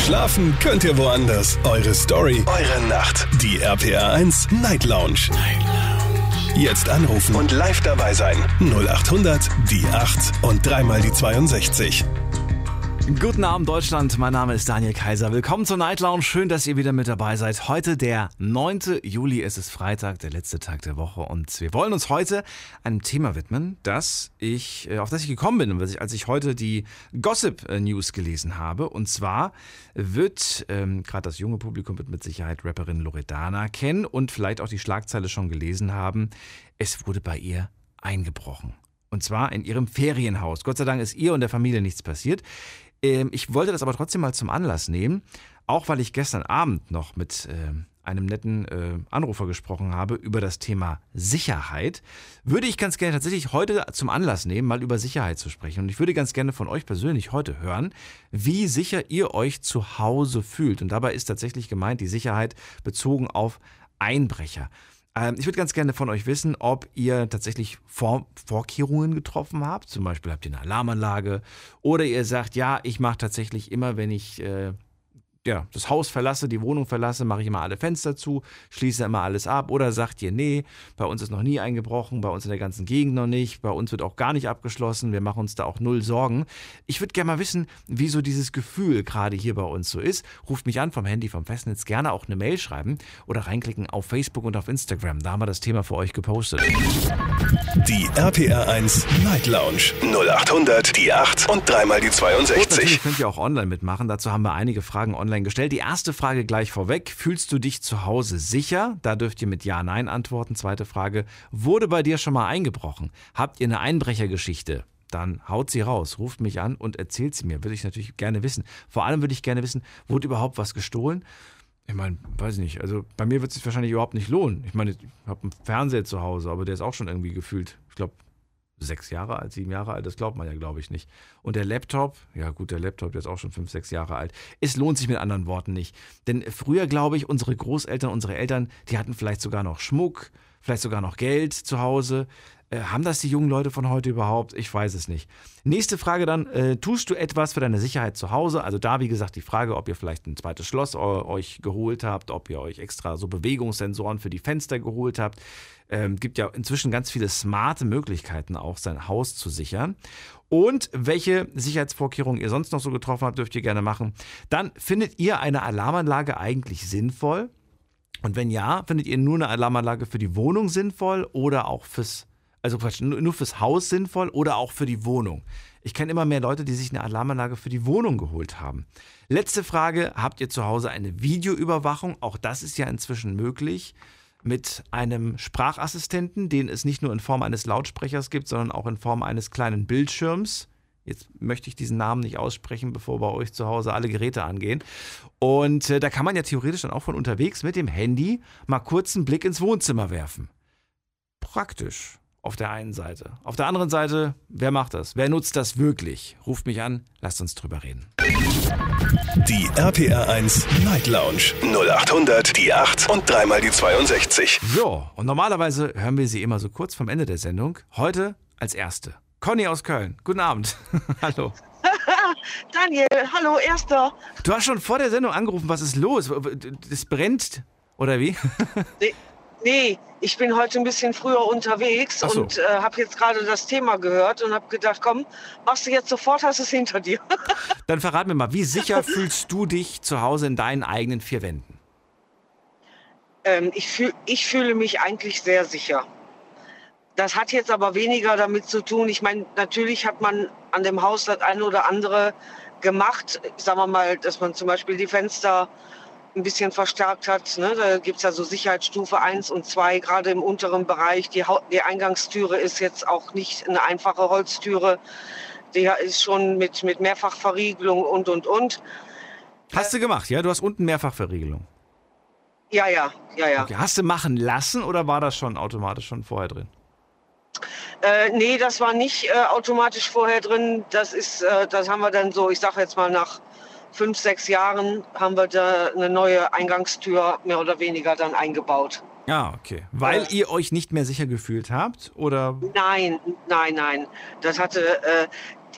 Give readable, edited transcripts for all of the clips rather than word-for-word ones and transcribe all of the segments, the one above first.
Schlafen könnt ihr woanders. Eure Story, eure Nacht. Die RPR 1 Night Lounge. Jetzt anrufen und live dabei sein. 0800 die 8 und dreimal die 62. Guten Abend Deutschland, mein Name ist Daniel Kaiser. Willkommen zur Night Lounge, schön, dass ihr wieder mit dabei seid. Heute der 9. Juli, es ist Freitag, der letzte Tag der Woche und wir wollen uns heute einem Thema widmen, auf das ich gekommen bin, als ich heute die Gossip News gelesen habe. Und zwar wird, gerade das junge Publikum wird mit Sicherheit Rapperin Loredana kennen und vielleicht auch die Schlagzeile schon gelesen haben, es wurde bei ihr eingebrochen. Und zwar in ihrem Ferienhaus. Gott sei Dank ist ihr und der Familie nichts passiert. Ich wollte das aber trotzdem mal zum Anlass nehmen, auch weil ich gestern Abend noch mit einem netten Anrufer gesprochen habe über das Thema Sicherheit, würde ich ganz gerne tatsächlich heute zum Anlass nehmen, mal über Sicherheit zu sprechen. Und ich würde ganz gerne von euch persönlich heute hören, wie sicher ihr euch zu Hause fühlt. Und dabei ist tatsächlich gemeint die Sicherheit bezogen auf Einbrecher. Ich würde ganz gerne von euch wissen, ob ihr tatsächlich Vorkehrungen getroffen habt. Zum Beispiel habt ihr eine Alarmanlage oder ihr sagt, ja, ich mache tatsächlich immer, wenn ich das Haus verlasse, die Wohnung verlasse, mache ich immer alle Fenster zu, schließe immer alles ab. Oder sagt ihr, nee, bei uns ist noch nie eingebrochen, bei uns in der ganzen Gegend noch nicht, bei uns wird auch gar nicht abgeschlossen, wir machen uns da auch null Sorgen. Ich würde gerne mal wissen, wie so dieses Gefühl gerade hier bei uns so ist. Ruft mich an vom Handy, vom Festnetz, gerne auch eine Mail schreiben oder reinklicken auf Facebook und auf Instagram. Da haben wir das Thema für euch gepostet. Die RPR 1 Night Lounge 0800 die 8 und dreimal die 62. Und natürlich könnt ihr auch online mitmachen. Dazu haben wir einige Fragen online gestellt. Die erste Frage gleich vorweg. Fühlst du dich zu Hause sicher? Da dürft ihr mit Ja, Nein antworten. Zweite Frage. Wurde bei dir schon mal eingebrochen? Habt ihr eine Einbrechergeschichte? Dann haut sie raus, ruft mich an und erzählt sie mir. Würde ich natürlich gerne wissen. Vor allem würde ich gerne wissen, wurde überhaupt was gestohlen? Ich meine, weiß ich nicht. Also bei mir wird es sich wahrscheinlich überhaupt nicht lohnen. Ich meine, ich habe einen Fernseher zu Hause, aber der ist auch schon irgendwie gefühlt, ich glaube, 6 Jahre alt, 7 Jahre alt, das glaubt man ja, glaube ich, nicht. Und der Laptop, ja gut, der Laptop, der ist auch schon 5, 6 Jahre alt. Es lohnt sich mit anderen Worten nicht. Denn früher, glaube ich, unsere Großeltern, unsere Eltern, die hatten vielleicht sogar noch Schmuck, vielleicht sogar noch Geld zu Hause. Haben das die jungen Leute von heute überhaupt? Ich weiß es nicht. Nächste Frage dann, tust du etwas für deine Sicherheit zu Hause? Also da, wie gesagt, die Frage, ob ihr vielleicht ein zweites Schloss euch geholt habt, ob ihr euch extra so Bewegungssensoren für die Fenster geholt habt. Gibt ja inzwischen ganz viele smarte Möglichkeiten auch, sein Haus zu sichern. Und welche Sicherheitsvorkehrungen ihr sonst noch so getroffen habt, dürft ihr gerne machen. Dann, findet ihr eine Alarmanlage eigentlich sinnvoll? Und wenn ja, findet ihr nur eine Alarmanlage für die Wohnung sinnvoll oder auch nur fürs Haus sinnvoll oder auch für die Wohnung? Ich kenne immer mehr Leute, die sich eine Alarmanlage für die Wohnung geholt haben. Letzte Frage, habt ihr zu Hause eine Videoüberwachung? Auch das ist ja inzwischen möglich mit einem Sprachassistenten, den es nicht nur in Form eines Lautsprechers gibt, sondern auch in Form eines kleinen Bildschirms. Jetzt möchte ich diesen Namen nicht aussprechen, bevor bei euch zu Hause alle Geräte angehen. Und da kann man ja theoretisch dann auch von unterwegs mit dem Handy mal kurz einen Blick ins Wohnzimmer werfen. Praktisch. Auf der einen Seite. Auf der anderen Seite, wer macht das? Wer nutzt das wirklich? Ruft mich an, lasst uns drüber reden. Die RPR 1 Night Lounge 0800 die 8 und dreimal die 62. So, und normalerweise hören wir sie immer so kurz vom Ende der Sendung. Heute als erste. Conny aus Köln. Guten Abend. Hallo. Daniel, hallo, Erster. Du hast schon vor der Sendung angerufen, was ist los? Es brennt, oder wie? Nee, ich bin heute ein bisschen früher unterwegs und habe jetzt gerade das Thema gehört und habe gedacht, komm, machst du jetzt sofort, hast es hinter dir. Dann verrat mir mal, wie sicher fühlst du dich zu Hause in deinen eigenen 4 Wänden? Ich fühle mich eigentlich sehr sicher. Das hat jetzt aber weniger damit zu tun. Ich meine, natürlich hat man an dem Haus das eine oder andere gemacht. Sagen wir mal, dass man zum Beispiel die Fenster ein bisschen verstärkt hat. Ne? Da gibt es ja so Sicherheitsstufe 1 und 2, gerade im unteren Bereich. Die Eingangstüre ist jetzt auch nicht eine einfache Holztüre. Die ist schon mit Mehrfachverriegelung und. Hast du gemacht, ja? Du hast unten Mehrfachverriegelung. Ja. Okay. Hast du machen lassen oder war das schon automatisch schon vorher drin? Nee, das war nicht automatisch vorher drin. Das haben wir dann so, ich sage jetzt mal nach 5, 6 Jahren haben wir da eine neue Eingangstür mehr oder weniger dann eingebaut. Ah, okay. Weil ihr euch nicht mehr sicher gefühlt habt, oder? Nein. Das hatte,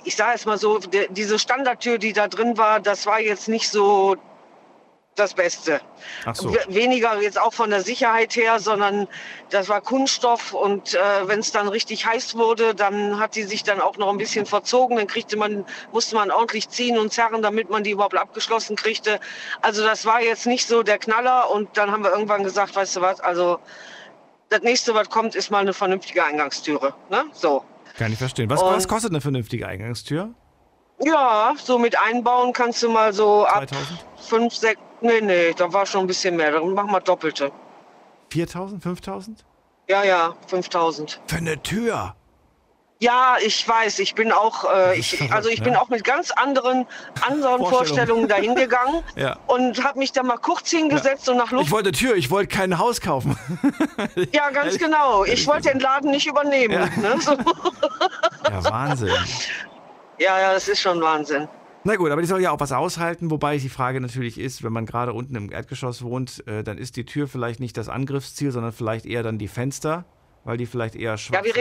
ich sage es mal so, diese Standardtür, die da drin war, das war jetzt nicht so das Beste. Ach so. Weniger jetzt auch von der Sicherheit her, sondern das war Kunststoff und wenn es dann richtig heiß wurde, dann hat die sich dann auch noch ein bisschen verzogen. Dann musste man ordentlich ziehen und zerren, damit man die überhaupt abgeschlossen kriegte. Also das war jetzt nicht so der Knaller und dann haben wir irgendwann gesagt, weißt du was, also das nächste, was kommt, ist mal eine vernünftige Eingangstüre. Ne? So. Kann ich verstehen. Was kostet eine vernünftige Eingangstür? Ja, so mit einbauen kannst du mal so 2000? ab 5, 6, nee, da war schon ein bisschen mehr. Dann machen wir Doppelte. 4000, 5000? Ja, 5000. Für eine Tür? Ja, ich weiß, ich bin auch, bin auch mit ganz anderen Vorstellungen dahin gegangen Ja. und habe mich da mal kurz hingesetzt und nach Luft. Ich wollte kein Haus kaufen. Ja, ganz genau. Ich wollte den Laden nicht übernehmen. Ja. Ne? So. Ja, Wahnsinn. Ja, das ist schon Wahnsinn. Na gut, aber die soll ja auch was aushalten, wobei die Frage natürlich ist, wenn man gerade unten im Erdgeschoss wohnt, dann ist die Tür vielleicht nicht das Angriffsziel, sondern vielleicht eher dann die Fenster, weil die vielleicht eher schwach Ja, wir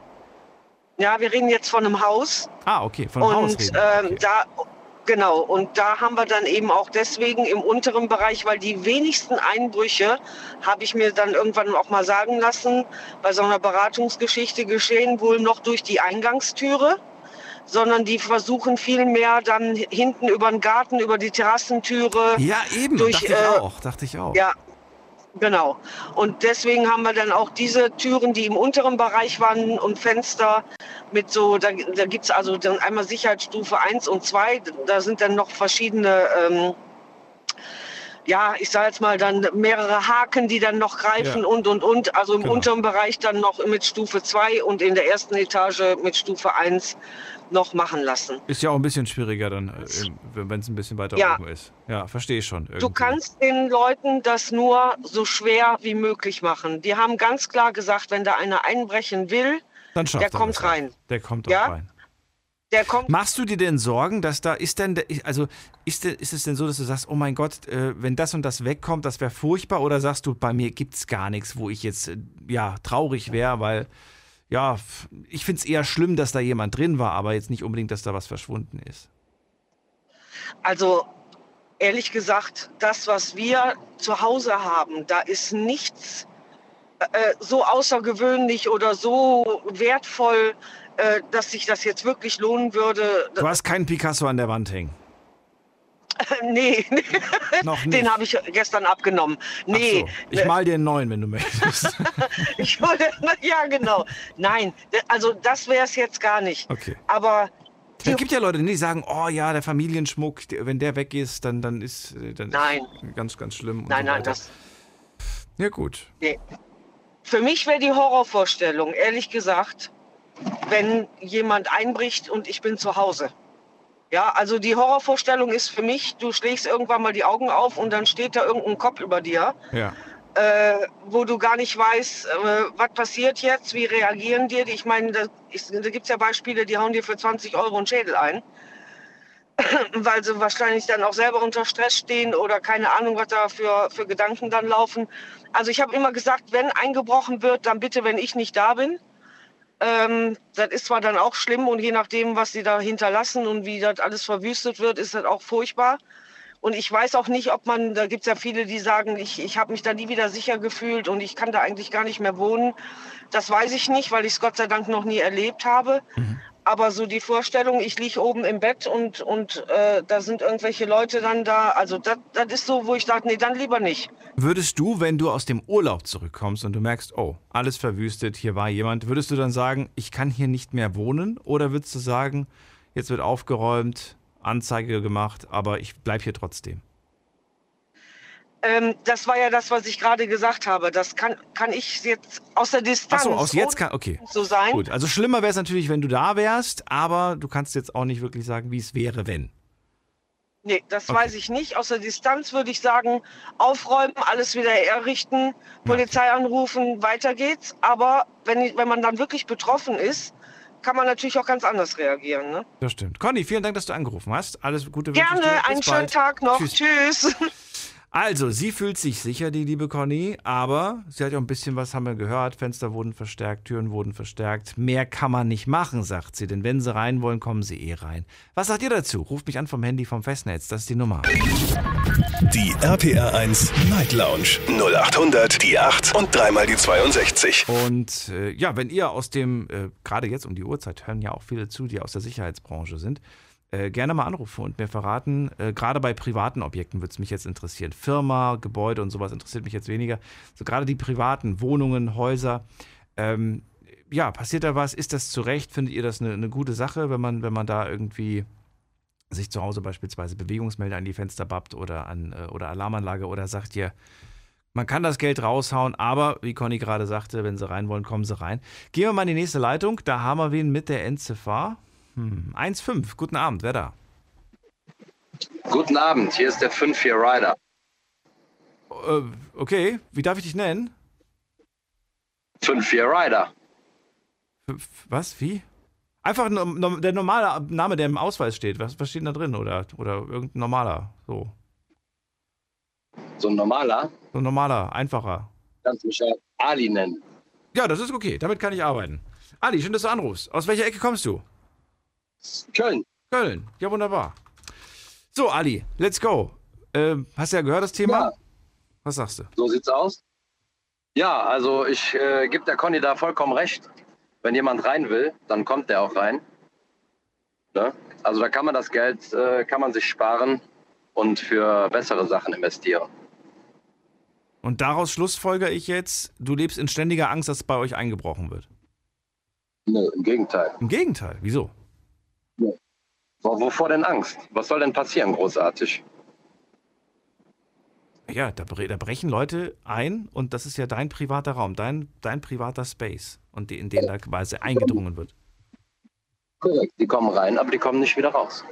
reden jetzt von einem Haus. Ah, okay, von einem Haus reden. Okay. Und da haben wir dann eben auch deswegen im unteren Bereich, weil die wenigsten Einbrüche, habe ich mir dann irgendwann auch mal sagen lassen, bei so einer Beratungsgeschichte geschehen wohl noch durch die Eingangstüre, sondern die versuchen viel mehr dann hinten über den Garten, über die Terrassentüre. Ja, eben, dachte ich auch. Ja, genau. Und deswegen haben wir dann auch diese Türen, die im unteren Bereich waren und Fenster mit so, da gibt es also dann einmal Sicherheitsstufe 1 und 2, da sind dann noch verschiedene, ich sage jetzt mal dann mehrere Haken, die dann noch greifen und. Also im unteren Bereich dann noch mit Stufe 2 und in der ersten Etage mit Stufe 1 noch machen lassen. Ist ja auch ein bisschen schwieriger dann, wenn es ein bisschen weiter oben ist. Ja, verstehe ich schon. Irgendwie. Du kannst den Leuten das nur so schwer wie möglich machen. Die haben ganz klar gesagt, wenn da einer einbrechen will, der kommt rein. Der kommt auch rein. Machst du dir denn Sorgen, dass da ist es denn so, dass du sagst, oh mein Gott, wenn das und das wegkommt, das wäre furchtbar, oder sagst du, bei mir gibt es gar nichts, wo ich jetzt traurig wäre, weil ich finde es eher schlimm, dass da jemand drin war, aber jetzt nicht unbedingt, dass da was verschwunden ist. Also ehrlich gesagt, das, was wir zu Hause haben, da ist nichts so außergewöhnlich oder so wertvoll, dass sich das jetzt wirklich lohnen würde. Du hast keinen Picasso an der Wand hängen? Nee. Noch nicht. Den habe ich gestern abgenommen. Nee. Ach so. Ich mal dir einen neuen, wenn du möchtest. Ja, genau. Nein, also das wäre es jetzt gar nicht. Okay. Aber es gibt ja Leute, die sagen, oh ja, der Familienschmuck, wenn der weg ist, dann ist ganz, ganz schlimm. Nein, Ja, gut. Nee. Für mich wäre die Horrorvorstellung, ehrlich gesagt, wenn jemand einbricht und ich bin zu Hause. Ja, also die Horrorvorstellung ist für mich, du schlägst irgendwann mal die Augen auf und dann steht da irgendein Kopf über dir, wo du gar nicht weißt, was passiert jetzt, wie reagieren die. Ich meine, da gibt es ja Beispiele, die hauen dir für 20 € einen Schädel ein, weil sie wahrscheinlich dann auch selber unter Stress stehen oder keine Ahnung, was da für Gedanken dann laufen. Also ich habe immer gesagt, wenn eingebrochen wird, dann bitte, wenn ich nicht da bin. Das ist zwar dann auch schlimm und je nachdem, was sie da hinterlassen und wie das alles verwüstet wird, ist das auch furchtbar. Und ich weiß auch nicht, da gibt es ja viele, die sagen, ich habe mich da nie wieder sicher gefühlt und ich kann da eigentlich gar nicht mehr wohnen. Das weiß ich nicht, weil ich es Gott sei Dank noch nie erlebt habe. Mhm. Aber so die Vorstellung, ich liege oben im Bett und da sind irgendwelche Leute dann da. Also das ist so, wo ich dachte, nee, dann lieber nicht. Würdest du, wenn du aus dem Urlaub zurückkommst und du merkst, oh, alles verwüstet, hier war jemand, würdest du dann sagen, ich kann hier nicht mehr wohnen? Oder würdest du sagen, jetzt wird aufgeräumt, Anzeige gemacht, aber ich bleibe hier trotzdem? Das war ja das, was ich gerade gesagt habe. Das kann ich jetzt aus der Distanz okay. So sein. Gut, also schlimmer wäre es natürlich, wenn du da wärst, aber du kannst jetzt auch nicht wirklich sagen, wie es wäre, wenn. Nee, das weiß ich nicht. Aus der Distanz würde ich sagen, aufräumen, alles wieder errichten, Polizei anrufen, weiter geht's. Aber wenn man dann wirklich betroffen ist, kann man natürlich auch ganz anders reagieren. Ne? Das stimmt. Conny, vielen Dank, dass du angerufen hast. Alles Gute. Gerne, einen schönen Tag noch. Tschüss. Also, sie fühlt sich sicher, die liebe Conny, aber sie hat ja ein bisschen was, haben wir gehört, Fenster wurden verstärkt, Türen wurden verstärkt. Mehr kann man nicht machen, sagt sie, denn wenn sie rein wollen, kommen sie eh rein. Was sagt ihr dazu? Ruft mich an vom Handy vom Festnetz, das ist die Nummer. Die RPR 1 Night Lounge 0800 die 8 und dreimal die 62. Und ja, wenn ihr aus dem, gerade jetzt um die Uhrzeit, hören ja auch viele zu, die aus der Sicherheitsbranche sind, gerne mal anrufen und mir verraten, gerade bei privaten Objekten würde es mich jetzt interessieren. Firma, Gebäude und sowas interessiert mich jetzt weniger. So gerade die privaten Wohnungen, Häuser. Ja, passiert da was? Ist das zu Recht? Findet ihr das eine gute Sache, wenn man da irgendwie sich zu Hause beispielsweise Bewegungsmelder an die Fenster bappt oder Alarmanlage, oder sagt ihr, man kann das Geld raushauen, aber wie Conny gerade sagte, wenn sie rein wollen, kommen sie rein. Gehen wir mal in die nächste Leitung. Da haben wir wen mit der Endziffer. 1,5. Guten Abend, wer da? Guten Abend, hier ist der 5-4 Rider. Okay, wie darf ich dich nennen? 5-4 Rider. Was? Wie? Einfach der normale Name, der im Ausweis steht. Was steht denn da drin? Oder irgendein normaler? So ein normaler? So ein normaler, einfacher. Kannst mich ja Ali nennen. Ja, das ist okay. Damit kann ich arbeiten. Ali, schön, dass du anrufst. Aus welcher Ecke kommst du? Köln. Köln. Ja, wunderbar. So, Ali, let's go. Hast du ja gehört, das Thema? Ja. Was sagst du? So sieht's aus. Ja, also ich gebe der Conny da vollkommen recht. Wenn jemand rein will, dann kommt der auch rein. Ne? Also da kann man das Geld, kann man sich sparen und für bessere Sachen investieren. Und daraus schlussfolgere ich jetzt, du lebst in ständiger Angst, dass bei euch eingebrochen wird. Nee, im Gegenteil. Im Gegenteil, wieso? Nee. Wovor denn Angst? Was soll denn passieren, großartig? Ja, da brechen Leute ein und das ist ja dein privater Raum, dein privater Space, und in den da quasi eingedrungen wird. Korrekt, die kommen rein, aber die kommen nicht wieder raus.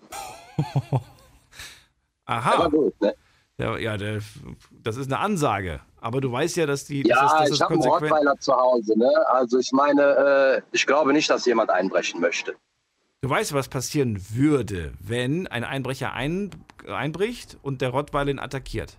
Aha. Aber gut, ne? Ja, das ist eine Ansage. Aber du weißt ja, dass die. Ja, das ist ich habe einen Rottweiler zu Hause. Ne? Also ich meine, ich glaube nicht, dass jemand einbrechen möchte. Du weißt, was passieren würde, wenn ein Einbrecher einbricht und der Rottweiler ihn attackiert.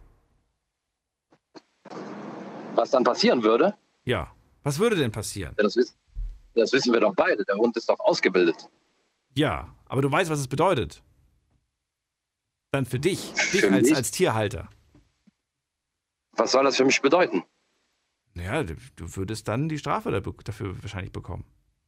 Was dann passieren würde? Ja. Was würde denn passieren? Ja, das wissen wir doch beide. Der Hund ist doch ausgebildet. Ja, aber du weißt, was es bedeutet. Dann für dich als Tierhalter. Was soll das für mich bedeuten? Naja, du würdest dann die Strafe dafür wahrscheinlich bekommen.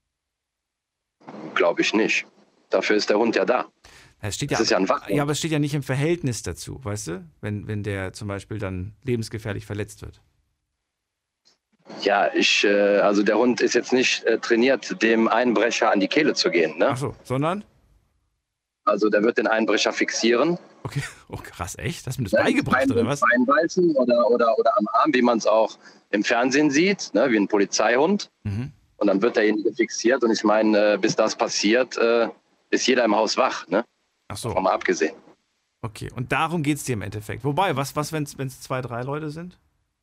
Glaube ich nicht. Dafür ist der Hund ja da. Das ist ja ein Wachhund. Ja, aber es steht ja nicht im Verhältnis dazu, weißt du? Wenn der zum Beispiel dann lebensgefährlich verletzt wird. Ja, also der Hund ist jetzt nicht trainiert, dem Einbrecher an die Kehle zu gehen. Ne? Ach so, sondern? Also der wird den Einbrecher fixieren. Okay, oh krass, echt? Hast du mir das beigebracht, oder was? Einbeißen oder am Arm, wie man es auch im Fernsehen sieht, ne? Wie ein Polizeihund. Mhm. Und dann wird derjenige fixiert. Und ich meine, bis das passiert, ist jeder im Haus wach. Ne? Ach so. Mal abgesehen. Okay, und darum geht es dir im Endeffekt. Wobei, was wenn es 2, 3 Leute sind?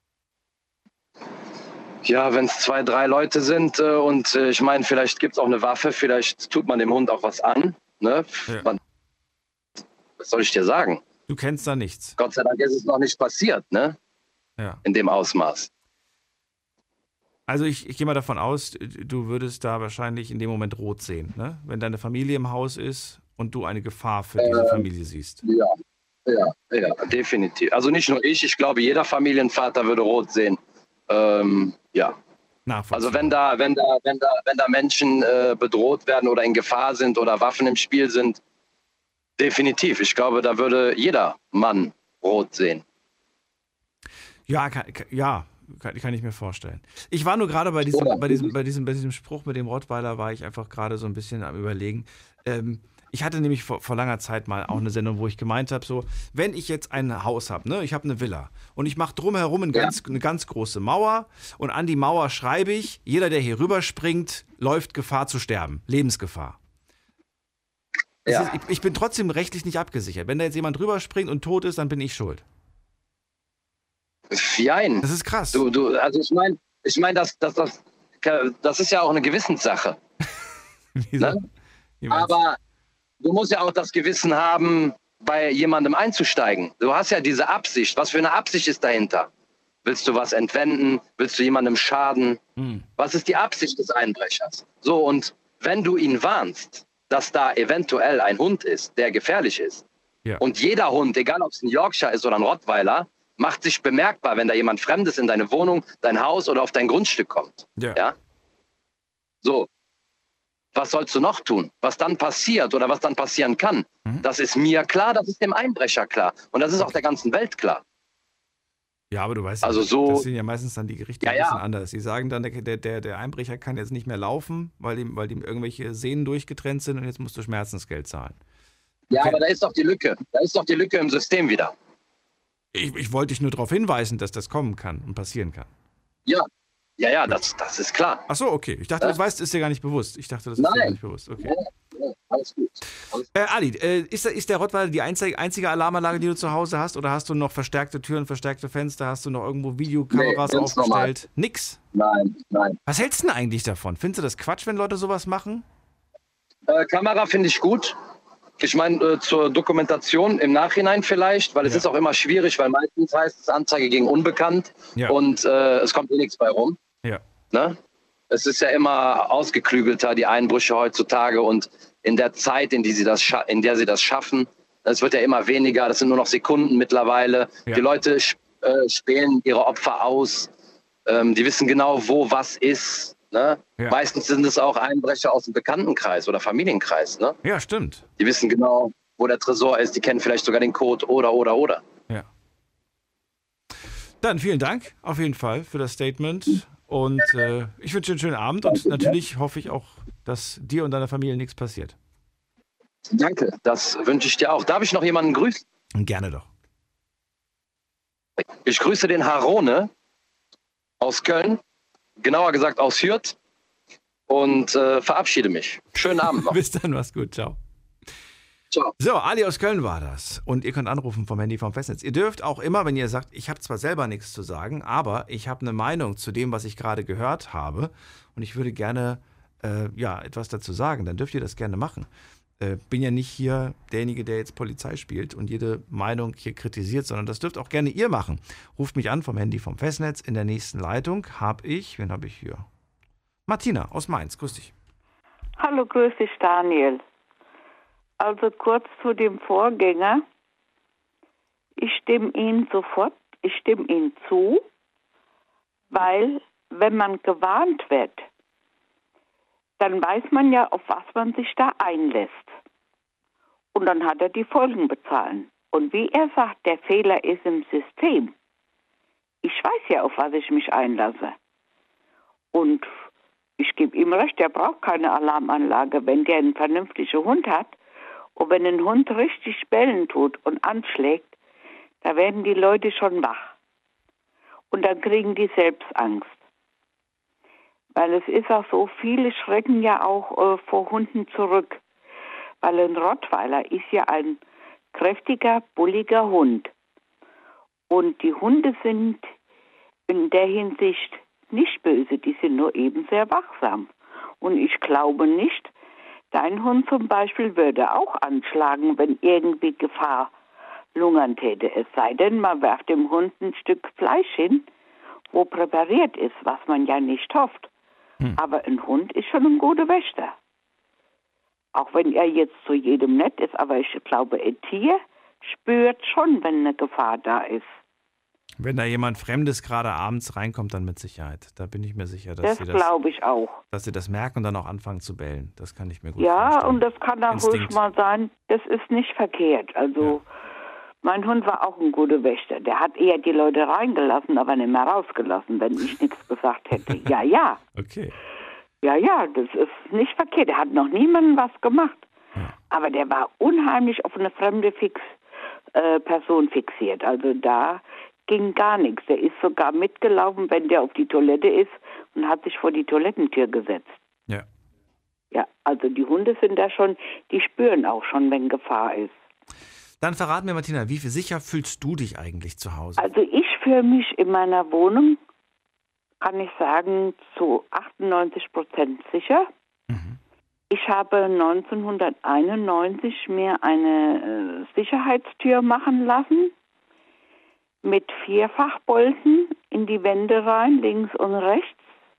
Ja, wenn es 2, 3 Leute sind und ich meine, vielleicht gibt es auch eine Waffe, vielleicht tut man dem Hund auch was an. Ne? Ja. Was soll ich dir sagen? Du kennst da nichts. Gott sei Dank ist es noch nicht passiert, ne? Ja. In dem Ausmaß. Also ich gehe mal davon aus, du würdest da wahrscheinlich in dem Moment rot sehen, ne? Wenn deine Familie im Haus ist und du eine Gefahr für diese Familie siehst. Ja, definitiv. Also nicht nur ich glaube, jeder Familienvater würde rot sehen. Ja. Also wenn da Menschen bedroht werden oder in Gefahr sind oder Waffen im Spiel sind, definitiv. Ich glaube, da würde jeder Mann rot sehen. Ja, kann ich mir vorstellen. Ich war nur gerade bei diesem Spruch mit dem Rottweiler, war ich einfach gerade so ein bisschen am Überlegen. Ich hatte nämlich vor langer Zeit mal auch eine Sendung, wo ich gemeint habe, so, wenn ich jetzt ein Haus habe, ne, ich habe eine Villa und ich mache drumherum eine ganz große Mauer und an die Mauer schreibe ich, jeder, der hier rüberspringt, läuft Gefahr zu sterben, Lebensgefahr. Ja. Ich bin trotzdem rechtlich nicht abgesichert. Wenn da jetzt jemand rüberspringt und tot ist, dann bin ich schuld. Jein. Das ist krass. Also ich meine, das ist ja auch eine Gewissenssache. Wieso? Ne? Aber du musst ja auch das Gewissen haben, bei jemandem einzusteigen. Du hast ja diese Absicht. Was für eine Absicht ist dahinter? Willst du was entwenden? Willst du jemandem schaden? Was ist die Absicht des Einbrechers? So, und wenn du ihn warnst, dass da eventuell ein Hund ist, der gefährlich ist, und jeder Hund, egal ob es ein Yorkshire ist oder ein Rottweiler, macht sich bemerkbar, wenn da jemand Fremdes in deine Wohnung, dein Haus oder auf dein Grundstück kommt. Ja? So. Was sollst du noch tun? Was dann passiert oder was dann passieren kann, das ist mir klar, das ist dem Einbrecher klar. Und das ist auch der ganzen Welt klar. Ja, aber du weißt, also das sind ja meistens dann die Gerichte ein bisschen anders. Die sagen dann, der Einbrecher kann jetzt nicht mehr laufen, weil ihm irgendwelche Sehnen durchgetrennt sind und jetzt musst du Schmerzensgeld zahlen. Ja, aber da ist doch die Lücke. Da ist doch die Lücke im System wieder. Ich wollte dich nur darauf hinweisen, dass das kommen kann und passieren kann. Ja, das ist klar. Ach so, okay. Ich dachte, das weißt, ist dir gar nicht bewusst. Ich dachte, das ist dir gar nicht bewusst. Okay. Ja, alles gut. Ali, ist der Rottweiler die einzige Alarmanlage, die du zu Hause hast? Oder hast du noch verstärkte Türen, verstärkte Fenster? Hast du noch irgendwo Videokameras aufgestellt? Normal. Nix? Nein. Was hältst du denn eigentlich davon? Findest du das Quatsch, wenn Leute sowas machen? Kamera finde ich gut. Ich meine, zur Dokumentation im Nachhinein vielleicht, weil es ist auch immer schwierig, weil meistens heißt es Anzeige gegen Unbekannt und es kommt nichts bei rum. Ja. Ne? Es ist ja immer ausgeklügelter, die Einbrüche heutzutage, und in der Zeit, in der sie das schaffen, es wird ja immer weniger, das sind nur noch Sekunden mittlerweile. Ja. Die Leute spähen ihre Opfer aus, die wissen genau, wo was ist. Ne? Ja. Meistens sind es auch Einbrecher aus dem Bekanntenkreis oder Familienkreis. Ne? Ja, stimmt. Die wissen genau, wo der Tresor ist, die kennen vielleicht sogar den Code oder. Ja. Dann vielen Dank auf jeden Fall für das Statement. Und ich wünsche dir einen schönen Abend und natürlich hoffe ich auch, dass dir und deiner Familie nichts passiert. Danke, das wünsche ich dir auch. Darf ich noch jemanden grüßen? Gerne doch. Ich grüße den Harone aus Köln, genauer gesagt aus Hürth, und verabschiede mich. Schönen Abend noch. Bis dann, mach's gut, ciao. Ciao. So, Ali aus Köln war das. Und ihr könnt anrufen vom Handy vom Festnetz. Ihr dürft auch immer, wenn ihr sagt, ich habe zwar selber nichts zu sagen, aber ich habe eine Meinung zu dem, was ich gerade gehört habe und ich würde gerne etwas dazu sagen, dann dürft ihr das gerne machen. Bin ja nicht hier derjenige, der jetzt Polizei spielt und jede Meinung hier kritisiert, sondern das dürft auch gerne ihr machen. Ruft mich an vom Handy vom Festnetz. In der nächsten Leitung wen habe ich hier? Martina aus Mainz, grüß dich. Hallo, grüß dich, Daniel. Also kurz zu dem Vorgänger. Ich stimme Ihnen zu, weil wenn man gewarnt wird, dann weiß man ja, auf was man sich da einlässt. Und dann hat er die Folgen bezahlen. Und wie er sagt, der Fehler ist im System. Ich weiß ja, auf was ich mich einlasse. Und ich gebe ihm recht, der braucht keine Alarmanlage, wenn der einen vernünftigen Hund hat. Und wenn ein Hund richtig bellen tut und anschlägt, da werden die Leute schon wach. Und dann kriegen die selbst Angst. Weil es ist auch so, viele schrecken ja auch vor Hunden zurück. Weil ein Rottweiler ist ja ein kräftiger, bulliger Hund. Und die Hunde sind in der Hinsicht nicht böse, die sind nur eben sehr wachsam. Und ich glaube nicht, dein Hund zum Beispiel würde auch anschlagen, wenn irgendwie Gefahr lungern täte. Es sei denn, man werft dem Hund ein Stück Fleisch hin, wo präpariert ist, was man ja nicht hofft. Aber ein Hund ist schon ein guter Wächter. Auch wenn er jetzt zu jedem nett ist, aber ich glaube, ein Tier spürt schon, wenn eine Gefahr da ist. Wenn da jemand Fremdes gerade abends reinkommt, dann mit Sicherheit. Da bin ich mir sicher, dass das glaube ich auch. Dass sie das merken und dann auch anfangen zu bellen. Das kann ich mir gut vorstellen. Ja, und das kann auch ruhig mal sein. Das ist nicht verkehrt. Also mein Hund war auch ein guter Wächter. Der hat eher die Leute reingelassen, aber nicht mehr rausgelassen, wenn ich nichts gesagt hätte. Ja. Okay. Ja, das ist nicht verkehrt. Der hat noch niemandem was gemacht. Ja. Aber der war unheimlich auf eine fremde Person fixiert. Also da ging gar nichts. Der ist sogar mitgelaufen, wenn der auf die Toilette ist und hat sich vor die Toilettentür gesetzt. Ja. Ja, also die Hunde sind da schon, die spüren auch schon, wenn Gefahr ist. Dann verrat mir, Martina, wie viel sicher fühlst du dich eigentlich zu Hause? Also ich fühle mich in meiner Wohnung, kann ich sagen, zu 98% sicher. Ich habe 1991 mir eine Sicherheitstür machen lassen mit 4 Fachbolzen in die Wände rein, links und rechts,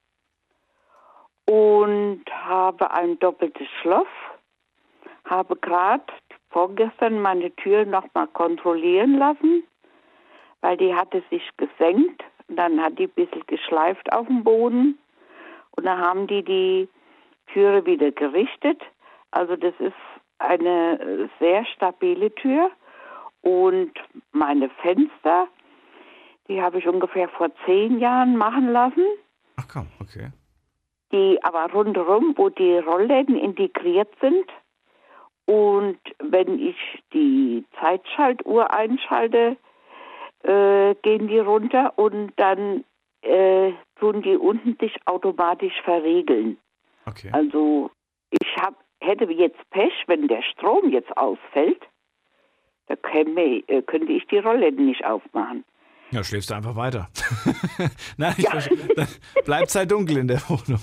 und habe ein doppeltes Schloss. Habe gerade vorgestern meine Tür nochmal kontrollieren lassen, weil die hatte sich gesenkt. Dann hat die ein bisschen geschleift auf dem Boden und dann haben die Türe wieder gerichtet. Also das ist eine sehr stabile Tür. Und meine Fenster, die habe ich ungefähr vor 10 Jahren machen lassen. Ach komm, okay. Die aber rundherum, wo die Rollläden integriert sind. Und wenn ich die Zeitschaltuhr einschalte, gehen die runter und dann tun die unten sich automatisch verriegeln. Okay. Also hätte jetzt Pech, wenn der Strom jetzt ausfällt, da könnte ich die Rollläden nicht aufmachen. Ja, schläfst du einfach weiter. Nein, dann bleibt es halt dunkel in der Wohnung.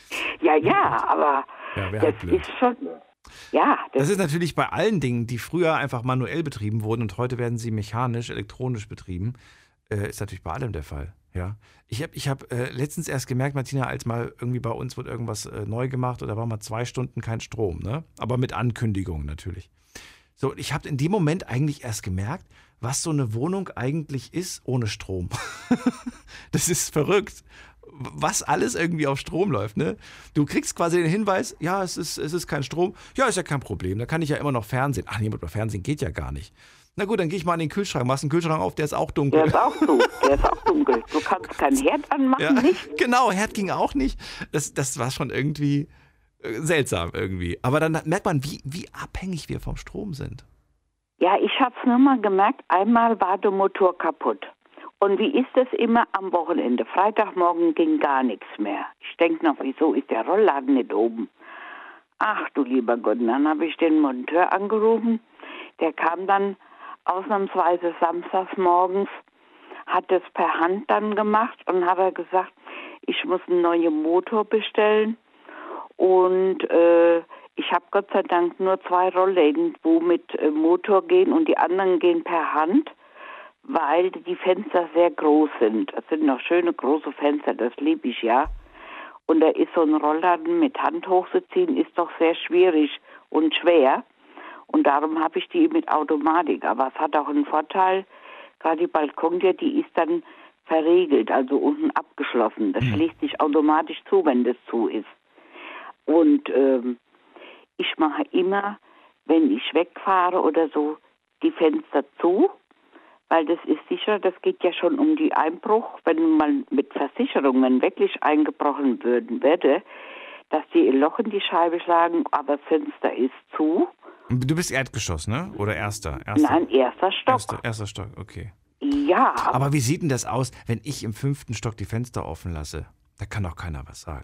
Ja, aber das halt ist schon... Ja, das ist natürlich bei allen Dingen, die früher einfach manuell betrieben wurden und heute werden sie mechanisch, elektronisch betrieben, ist natürlich bei allem der Fall. Ja. Ich hab letztens erst gemerkt, Martina, als mal irgendwie bei uns wird irgendwas neu gemacht oder war mal 2 Stunden kein Strom, ne? Aber mit Ankündigung natürlich. So, ich habe in dem Moment eigentlich erst gemerkt, was so eine Wohnung eigentlich ist ohne Strom. Das ist verrückt. Was alles irgendwie auf Strom läuft, ne? Du kriegst quasi den Hinweis, ja, es ist kein Strom. Ja, ist ja kein Problem, da kann ich ja immer noch Fernsehen. Ach nee, aber Fernsehen geht ja gar nicht. Na gut, dann gehe ich mal an den Kühlschrank, machst den Kühlschrank auf, der ist auch dunkel. Der ist auch dunkel. Du kannst keinen Herd anmachen, ja, nicht? Genau, Herd ging auch nicht. Das war schon irgendwie seltsam irgendwie. Aber dann merkt man, wie abhängig wir vom Strom sind. Ja, ich habe es nur mal gemerkt, einmal war der Motor kaputt. Und wie ist das immer am Wochenende? Freitagmorgen ging gar nichts mehr. Ich denke noch, wieso ist der Rollladen nicht oben? Ach du lieber Gott, dann habe ich den Monteur angerufen. Der kam dann ausnahmsweise samstags morgens, hat das per Hand dann gemacht und hat er gesagt, ich muss einen neuen Motor bestellen. Und ich habe Gott sei Dank nur 2 Rollläden, wo mit Motor gehen und die anderen gehen per Hand, weil die Fenster sehr groß sind. Es sind noch schöne große Fenster, das liebe ich ja. Und da ist so ein Rollladen mit Hand hochzuziehen, ist doch sehr schwierig und schwer. Und darum habe ich die mit Automatik. Aber es hat auch einen Vorteil, gerade die Balkontür, die ist dann verriegelt, also unten abgeschlossen. Das schließt sich automatisch zu, wenn das zu ist. Und ich mache immer, wenn ich wegfahre oder so, die Fenster zu, weil das ist sicher, das geht ja schon um die Einbruch, wenn man mit Versicherungen wirklich eingebrochen würde, dass die ein Loch in die Scheibe schlagen, aber das Fenster ist zu. Du bist Erdgeschoss, ne? Oder erster? Nein, erster Stock. Erster Stock, okay. Ja. Aber wie sieht denn das aus, wenn ich im 5. Stock die Fenster offen lasse? Da kann doch keiner was sagen.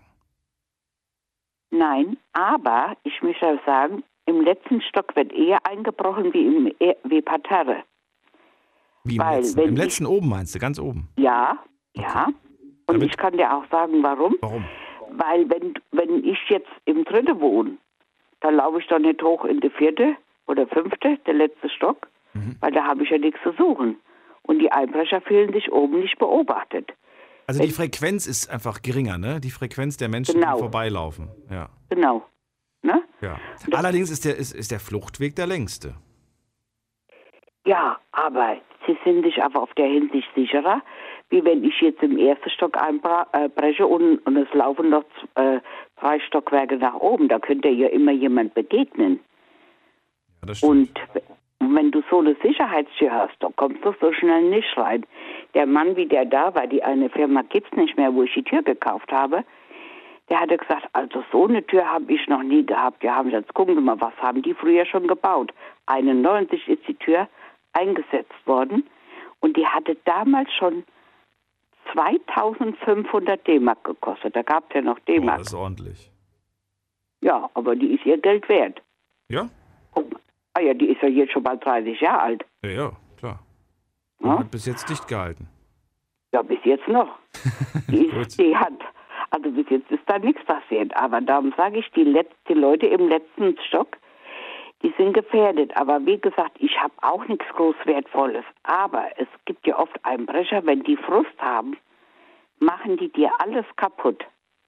Nein, aber ich möchte sagen, im letzten Stock wird eher eingebrochen wie Parterre. Wie im letzten oben meinst du, ganz oben? Ja, okay. Ja. Und ich kann dir auch sagen, warum. Warum? Weil wenn ich jetzt im 3. wohne, dann laufe ich doch nicht hoch in die 4. oder 5., der letzte Stock, weil da habe ich ja nichts zu suchen. Und die Einbrecher fühlen sich oben nicht beobachtet. Also die Frequenz ist einfach geringer, ne? Die Frequenz der Menschen, die vorbeilaufen. Ja. Genau. Ne? Ja. Allerdings ist der Fluchtweg der längste. Ja, aber sie sind sich aber auf der Hinsicht sicherer, wie wenn ich jetzt im 1. Stock einbreche und es laufen noch 3 Stockwerke nach oben. Da könnte ja immer jemand begegnen. Ja, das stimmt. Und wenn du so eine Sicherheitstür hast, da kommst du so schnell nicht rein. Der Mann, wie der da war, die eine Firma gibt's nicht mehr, wo ich die Tür gekauft habe, der hatte gesagt, also so eine Tür habe ich noch nie gehabt. Wir haben jetzt, gucken wir mal, was haben die früher schon gebaut? 91 ist die Tür eingesetzt worden und die hatte damals schon 2500 D-Mark gekostet. Da gab es ja noch D-Mark. Oh, das ist ordentlich. Ja, aber die ist ihr Geld wert. Ja? Ah ja, die ist ja jetzt schon bald 30 Jahre alt. Ja, klar. Und hat bis jetzt dicht gehalten. Ja, bis jetzt noch. Die hat Also bis jetzt ist da nichts passiert. Aber darum sage ich, die Leute im letzten Stock, die sind gefährdet. Aber wie gesagt, ich habe auch nichts groß Wertvolles. Aber es gibt ja oft Einbrecher, wenn die Frust haben, machen die dir alles kaputt.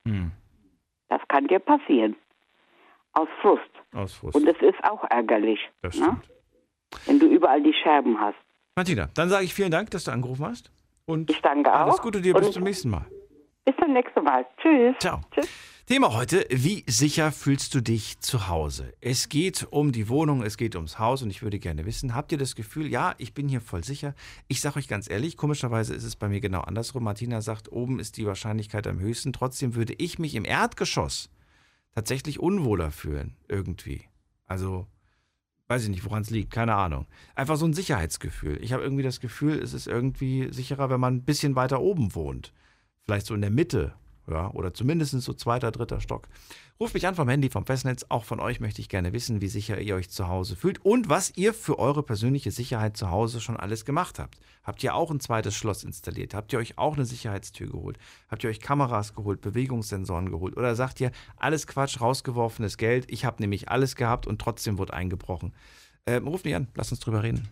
Das kann dir passieren. Aus Frust. Und es ist auch ärgerlich. Das stimmt. Ne? Wenn du überall die Scherben hast. Martina, dann sage ich vielen Dank, dass du angerufen hast. Und ich danke auch. Alles Gute dir, bis zum nächsten Mal. Bis zum nächsten Mal. Tschüss. Ciao. Tschüss. Thema heute, wie sicher fühlst du dich zu Hause? Es geht um die Wohnung, es geht ums Haus und ich würde gerne wissen, habt ihr das Gefühl, ja, ich bin hier voll sicher? Ich sage euch ganz ehrlich, komischerweise ist es bei mir genau andersrum. Martina sagt, oben ist die Wahrscheinlichkeit am höchsten. Trotzdem würde ich mich im Erdgeschoss tatsächlich unwohler fühlen, irgendwie. Also, weiß ich nicht, woran es liegt, keine Ahnung. Einfach so ein Sicherheitsgefühl. Ich habe irgendwie das Gefühl, es ist irgendwie sicherer, wenn man ein bisschen weiter oben wohnt. Vielleicht so in der Mitte, ja, oder zumindest so 2., 3. Stock. Ruft mich an vom Handy, vom Festnetz. Auch von euch möchte ich gerne wissen, wie sicher ihr euch zu Hause fühlt und was ihr für eure persönliche Sicherheit zu Hause schon alles gemacht habt. Habt ihr auch ein zweites Schloss installiert? Habt ihr euch auch eine Sicherheitstür geholt? Habt ihr euch Kameras geholt, Bewegungssensoren geholt? Oder sagt ihr, alles Quatsch, rausgeworfenes Geld? Ich habe nämlich alles gehabt und trotzdem wurde eingebrochen. Ruft mich an, lasst uns drüber reden.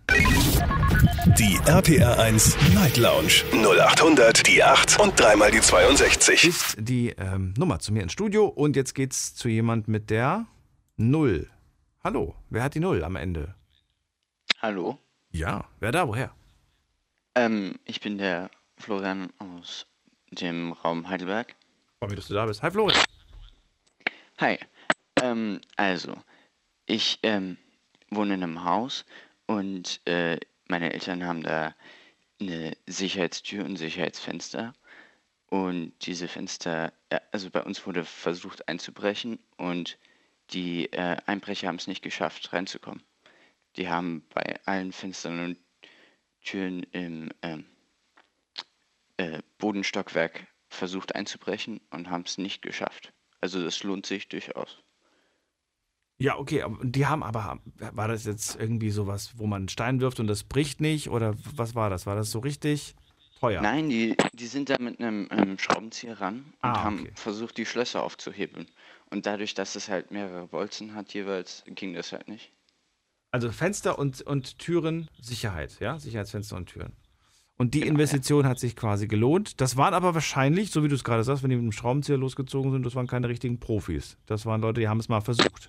Die RPR 1 Night Lounge 0800 die 8 und dreimal die 62. Ist die Nummer zu mir ins Studio und jetzt geht's zu jemand mit der 0. Hallo, wer hat die 0 am Ende? Hallo. Ja, wer da, woher? Ich bin der Florian aus dem Raum Heidelberg. Freue mich, dass du da bist. Hi Florian. Hi. Also, ich wohne in einem Haus und meine Eltern haben da eine Sicherheitstür und Sicherheitsfenster. Und diese Fenster, also bei uns wurde versucht einzubrechen und die Einbrecher haben es nicht geschafft, reinzukommen. Die haben bei allen Fenstern und Türen im Bodenstockwerk versucht einzubrechen und haben es nicht geschafft. Also das lohnt sich durchaus. Ja, okay, aber die haben aber, war das jetzt irgendwie sowas, wo man einen Stein wirft und das bricht nicht? Oder was war das? War das so richtig teuer? Nein, die sind da mit einem Schraubenzieher ran und haben versucht, die Schlösser aufzuhebeln. Und dadurch, dass es halt mehrere Bolzen hat jeweils, ging das halt nicht. Also Fenster und Türen, Sicherheit, ja? Sicherheitsfenster und Türen. Und die Investition hat sich quasi gelohnt. Das waren aber wahrscheinlich, so wie du es gerade sagst, wenn die mit dem Schraubenzieher losgezogen sind, das waren keine richtigen Profis. Das waren Leute, die haben es mal versucht.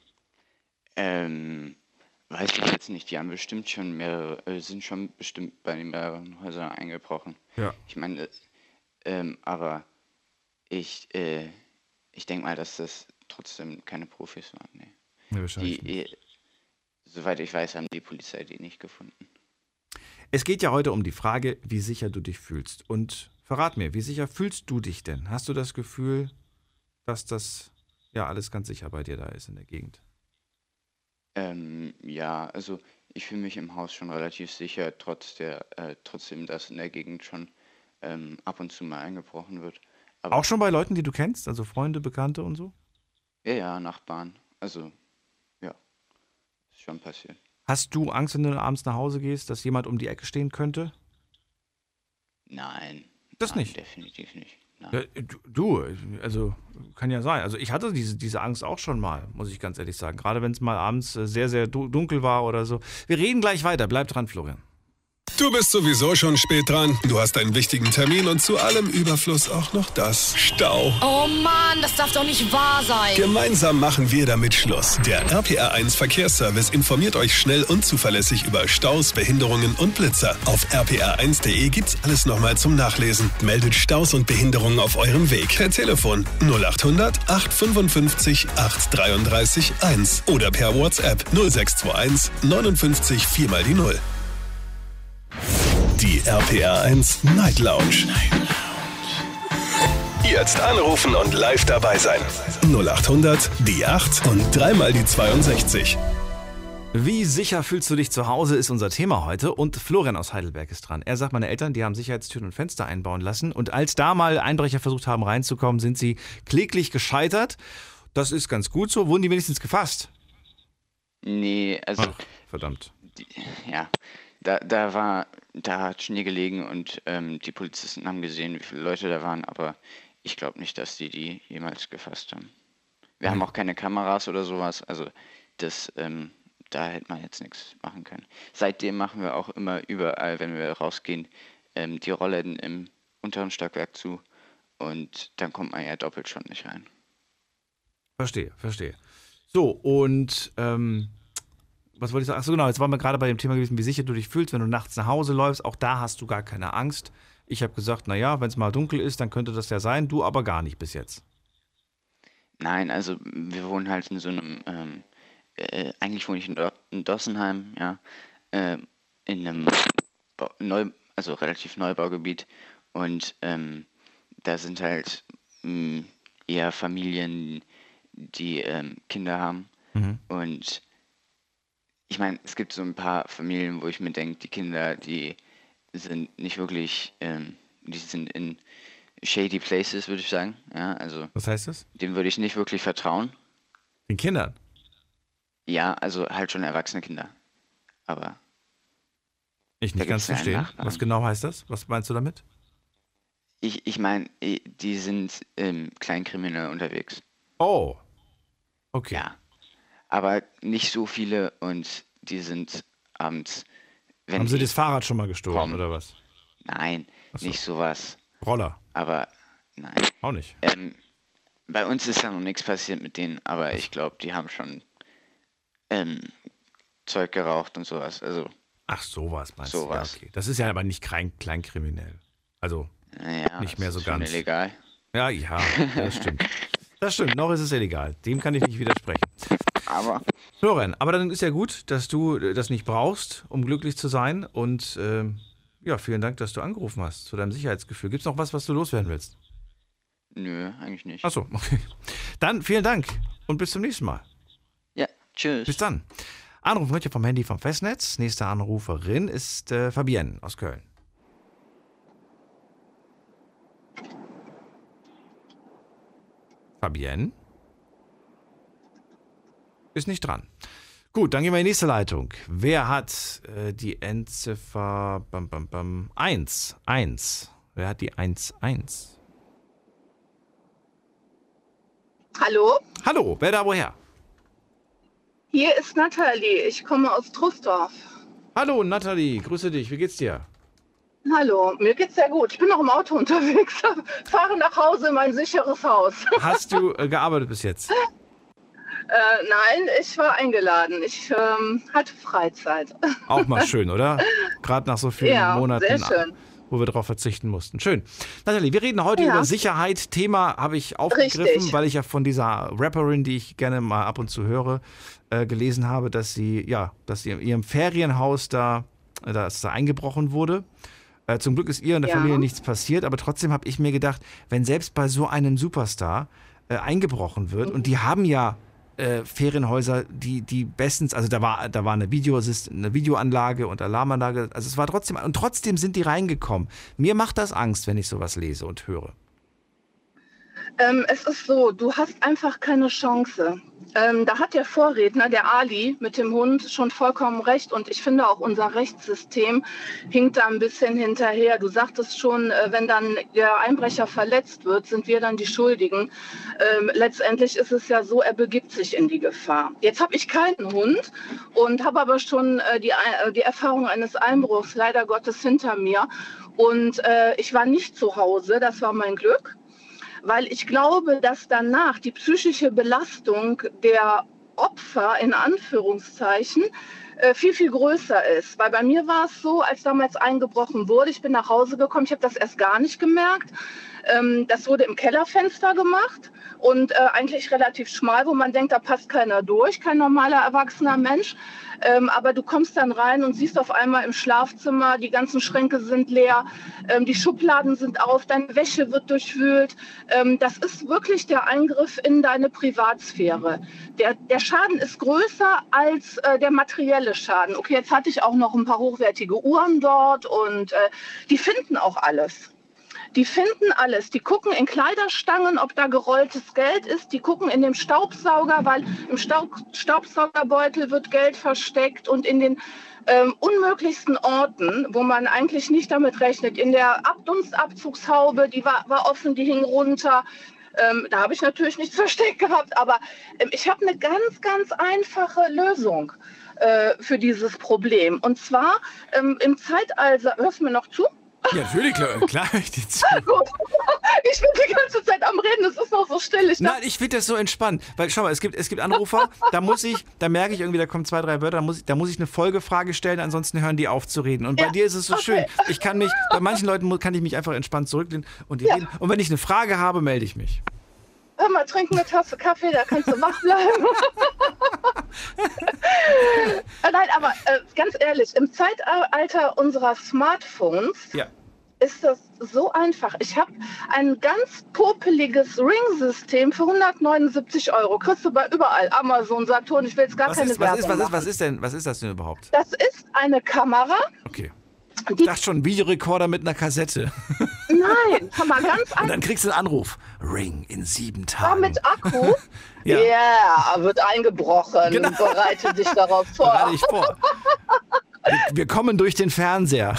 Weiß ich jetzt nicht. Die haben bestimmt schon sind schon bestimmt bei mehreren Häusern eingebrochen. Ja. Ich meine, aber ich denke mal, dass das trotzdem keine Profis waren. Nee. Ja, wahrscheinlich nicht. Soweit ich weiß, haben die Polizei die nicht gefunden. Es geht ja heute um die Frage, wie sicher du dich fühlst. Und verrat mir, wie sicher fühlst du dich denn? Hast du das Gefühl, dass das ja alles ganz sicher bei dir da ist in der Gegend? Ja, also ich fühle mich im Haus schon relativ sicher, trotzdem, dass in der Gegend schon ab und zu mal eingebrochen wird. Aber auch schon bei Leuten, die du kennst, also Freunde, Bekannte und so? Ja, Nachbarn. Also, ja, ist schon passiert. Hast du Angst, wenn du abends nach Hause gehst, dass jemand um die Ecke stehen könnte? Nein. Das nicht? Definitiv nicht. Ja, also kann ja sein. Also ich hatte diese Angst auch schon mal, muss ich ganz ehrlich sagen. Gerade wenn es mal abends sehr, sehr dunkel war oder so. Wir reden gleich weiter. Bleib dran, Florian. Du bist sowieso schon spät dran. Du hast einen wichtigen Termin und zu allem Überfluss auch noch das Stau. Oh Mann, das darf doch nicht wahr sein. Gemeinsam machen wir damit Schluss. Der RPR 1 Verkehrsservice informiert euch schnell und zuverlässig über Staus, Behinderungen und Blitzer. Auf rpr1.de gibt's alles nochmal zum Nachlesen. Meldet Staus und Behinderungen auf eurem Weg per Telefon 0800 855 833 1 oder per WhatsApp 0621 59 4 mal die 0. Die RPR 1 Night Lounge. Jetzt anrufen und live dabei sein. 0800 die 8 und dreimal die 62. Wie sicher fühlst du dich zu Hause, ist unser Thema heute. Und Florian aus Heidelberg ist dran. Er sagt, meine Eltern, die haben Sicherheitstüren und Fenster einbauen lassen. Und als da mal Einbrecher versucht haben reinzukommen, sind sie kläglich gescheitert. Das ist ganz gut so. Wurden die wenigstens gefasst? Nee, also... Ach, verdammt. Da hat Schnee gelegen und die Polizisten haben gesehen, wie viele Leute da waren, aber ich glaube nicht, dass die jemals gefasst haben. Wir haben auch keine Kameras oder sowas, also da hätte man jetzt nichts machen können. Seitdem machen wir auch immer überall, wenn wir rausgehen, die Rollläden im unteren Stockwerk zu und dann kommt man ja doppelt schon nicht rein. Verstehe. So, und was wollte ich sagen? Achso, genau, jetzt waren wir gerade bei dem Thema gewesen, wie sicher du dich fühlst, wenn du nachts nach Hause läufst. Auch da hast du gar keine Angst. Ich habe gesagt, naja, wenn es mal dunkel ist, dann könnte das ja sein. Du aber gar nicht bis jetzt. Nein, also wir wohnen halt in so einem, eigentlich wohne ich in Dossenheim, ja, in einem also relativ Neubaugebiet und da sind halt eher Familien, die Kinder haben und ich meine, es gibt so ein paar Familien, wo ich mir denke, die Kinder, die sind nicht wirklich, die sind in shady places, würde ich sagen. Ja, also was heißt das? Dem würde ich nicht wirklich vertrauen. Den Kindern? Ja, also halt schon erwachsene Kinder. Aber ich nicht ganz verstehen. Was genau heißt das? Was meinst du damit? Ich meine, die sind kleinkriminell unterwegs. Oh, okay. Ja, aber nicht so viele und die sind abends, wenn haben sie das Fahrrad schon mal gestohlen oder was? Nein, nicht sowas. Roller? Aber nein. Auch nicht? Bei uns ist ja noch nichts passiert mit denen, aber ich glaube, die haben schon Zeug geraucht und sowas. Also, ach, sowas meinst du? Ja, okay. Das ist ja aber nicht kleinkriminell. Also nicht mehr so ganz. Schon illegal. Ja, das stimmt. Das stimmt, noch ist es illegal. Dem kann ich nicht widersprechen. Aber Florian, aber dann ist ja gut, dass du das nicht brauchst, um glücklich zu sein. Und ja, vielen Dank, dass du angerufen hast zu deinem Sicherheitsgefühl. Gibt es noch was du loswerden willst? Nö, eigentlich nicht. Achso, okay. Dann vielen Dank und bis zum nächsten Mal. Ja, tschüss. Bis dann. Anruf heute vom Handy vom Festnetz. Nächste Anruferin ist Fabienne aus Köln. Fabienne? Ist nicht dran. Gut, dann gehen wir in die nächste Leitung. Wer hat die Endziffer 1? Wer hat die 1? Hallo? Hallo, wer da woher? Hier ist Nathalie, ich komme aus Trusdorf. Hallo Nathalie, grüße dich, wie geht's dir? Hallo, mir geht's sehr gut. Ich bin noch im Auto unterwegs, fahre nach Hause in mein sicheres Haus. Hast du gearbeitet bis jetzt? Nein, ich war eingeladen. Ich hatte Freizeit. Auch mal schön, oder? Gerade nach so vielen Monaten, sehr schön. Wo wir darauf verzichten mussten. Schön. Nathalie, wir reden heute über Sicherheit. Thema habe ich aufgegriffen, weil ich ja von dieser Rapperin, die ich gerne mal ab und zu höre, gelesen habe, dass sie in ihrem Ferienhaus dass da eingebrochen wurde. Zum Glück ist ihr und der Familie nichts passiert, aber trotzdem habe ich mir gedacht, wenn selbst bei so einem Superstar eingebrochen wird, und die haben ja Ferienhäuser, die bestens, also da war eine Videoanlage und Alarmanlage, also es war trotzdem sind die reingekommen. Mir macht das Angst, wenn ich sowas lese und höre. Es ist so, du hast einfach keine Chance. Da hat der Vorredner, der Ali, mit dem Hund schon vollkommen recht. Und ich finde auch unser Rechtssystem hinkt da ein bisschen hinterher. Du sagtest schon, wenn dann der Einbrecher verletzt wird, sind wir dann die Schuldigen. Letztendlich ist es ja so, er begibt sich in die Gefahr. Jetzt habe ich keinen Hund und habe aber schon die Erfahrung eines Einbruchs leider Gottes hinter mir. Und ich war nicht zu Hause, das war mein Glück. Weil ich glaube, dass danach die psychische Belastung der Opfer in Anführungszeichen viel, viel größer ist. Weil bei mir war es so, als damals eingebrochen wurde, ich bin nach Hause gekommen, ich habe das erst gar nicht gemerkt. Das wurde im Kellerfenster gemacht und eigentlich relativ schmal, wo man denkt, da passt keiner durch, kein normaler erwachsener Mensch. Aber du kommst dann rein und siehst auf einmal im Schlafzimmer, die ganzen Schränke sind leer, die Schubladen sind auf, deine Wäsche wird durchwühlt. Das ist wirklich der Eingriff in deine Privatsphäre. Der Schaden ist größer als der materielle Schaden. Okay, jetzt hatte ich auch noch ein paar hochwertige Uhren dort und die finden auch alles. Die finden alles. Die gucken in Kleiderstangen, ob da gerolltes Geld ist. Die gucken in dem Staubsauger, weil im Staubsaugerbeutel wird Geld versteckt und in den unmöglichsten Orten, wo man eigentlich nicht damit rechnet. In der Dunstabzugshaube, die war offen, die hing runter. Da habe ich natürlich nichts versteckt gehabt, aber ich habe eine ganz, ganz einfache Lösung für dieses Problem. Und zwar im Zeitalter, hörst du mir noch zu? Ja, natürlich, klar. Gut. Ich bin die ganze Zeit am Reden, es ist noch so still. Nein, ich finde das so entspannt. Weil, schau mal, es gibt Anrufer, da merke ich irgendwie, da kommen 2, 3 Wörter, da muss ich eine Folgefrage stellen, ansonsten hören die auf zu reden. Und bei dir ist es so schön. Bei manchen Leuten kann ich mich einfach entspannt zurücklehnen und die reden. Und wenn ich eine Frage habe, melde ich mich. Hör mal, trink eine Tasse Kaffee, da kannst du wach bleiben. Nein, aber ganz ehrlich, im Zeitalter unserer Smartphones ist das so einfach. Ich habe ein ganz popeliges Ring-System für 179 €. Kriegst du bei überall, Amazon, Saturn, ich will jetzt gar keine Werbung machen. Was ist das denn überhaupt? Das ist eine Kamera. Okay. Ich dachte schon, Videorekorder mit einer Kassette. Nein, kann man ganz einfach. Und dann kriegst du einen Anruf. Ring in 7 Tagen. Mit Akku? Ja, wird eingebrochen. Genau. Bereite dich darauf vor. Bereite dich vor. Wir kommen durch den Fernseher.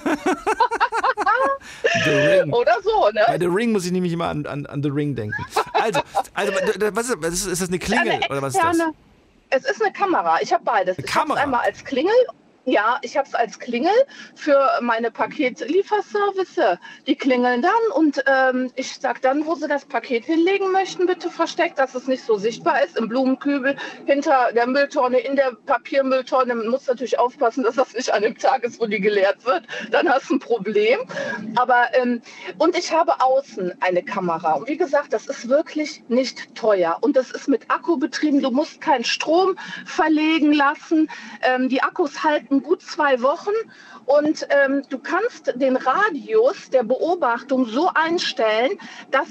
The Ring. Oder so, ne? Bei The Ring muss ich nämlich immer an The Ring denken. Also was ist das, eine Klingel? Oder was ist das? Es ist eine Kamera. Ich habe beides. Ich habe es einmal als Klingel. Ja, ich habe es als Klingel für meine Paketlieferservice. Die klingeln dann und ich sage dann, wo sie das Paket hinlegen möchten, bitte versteckt, dass es nicht so sichtbar ist. Im Blumenkübel, hinter der Mülltonne, in der Papiermülltonne. Man muss natürlich aufpassen, dass das nicht an dem Tag ist, wo die geleert wird. Dann hast du ein Problem. Aber und ich habe außen eine Kamera. Und wie gesagt, das ist wirklich nicht teuer. Und das ist mit Akku betrieben. Du musst keinen Strom verlegen lassen. Die Akkus halten gut 2 Wochen und du kannst den Radius der Beobachtung so einstellen, dass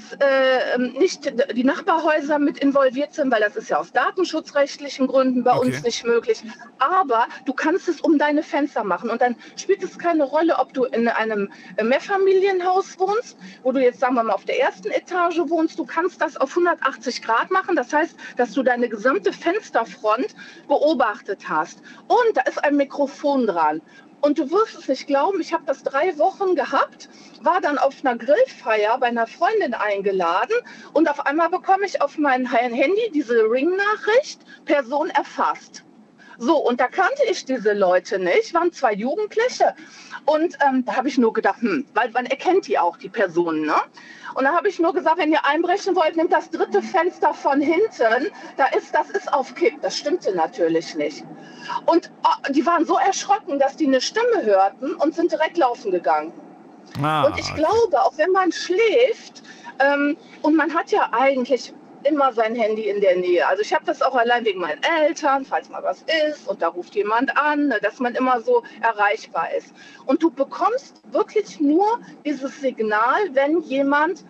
nicht die Nachbarhäuser mit involviert sind, weil das ist ja aus datenschutzrechtlichen Gründen bei uns nicht möglich. Aber du kannst es um deine Fenster machen und dann spielt es keine Rolle, ob du in einem Mehrfamilienhaus wohnst, wo du jetzt, sagen wir mal, auf der ersten Etage wohnst. Du kannst das auf 180 Grad machen. Das heißt, dass du deine gesamte Fensterfront beobachtet hast. Und da ist ein Mikrofon dran. Und du wirst es nicht glauben, ich habe das 3 Wochen gehabt, war dann auf einer Grillfeier bei einer Freundin eingeladen und auf einmal bekomme ich auf mein Handy diese Ring-Nachricht, Person erfasst. So, und da kannte ich diese Leute nicht, waren 2 Jugendliche. Und da habe ich nur gedacht, weil man erkennt die auch, die Personen, ne? Und da habe ich nur gesagt, wenn ihr einbrechen wollt, nehmt das 3. Fenster von hinten, das ist auf Kipp. Das stimmte natürlich nicht. Und die waren so erschrocken, dass die eine Stimme hörten und sind direkt laufen gegangen. Und ich glaube, auch wenn man schläft, und man hat ja eigentlich immer sein Handy in der Nähe. Also ich habe das auch allein wegen meinen Eltern, falls mal was ist und da ruft jemand an, dass man immer so erreichbar ist. Und du bekommst wirklich nur dieses Signal, wenn jemand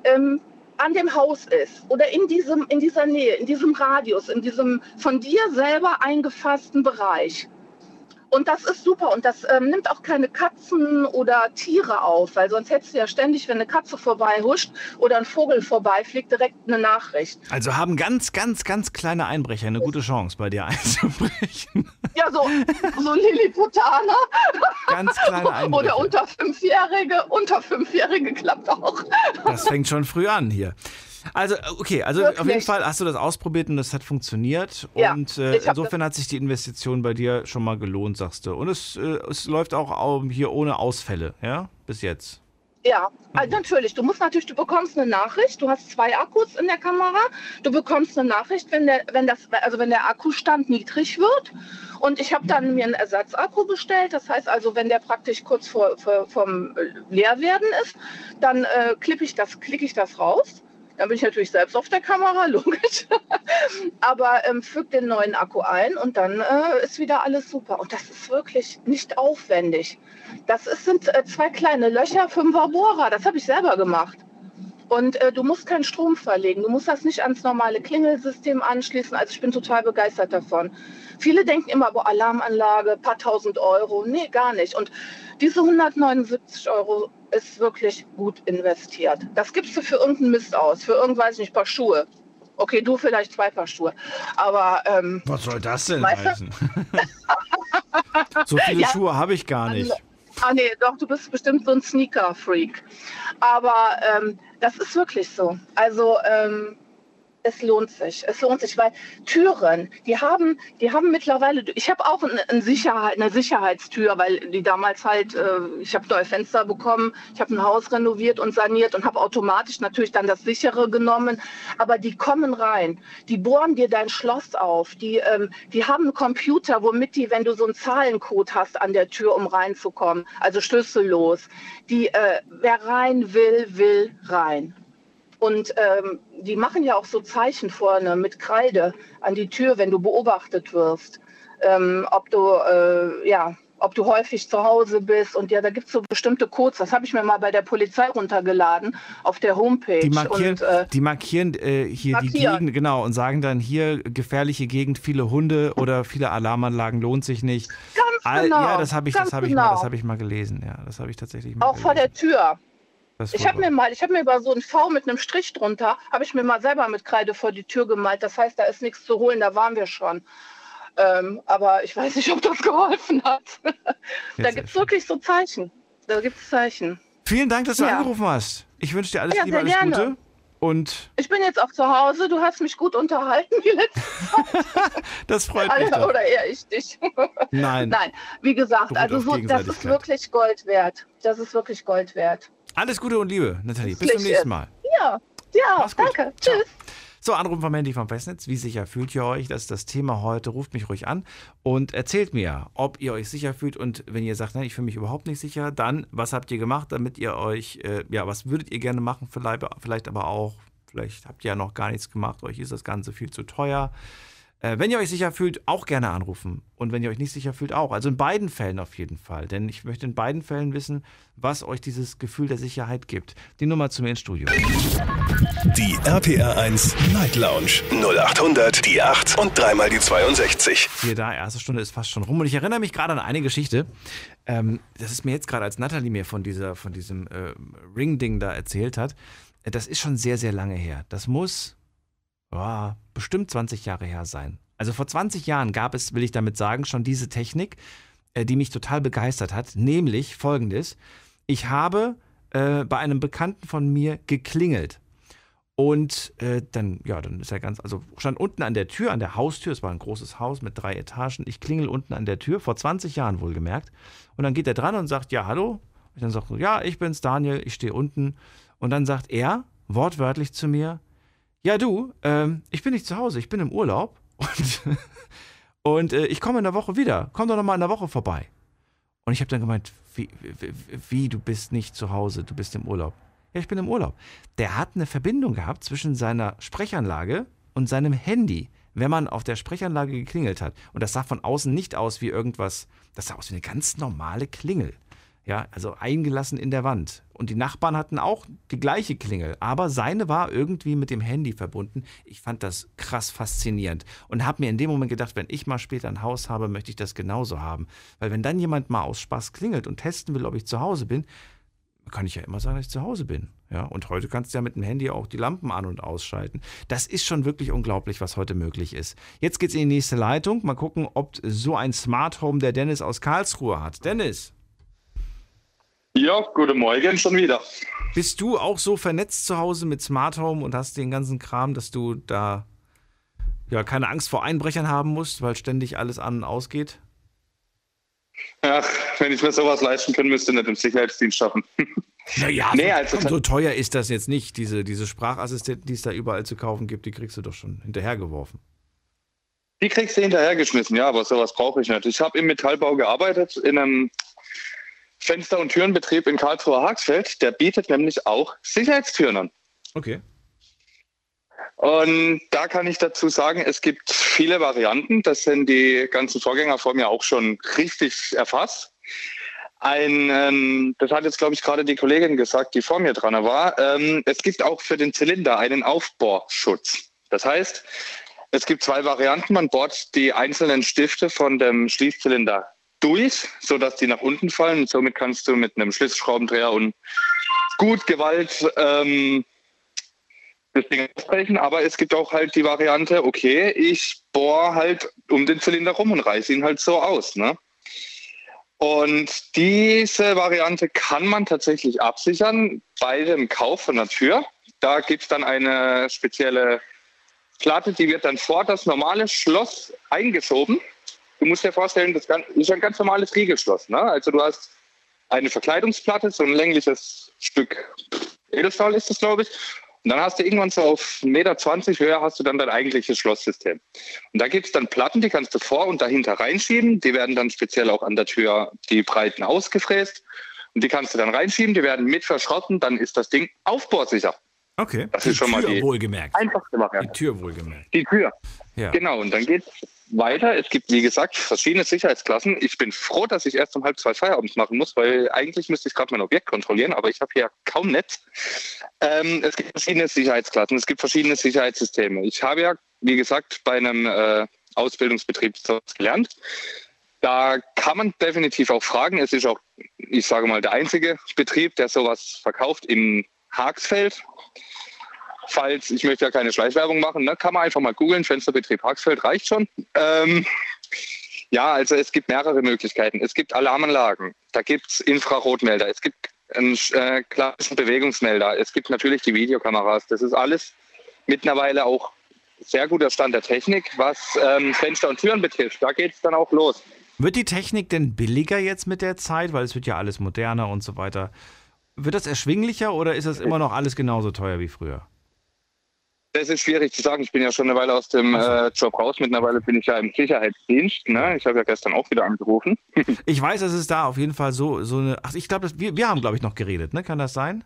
an dem Haus ist oder in dieser Nähe, in diesem Radius, in diesem von dir selber eingefassten Bereich. Und das ist super und das nimmt auch keine Katzen oder Tiere auf, weil sonst hättest du ja ständig, wenn eine Katze vorbei huscht oder ein Vogel vorbeifliegt, direkt eine Nachricht. Also haben ganz, ganz, ganz kleine Einbrecher eine gute Chance, bei dir einzubrechen. Ja, so Lilliputaner. Ganz kleine Einbrecher. Oder unter Fünfjährige klappt auch. Das fängt schon früh an hier. Also, okay, auf jeden Fall hast du das ausprobiert und das hat funktioniert. Ja, und insofern hat sich die Investition bei dir schon mal gelohnt, sagst du. Und es läuft auch hier ohne Ausfälle, ja, bis jetzt. Ja, also natürlich. Du bekommst eine Nachricht. Du hast 2 Akkus in der Kamera. Du bekommst eine Nachricht, wenn der Akkustand niedrig wird. Und ich habe dann mir einen Ersatzakku bestellt. Das heißt also, wenn der praktisch kurz vom Leerwerden ist, dann klicke ich das raus. Dann bin ich natürlich selbst auf der Kamera, logisch. Aber füge den neuen Akku ein und dann ist wieder alles super. Und das ist wirklich nicht aufwendig. Das sind 2 kleine Löcher, 5er Bohrer. Das habe ich selber gemacht. Und du musst keinen Strom verlegen. Du musst das nicht ans normale Klingelsystem anschließen. Also ich bin total begeistert davon. Viele denken immer, Alarmanlage, paar tausend Euro. Nee, gar nicht. Und diese 179 Euro ist wirklich gut investiert. Das gibst du für irgendeinen Mist aus. Für irgendwas nicht, ein paar Schuhe. Okay, du vielleicht 2 Paar Schuhe. Aber was soll das denn heißen? So viele Schuhe habe ich gar nicht. Nee, doch, du bist bestimmt so ein Sneaker-Freak. Aber das ist wirklich so. Also es lohnt sich, weil Türen, die haben mittlerweile, ich habe auch eine Sicherheitstür, weil die damals halt, ich habe neue Fenster bekommen, ich habe ein Haus renoviert und saniert und habe automatisch natürlich dann das sichere genommen, aber die kommen rein, die bohren dir dein Schloss auf, die haben einen Computer, womit die, wenn du so einen Zahlencode hast an der Tür, um reinzukommen, also schlüssellos, wer rein will rein. Und die machen ja auch so Zeichen vorne mit Kreide an die Tür, wenn du beobachtet wirst, ob du häufig zu Hause bist. Und ja, da gibt es so bestimmte Codes. Das habe ich mir mal bei der Polizei runtergeladen auf der Homepage. Die markieren hier die Gegend, genau, und sagen dann hier gefährliche Gegend, viele Hunde oder viele Alarmanlagen, lohnt sich nicht. Ganz genau. Ja, das habe ich mal gelesen. Ja, das habe ich tatsächlich mal gelesen. Auch vor der Tür. Ich habe mir über so ein V mit einem Strich drunter, habe ich mir mal selber mit Kreide vor die Tür gemalt. Das heißt, da ist nichts zu holen, da waren wir schon. Aber ich weiß nicht, ob das geholfen hat. Da gibt es wirklich so Zeichen. Vielen Dank, dass du angerufen hast. Ich wünsche dir alles Liebe, alles Gute. Und ich bin jetzt auch zu Hause. Du hast mich gut unterhalten die letzte Zeit. Das freut mich doch. Oder eher ich dich. Nein, wie gesagt, also das ist wirklich Gold wert. Das ist wirklich Gold wert. Alles Gute und Liebe, Nathalie. Bis zum nächsten Mal. Ja, danke. Tschüss. So, Anrufen vom Handy vom Festnetz. Wie sicher fühlt ihr euch? Das ist das Thema heute. Ruft mich ruhig an und erzählt mir, ob ihr euch sicher fühlt. Und wenn ihr sagt, nein, ich fühle mich überhaupt nicht sicher, dann, was habt ihr gemacht, damit ihr euch, was würdet ihr gerne machen? Vielleicht aber auch, vielleicht habt ihr ja noch gar nichts gemacht. Euch ist das Ganze viel zu teuer. Wenn ihr euch sicher fühlt, auch gerne anrufen. Und wenn ihr euch nicht sicher fühlt, auch. Also in beiden Fällen auf jeden Fall. Denn ich möchte in beiden Fällen wissen, was euch dieses Gefühl der Sicherheit gibt. Die Nummer zu mir ins Studio. Die RPR 1 Night Lounge 0800 die 8 und dreimal die 62. Hier da, erste Stunde ist fast schon rum. Und ich erinnere mich gerade an eine Geschichte. Das ist mir jetzt gerade, als Nathalie mir von diesem Ring-Ding da erzählt hat. Das ist schon sehr, sehr lange her. Das muss bestimmt 20 Jahre her sein. Also vor 20 Jahren gab es, will ich damit sagen, schon diese Technik, die mich total begeistert hat. Nämlich Folgendes. Ich habe bei einem Bekannten von mir geklingelt. Und dann ist er stand unten an der Tür, an der Haustür, es war ein großes Haus mit 3 Etagen, ich klingel unten an der Tür, vor 20 Jahren wohlgemerkt. Und dann geht er dran und sagt, ja, hallo. Und dann sagt er, ja, ich bin's, Daniel, ich stehe unten. Und dann sagt er, wortwörtlich zu mir, ja du, ich bin nicht zu Hause, ich bin im Urlaub und ich komme in der Woche wieder. Komm doch noch mal in der Woche vorbei. Und ich habe dann gemeint, wie, du bist nicht zu Hause, du bist im Urlaub. Ja, ich bin im Urlaub. Der hat eine Verbindung gehabt zwischen seiner Sprechanlage und seinem Handy, wenn man auf der Sprechanlage geklingelt hat. Und das sah von außen nicht aus wie irgendwas, das sah aus wie eine ganz normale Klingel. Ja, also eingelassen in der Wand. Und die Nachbarn hatten auch die gleiche Klingel, aber seine war irgendwie mit dem Handy verbunden. Ich fand das krass faszinierend und habe mir in dem Moment gedacht, wenn ich mal später ein Haus habe, möchte ich das genauso haben. Weil wenn dann jemand mal aus Spaß klingelt und testen will, ob ich zu Hause bin, kann ich ja immer sagen, dass ich zu Hause bin. Ja, und heute kannst du ja mit dem Handy auch die Lampen an- und ausschalten. Das ist schon wirklich unglaublich, was heute möglich ist. Jetzt geht's in die nächste Leitung. Mal gucken, ob so ein Smart Home der Dennis aus Karlsruhe hat. Dennis. Ja, guten Morgen schon wieder. Bist du auch so vernetzt zu Hause mit Smart Home und hast den ganzen Kram, dass du da keine Angst vor Einbrechern haben musst, weil ständig alles an und ausgeht? Ach, wenn ich mir sowas leisten könnte, müsste ich nicht im Sicherheitsdienst schaffen. Naja, so teuer ist das jetzt nicht. Diese Sprachassistenten, die es da überall zu kaufen gibt, die kriegst du doch schon hinterhergeworfen. Die kriegst du hinterhergeschmissen, ja, aber sowas brauche ich nicht. Ich habe im Metallbau gearbeitet, in einem Fenster- und Türenbetrieb in Karlsruhe-Haxfeld. Der bietet nämlich auch Sicherheitstüren an. Okay. Und da kann ich dazu sagen, es gibt viele Varianten. Das sind die ganzen Vorgänger vor mir auch schon richtig erfasst. das hat jetzt, glaube ich, gerade die Kollegin gesagt, die vor mir dran war, es gibt auch für den Zylinder einen Aufbohrschutz. Das heißt, es gibt 2 Varianten. Man bohrt die einzelnen Stifte von dem Schließzylinder durch, sodass die nach unten fallen. Und somit kannst du mit einem Schlüsselschraubendreher und gut Gewalt das Ding ausbrechen. Aber es gibt auch halt die Variante, okay, ich bohre halt um den Zylinder rum und reiße ihn halt so aus, ne? Und diese Variante kann man tatsächlich absichern bei dem Kauf von der Tür. Da gibt es dann eine spezielle Platte, die wird dann vor das normale Schloss eingeschoben. Du musst dir vorstellen, das ist ein ganz normales Riegelschloss, ne? Also du hast eine Verkleidungsplatte, so ein längliches Stück Edelstahl ist das, glaube ich. Und dann hast du irgendwann so auf 1,20 Meter Höhe hast du dann dein eigentliches Schlosssystem. Und da gibt es dann Platten, die kannst du vor und dahinter reinschieben. Die werden dann speziell auch an der Tür die Breiten ausgefräst. Und die kannst du dann reinschieben, die werden mit verschrotten, dann ist das Ding aufbohrsicher. Okay, das ist schon mal die einfachste Variante. Die Tür wohlgemerkt. Die Tür, ja. Genau. Und dann geht es weiter. Es gibt, wie gesagt, verschiedene Sicherheitsklassen. Ich bin froh, dass ich erst um 1:30 Feierabend machen muss, weil eigentlich müsste ich gerade mein Objekt kontrollieren, aber ich habe hier kaum Netz. Es gibt verschiedene Sicherheitsklassen, es gibt verschiedene Sicherheitssysteme. Ich habe ja, wie gesagt, bei einem Ausbildungsbetrieb gelernt. Da kann man definitiv auch fragen. Es ist auch, ich sage mal, der einzige Betrieb, der sowas verkauft im Haagsfeld. Falls, ich möchte ja keine Schleichwerbung machen, ne, kann man einfach mal googeln, Fensterbetrieb Haagsfeld, reicht schon. Ja, also es gibt mehrere Möglichkeiten. Es gibt Alarmanlagen, da gibt es Infrarotmelder, es gibt einen klassischen Bewegungsmelder, es gibt natürlich die Videokameras. Das ist alles mittlerweile auch sehr guter Stand der Technik, was Fenster und Türen betrifft. Da geht es dann auch los. Wird die Technik denn billiger jetzt mit der Zeit, weil es wird ja alles moderner und so weiter? Wird das erschwinglicher oder ist das immer noch alles genauso teuer wie früher? Das ist schwierig zu sagen. Ich bin ja schon eine Weile aus dem Job raus. Mittlerweile bin ich ja im Sicherheitsdienst. Ne? Ich habe ja gestern auch wieder angerufen. Ich weiß, dass es da auf jeden Fall so eine... Ach, ich glaube, wir haben, glaube ich, noch geredet. Ne? Kann das sein?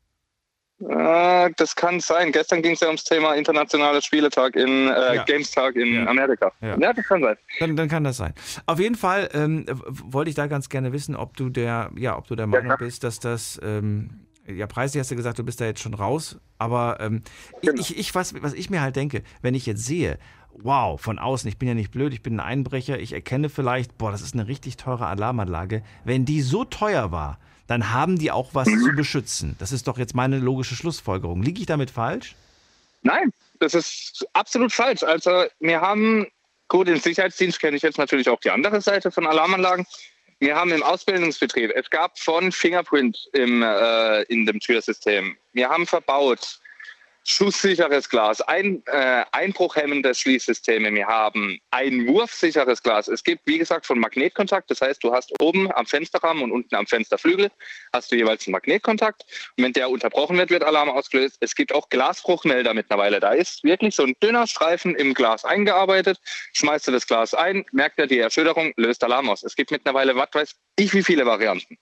Das kann sein. Gestern ging es ja ums Thema internationaler Spieletag Games-Tag in Amerika. Ja, das kann sein. Dann kann das sein. Auf jeden Fall wollte ich da ganz gerne wissen, ob du der Meinung bist, dass das... preislich hast du gesagt, du bist da jetzt schon raus, aber genau. Was ich mir halt denke, wenn ich jetzt sehe, wow, von außen, ich bin ja nicht blöd, ich bin ein Einbrecher, ich erkenne vielleicht, das ist eine richtig teure Alarmanlage, wenn die so teuer war, dann haben die auch was zu beschützen. Das ist doch jetzt meine logische Schlussfolgerung. Liege ich damit falsch? Nein, das ist absolut falsch. Also wir haben, gut, im Sicherheitsdienst kenne ich jetzt natürlich auch die andere Seite von Alarmanlagen. Wir haben im Ausbildungsbetrieb, es gab von Fingerprint in dem Türsystem. Wir haben verbaut schusssicheres Glas, einbruchhemmende Schließsysteme. Wir haben ein wurfsicheres Glas. Es gibt, wie gesagt, von Magnetkontakt. Das heißt, du hast oben am Fensterrahmen und unten am Fensterflügel hast du jeweils einen Magnetkontakt. Und wenn der unterbrochen wird, wird Alarm ausgelöst. Es gibt auch Glasbruchmelder mittlerweile. Da ist wirklich so ein dünner Streifen im Glas eingearbeitet. Schmeißt du das Glas ein, merkt er die Erschütterung, löst Alarm aus. Es gibt mittlerweile, was weiß ich, wie viele Varianten.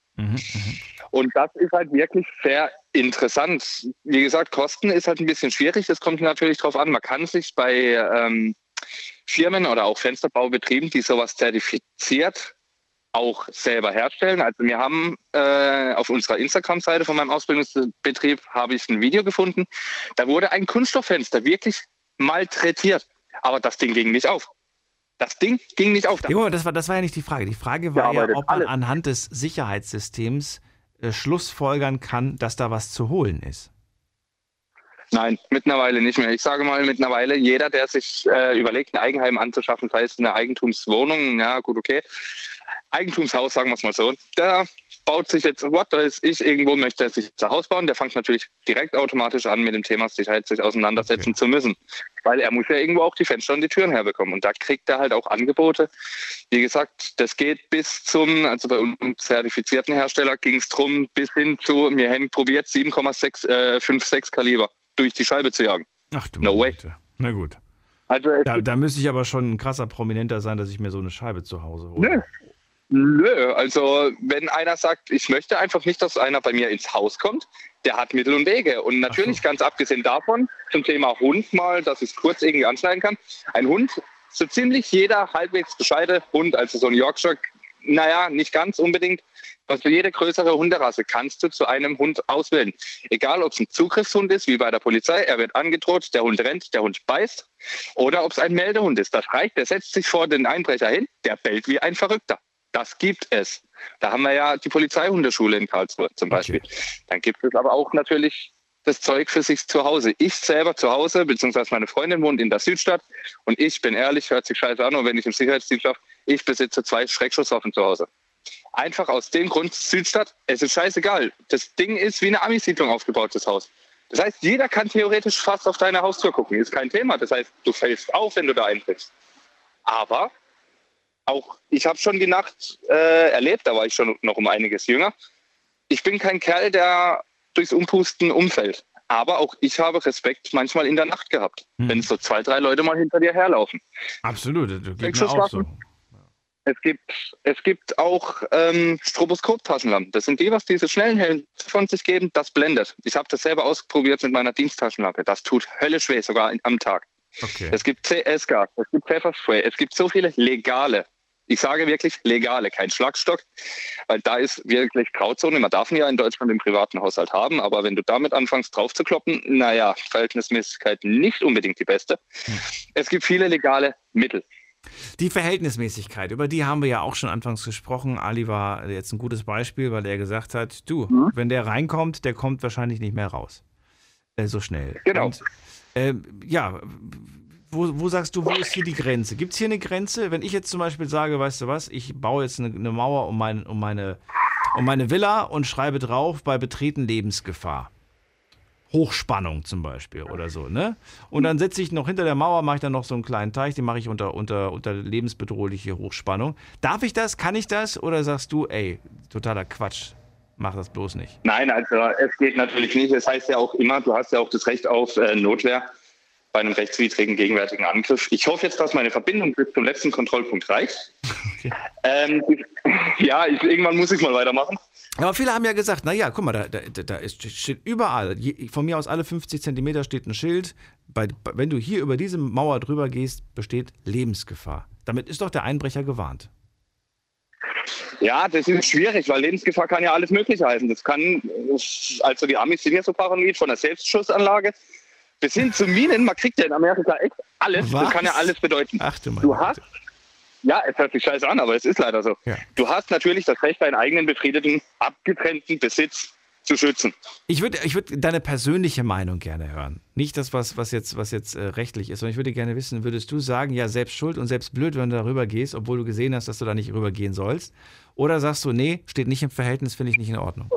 Und das ist halt wirklich sehr interessant. Wie gesagt, Kosten ist halt ein bisschen schwierig. Das kommt natürlich drauf an. Man kann sich bei Firmen oder auch Fensterbaubetrieben, die sowas zertifiziert, auch selber herstellen. Also wir haben auf unserer Instagram-Seite von meinem Ausbildungsbetrieb habe ich ein Video gefunden. Da wurde ein Kunststofffenster wirklich malträtiert. Aber das Ding ging nicht auf. Das Ding ging nicht auf. Ja, das war ja nicht die Frage. Die Frage war ja, ob man anhand des Sicherheitssystems schlussfolgern kann, dass da was zu holen ist. Nein, mittlerweile nicht mehr. Ich sage mal, mittlerweile jeder, der sich überlegt, ein Eigenheim anzuschaffen, das heißt eine Eigentumswohnung, ja gut, okay, Eigentumshaus, sagen wir es mal so, der baut sich jetzt, irgendwo möchte er sich ein Haus bauen, der fängt natürlich direkt automatisch an, mit dem Thema Sicherheit sich auseinandersetzen zu müssen. Weil er muss ja irgendwo auch die Fenster und die Türen herbekommen. Und da kriegt er halt auch Angebote. Wie gesagt, das geht bis zum, also bei unserem zertifizierten Hersteller ging es drum, bis hin zu, wir haben probiert, 7,56 Kaliber durch die Scheibe zu jagen. Ach du No way. Na gut. Also da müsste ich aber schon ein krasser Prominenter sein, dass ich mir so eine Scheibe zu Hause hole. Nö, also wenn einer sagt, ich möchte einfach nicht, dass einer bei mir ins Haus kommt, der hat Mittel und Wege. Und natürlich ganz abgesehen davon, zum Thema Hund mal, dass ich es kurz irgendwie anschneiden kann. Ein Hund, so ziemlich jeder halbwegs gescheite Hund, also so ein Yorkshire naja, nicht ganz unbedingt. Also jede größere Hunderasse kannst du zu einem Hund auswählen. Egal, ob es ein Zugriffshund ist, wie bei der Polizei, er wird angedroht, der Hund rennt, der Hund beißt. Oder ob es ein Meldehund ist. Das reicht, der setzt sich vor den Einbrecher hin, der bellt wie ein Verrückter. Das gibt es. Da haben wir ja die Polizeihundeschule in Karlsruhe zum Beispiel. Okay. Dann gibt es aber auch natürlich das Zeug für sich zu Hause. Ich selber zu Hause, beziehungsweise meine Freundin wohnt in der Südstadt und ich bin ehrlich, hört sich scheiße an, und wenn ich im Sicherheitsdienst schaffe, ich besitze 2 Schreckschusswaffen zu Hause. Einfach aus dem Grund, Südstadt, es ist scheißegal. Das Ding ist wie eine Ami-Siedlung aufgebaut, das Haus. Das heißt, jeder kann theoretisch fast auf deine Haustür gucken. Ist kein Thema. Das heißt, du fällst auf, wenn du da eintrittst. Aber auch, ich habe schon die Nacht erlebt, da war ich schon noch um einiges jünger. Ich bin kein Kerl, der durchs Umpusten umfällt. Aber auch ich habe Respekt manchmal in der Nacht gehabt, wenn so 2, 3 Leute mal hinter dir herlaufen. Absolut, das geht mir auch so. Es gibt auch Stroboskop-Taschenlampen. Das sind die, was diese schnellen Hellen von sich geben, das blendet. Ich habe das selber ausprobiert mit meiner Diensttaschenlampe. Das tut höllisch weh, sogar am Tag. Okay. Es gibt CS-Gas, es gibt Pfefferspray, es gibt so viele legale. Ich sage wirklich legale, kein Schlagstock, weil da ist wirklich Grauzone. Man darf ihn ja in Deutschland im privaten Haushalt haben, aber wenn du damit anfängst drauf zu kloppen, naja, Verhältnismäßigkeit nicht unbedingt die beste. Es gibt viele legale Mittel. Die Verhältnismäßigkeit, über die haben wir ja auch schon anfangs gesprochen. Ali war jetzt ein gutes Beispiel, weil er gesagt hat, wenn der reinkommt, der kommt wahrscheinlich nicht mehr raus. So schnell. Genau. Und, wo sagst du, wo ist hier die Grenze? Gibt es hier eine Grenze? Wenn ich jetzt zum Beispiel sage, weißt du was, ich baue jetzt eine Mauer um meine Villa und schreibe drauf, bei Betreten Lebensgefahr. Hochspannung zum Beispiel oder so, ne? Und dann setze ich noch hinter der Mauer, mache ich dann noch so einen kleinen Teich, den mache ich unter lebensbedrohliche Hochspannung. Darf ich das? Kann ich das? Oder sagst du, ey, totaler Quatsch, mach das bloß nicht? Nein, also es geht natürlich nicht. Es heißt ja auch immer, du hast ja auch das Recht auf Notwehr bei einem rechtswidrigen gegenwärtigen Angriff. Ich hoffe jetzt, dass meine Verbindung bis zum letzten Kontrollpunkt reicht. Okay. Irgendwann muss ich mal weitermachen. Aber viele haben ja gesagt, naja, guck mal, da steht überall, von mir aus alle 50 Zentimeter steht ein Schild, wenn du hier über diese Mauer drüber gehst, besteht Lebensgefahr. Damit ist doch der Einbrecher gewarnt. Ja, das ist schwierig, weil Lebensgefahr kann ja alles Mögliche heißen. Also die Amis sind ja so paranoid, von der Selbstschussanlage bis hin zu Minen. Man kriegt ja in Amerika echt alles. Was? Das kann ja alles bedeuten. Ach du meine Güte. Ja, es hört sich scheiße an, aber es ist leider so. Ja. Du hast natürlich das Recht, deinen eigenen befriedeten, abgetrennten Besitz zu schützen. Ich würde deine persönliche Meinung gerne hören. Nicht das, was jetzt rechtlich ist, sondern ich würde gerne wissen, würdest du sagen, ja, selbst schuld und selbst blöd, wenn du darüber gehst, obwohl du gesehen hast, dass du da nicht rübergehen sollst? Oder sagst du, nee, steht nicht im Verhältnis, finde ich nicht in Ordnung?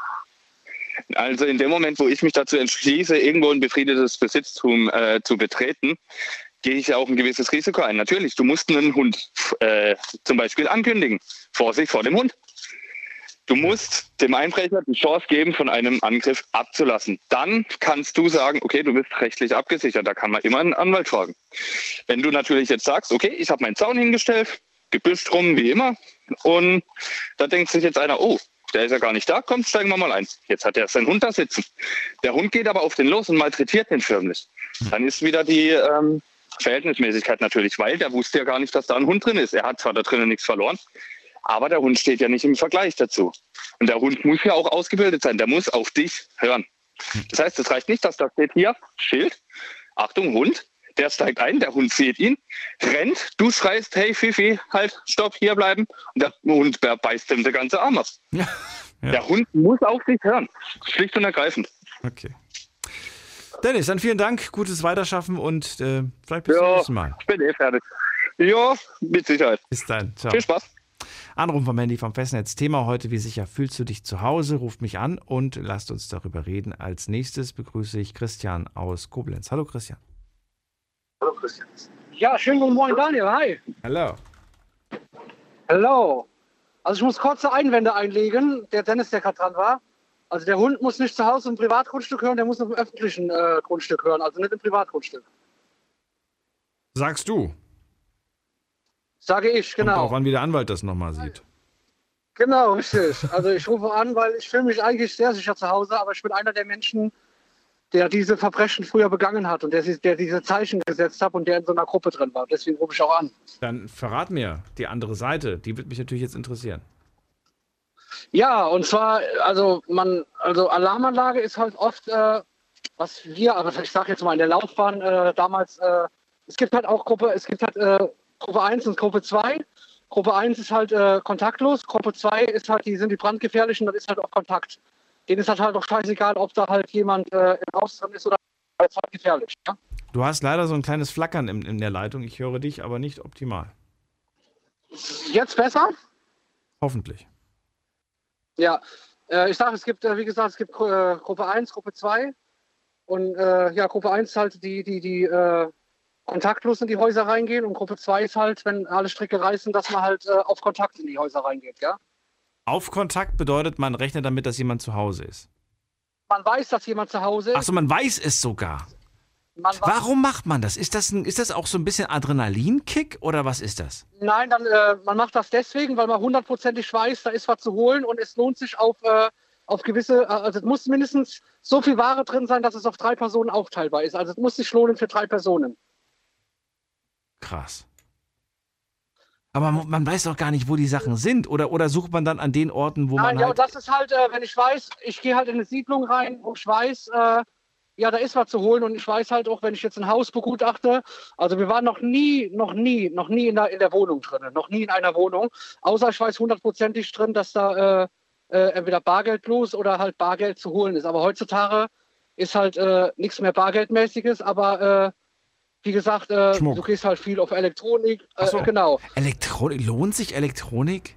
Also in dem Moment, wo ich mich dazu entschließe, irgendwo ein befriedetes Besitztum zu betreten, gehe ich ja auch ein gewisses Risiko ein. Natürlich, du musst einen Hund zum Beispiel ankündigen. Vorsicht vor dem Hund. Du musst dem Einbrecher die Chance geben, von einem Angriff abzulassen. Dann kannst du sagen, okay, du bist rechtlich abgesichert. Da kann man immer einen Anwalt fragen. Wenn du natürlich jetzt sagst, okay, ich habe meinen Zaun hingestellt, Gebüsch drum, wie immer, und da denkt sich jetzt einer, oh, der ist ja gar nicht da, komm, steigen wir mal ein. Jetzt hat er seinen Hund da sitzen. Der Hund geht aber auf den los und malträtiert den förmlich. Dann ist wieder die Verhältnismäßigkeit natürlich, weil der wusste ja gar nicht, dass da ein Hund drin ist. Er hat zwar da drinnen nichts verloren, aber der Hund steht ja nicht im Vergleich dazu. Und der Hund muss ja auch ausgebildet sein, der muss auf dich hören. Das heißt, es reicht nicht, dass da steht hier, Schild, Achtung, Hund, der steigt ein, der Hund sieht ihn, rennt, du schreist, hey Fifi, halt, stopp, hier bleiben. Und der Hund beißt ihm der ganze Arm ab. Ja. Der Hund muss auf dich hören, schlicht und ergreifend. Okay. Dennis, dann vielen Dank, gutes Weiterschaffen und vielleicht bis zum nächsten Mal. Ich bin fertig. Ja, mit Sicherheit. Bis dann. Ciao. Viel Spaß. Anruf vom Handy vom Festnetz. Thema heute, wie sicher fühlst du dich zu Hause? Ruft mich an und lasst uns darüber reden. Als nächstes begrüße ich Christian aus Koblenz. Hallo Christian. Hallo Christian. Ja, schönen guten Morgen Daniel, hi. Hallo. Hallo. Also ich muss kurze Einwände einlegen, der Dennis, der gerade dran war. Also der Hund muss nicht zu Hause im Privatgrundstück hören, der muss auf dem öffentlichen Grundstück hören, also nicht im Privatgrundstück. Sagst du? Sage ich, genau. Kommt auch an, wie der Anwalt das nochmal sieht. Genau, richtig. Also ich rufe an, weil ich fühle mich eigentlich sehr sicher zu Hause, aber ich bin einer der Menschen, der diese Verbrechen früher begangen hat und der diese Zeichen gesetzt hat und der in so einer Gruppe drin war. Deswegen rufe ich auch an. Dann verrat mir die andere Seite. Die würde mich natürlich jetzt interessieren. Ja, und zwar, also Alarmanlage ist halt oft, was wir, aber ich sage jetzt mal in der Laufbahn damals, es gibt halt Gruppe 1 und Gruppe 2. Gruppe 1 ist halt kontaktlos, Gruppe 2 ist halt, sind die brandgefährlichen, das ist halt auf Kontakt. Denen ist halt auch scheißegal, ob da halt jemand im Haus drin ist oder ist halt gefährlich. Ja? Du hast leider so ein kleines Flackern in der Leitung. Ich höre dich, aber nicht optimal. Jetzt besser? Hoffentlich. Ja, ich sage, es gibt, wie gesagt, Gruppe 1, Gruppe 2 und Gruppe 1 ist halt die kontaktlos in die Häuser reingehen und Gruppe 2 ist halt, wenn alle Stricke reißen, dass man halt auf Kontakt in die Häuser reingeht, ja? Auf Kontakt bedeutet, man rechnet damit, dass jemand zu Hause ist. Man weiß, dass jemand zu Hause ist. Achso, man weiß es sogar. Warum macht man das? Ist das auch so ein bisschen Adrenalinkick oder was ist das? Nein, man macht das deswegen, weil man hundertprozentig weiß, da ist was zu holen und es lohnt sich auf gewisse, also es muss mindestens so viel Ware drin sein, dass es auf 3 Personen aufteilbar ist. Also es muss sich lohnen für 3 Personen. Krass. Aber man weiß doch gar nicht, wo die Sachen sind. Oder sucht man dann an den Orten, wo man Nein, ja, und das ist halt, wenn ich weiß, ich gehe halt in eine Siedlung rein und ich weiß, da ist was zu holen und ich weiß halt auch, wenn ich jetzt ein Haus begutachte, also wir waren noch nie in der Wohnung drin, noch nie in einer Wohnung, außer ich weiß hundertprozentig drin, dass da entweder bargeldlos oder halt Bargeld zu holen ist. Aber heutzutage ist halt nichts mehr Bargeldmäßiges, aber wie gesagt, du gehst halt viel auf Elektronik. So. Genau. Elektronik, lohnt sich Elektronik?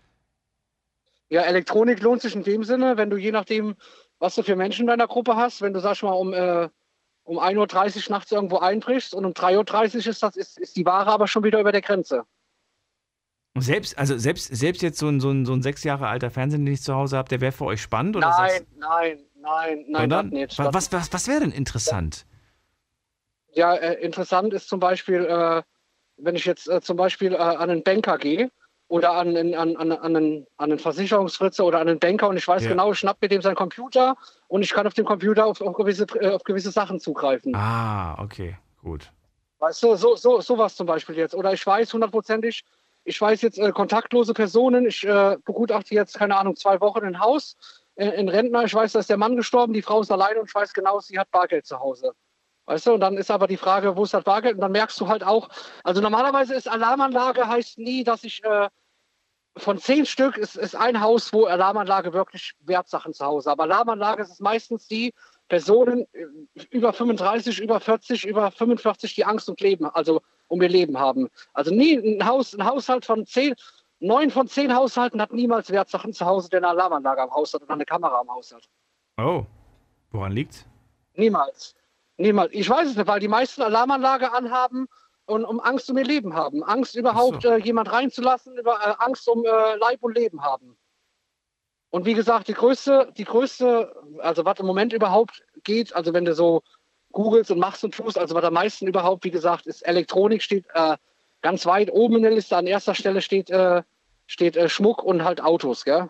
Ja, Elektronik lohnt sich in dem Sinne, wenn du je nachdem, was du für Menschen in deiner Gruppe hast, wenn du, sag ich mal, um 1:30 Uhr nachts irgendwo einbrichst und um 3:30 Uhr ist die Ware aber schon wieder über der Grenze. Selbst jetzt so ein 6 Jahre alter Fernseher, den ich zu Hause habe, der wäre für euch spannend? Oder Nein, das nicht. Was wäre denn interessant? Ja, interessant ist zum Beispiel, wenn ich jetzt zum Beispiel an einen Banker gehe oder an einen Versicherungsfritze oder an einen Banker und ich weiß genau, ich schnapp mir dem seinen Computer und ich kann auf dem Computer auf gewisse Sachen zugreifen. Ah, okay, gut. Weißt du, sowas zum Beispiel jetzt. Oder ich weiß hundertprozentig, jetzt kontaktlose Personen, ich begutachte jetzt, keine Ahnung, 2 Wochen ein Haus, ein Rentner, ich weiß, da ist der Mann gestorben, die Frau ist alleine und ich weiß genau, sie hat Bargeld zu Hause. Weißt du, und dann ist aber die Frage, wo ist das Bargeld? Und dann merkst du halt auch, also normalerweise ist Alarmanlage heißt nie, dass ich von 10 Stück ist ein Haus, wo Alarmanlage wirklich Wertsachen zu Hause. Aber Alarmanlage ist es meistens die Personen über 35, über 40, über 45, die Angst um ihr Leben haben. Also nie ein Haushalt von 10, 9 von 10 Haushalten hat niemals Wertsachen zu Hause, der eine Alarmanlage am Haus hat oder eine Kamera am Haus hat. Oh, woran liegt's? Niemals. Ich weiß es nicht, weil die meisten Alarmanlage anhaben und um Angst um ihr Leben haben. Angst überhaupt jemand reinzulassen, Angst um Leib und Leben haben. Und wie gesagt, die größte, also was im Moment überhaupt geht, also wenn du so googelst und machst und tust, also was am meisten überhaupt, wie gesagt, ist Elektronik, steht ganz weit oben in der Liste. An erster Stelle steht Schmuck und halt Autos, gell?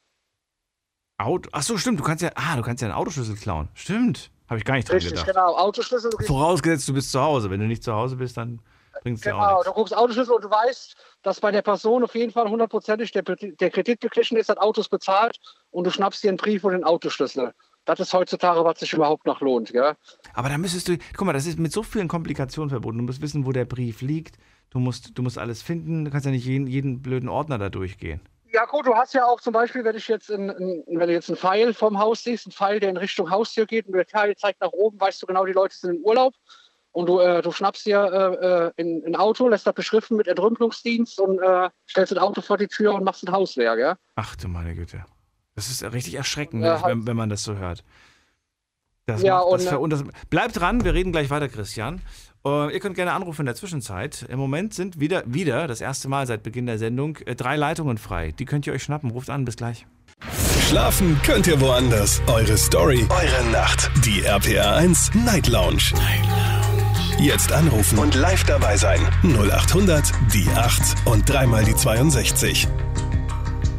Ach so, stimmt, du kannst ja einen Autoschlüssel klauen. Stimmt. Habe ich gar nicht dran gedacht. Richtig, genau. Autoschlüssel. Vorausgesetzt, du bist zu Hause. Wenn du nicht zu Hause bist, dann bringt es dir auch nichts. Genau, du guckst Autoschlüssel und du weißt, dass bei der Person auf jeden Fall hundertprozentig der Kredit beglichen ist, hat Autos bezahlt und du schnappst dir einen Brief und den Autoschlüssel. Das ist heutzutage, was sich überhaupt noch lohnt. Gell? Aber da müsstest du, guck mal, das ist mit so vielen Komplikationen verbunden. Du musst wissen, wo der Brief liegt. Du musst alles finden. Du kannst ja nicht jeden blöden Ordner da durchgehen. Ja gut, du hast ja auch zum Beispiel, wenn du jetzt einen Pfeil vom Haus siehst, einen Pfeil, der in Richtung Haustür geht und der Pfeil zeigt nach oben, weißt du genau, die Leute sind im Urlaub und du schnappst dir ein Auto, lässt das beschriften mit Entrümpelungsdienst und stellst das Auto vor die Tür und machst ein Haus leer, gell? Ach du meine Güte. Das ist richtig erschreckend, wenn man das so hört. Bleibt dran, wir reden gleich weiter, Christian. Ihr könnt gerne anrufen in der Zwischenzeit. Im Moment sind wieder das erste Mal seit Beginn der Sendung 3 Leitungen frei. Die könnt ihr euch schnappen. Ruft an, bis gleich. Schlafen könnt ihr woanders. Eure Story, eure Nacht. Die RPR 1 Night Lounge. Jetzt anrufen und live dabei sein. 0800 die 8 und dreimal die 62.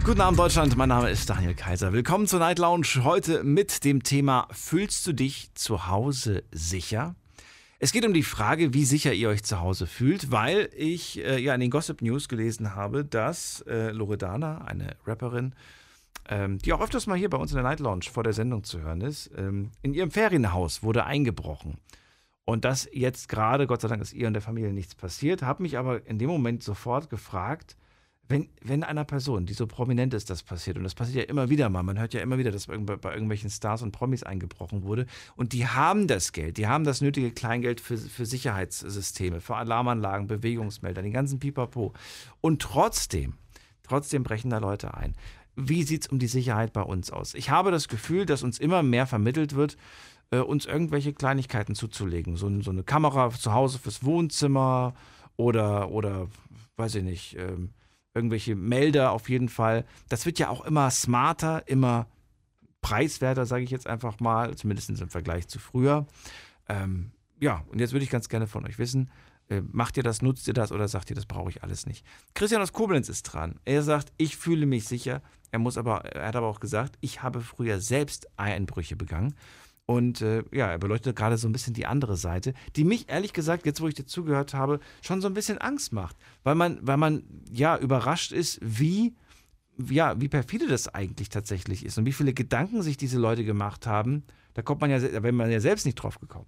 Guten Abend Deutschland, mein Name ist Daniel Kaiser. Willkommen zur Night Lounge. Heute mit dem Thema: Fühlst du dich zu Hause sicher? Es geht um die Frage, wie sicher ihr euch zu Hause fühlt, weil ich in den Gossip News gelesen habe, dass Loredana, eine Rapperin, die auch öfters mal hier bei uns in der Night Lounge vor der Sendung zu hören ist, in ihrem Ferienhaus wurde eingebrochen. Und das jetzt gerade, Gott sei Dank, ist ihr und der Familie nichts passiert, habe mich aber in dem Moment sofort gefragt, wenn einer Person, die so prominent ist, das passiert, und das passiert ja immer wieder mal, man hört ja immer wieder, dass bei irgendwelchen Stars und Promis eingebrochen wurde, und die haben das Geld, die haben das nötige Kleingeld für Sicherheitssysteme, für Alarmanlagen, Bewegungsmelder, den ganzen Pipapo. Und trotzdem brechen da Leute ein. Wie sieht es um die Sicherheit bei uns aus? Ich habe das Gefühl, dass uns immer mehr vermittelt wird, uns irgendwelche Kleinigkeiten zuzulegen. So eine Kamera zu Hause fürs Wohnzimmer oder weiß ich nicht, irgendwelche Melder auf jeden Fall. Das wird ja auch immer smarter, immer preiswerter, sage ich jetzt einfach mal, zumindest im Vergleich zu früher. Und jetzt würde ich ganz gerne von euch wissen, macht ihr das, nutzt ihr das oder sagt ihr, das brauche ich alles nicht? Christian aus Koblenz ist dran. Er sagt, ich fühle mich sicher. Er hat aber auch gesagt, ich habe früher selbst Einbrüche begangen. Und er beleuchtet gerade so ein bisschen die andere Seite, die mich ehrlich gesagt, jetzt wo ich dir zugehört habe, schon so ein bisschen Angst macht. Weil man überrascht ist, wie perfide das eigentlich tatsächlich ist und wie viele Gedanken sich diese Leute gemacht haben. Da wäre man ja selbst nicht drauf gekommen.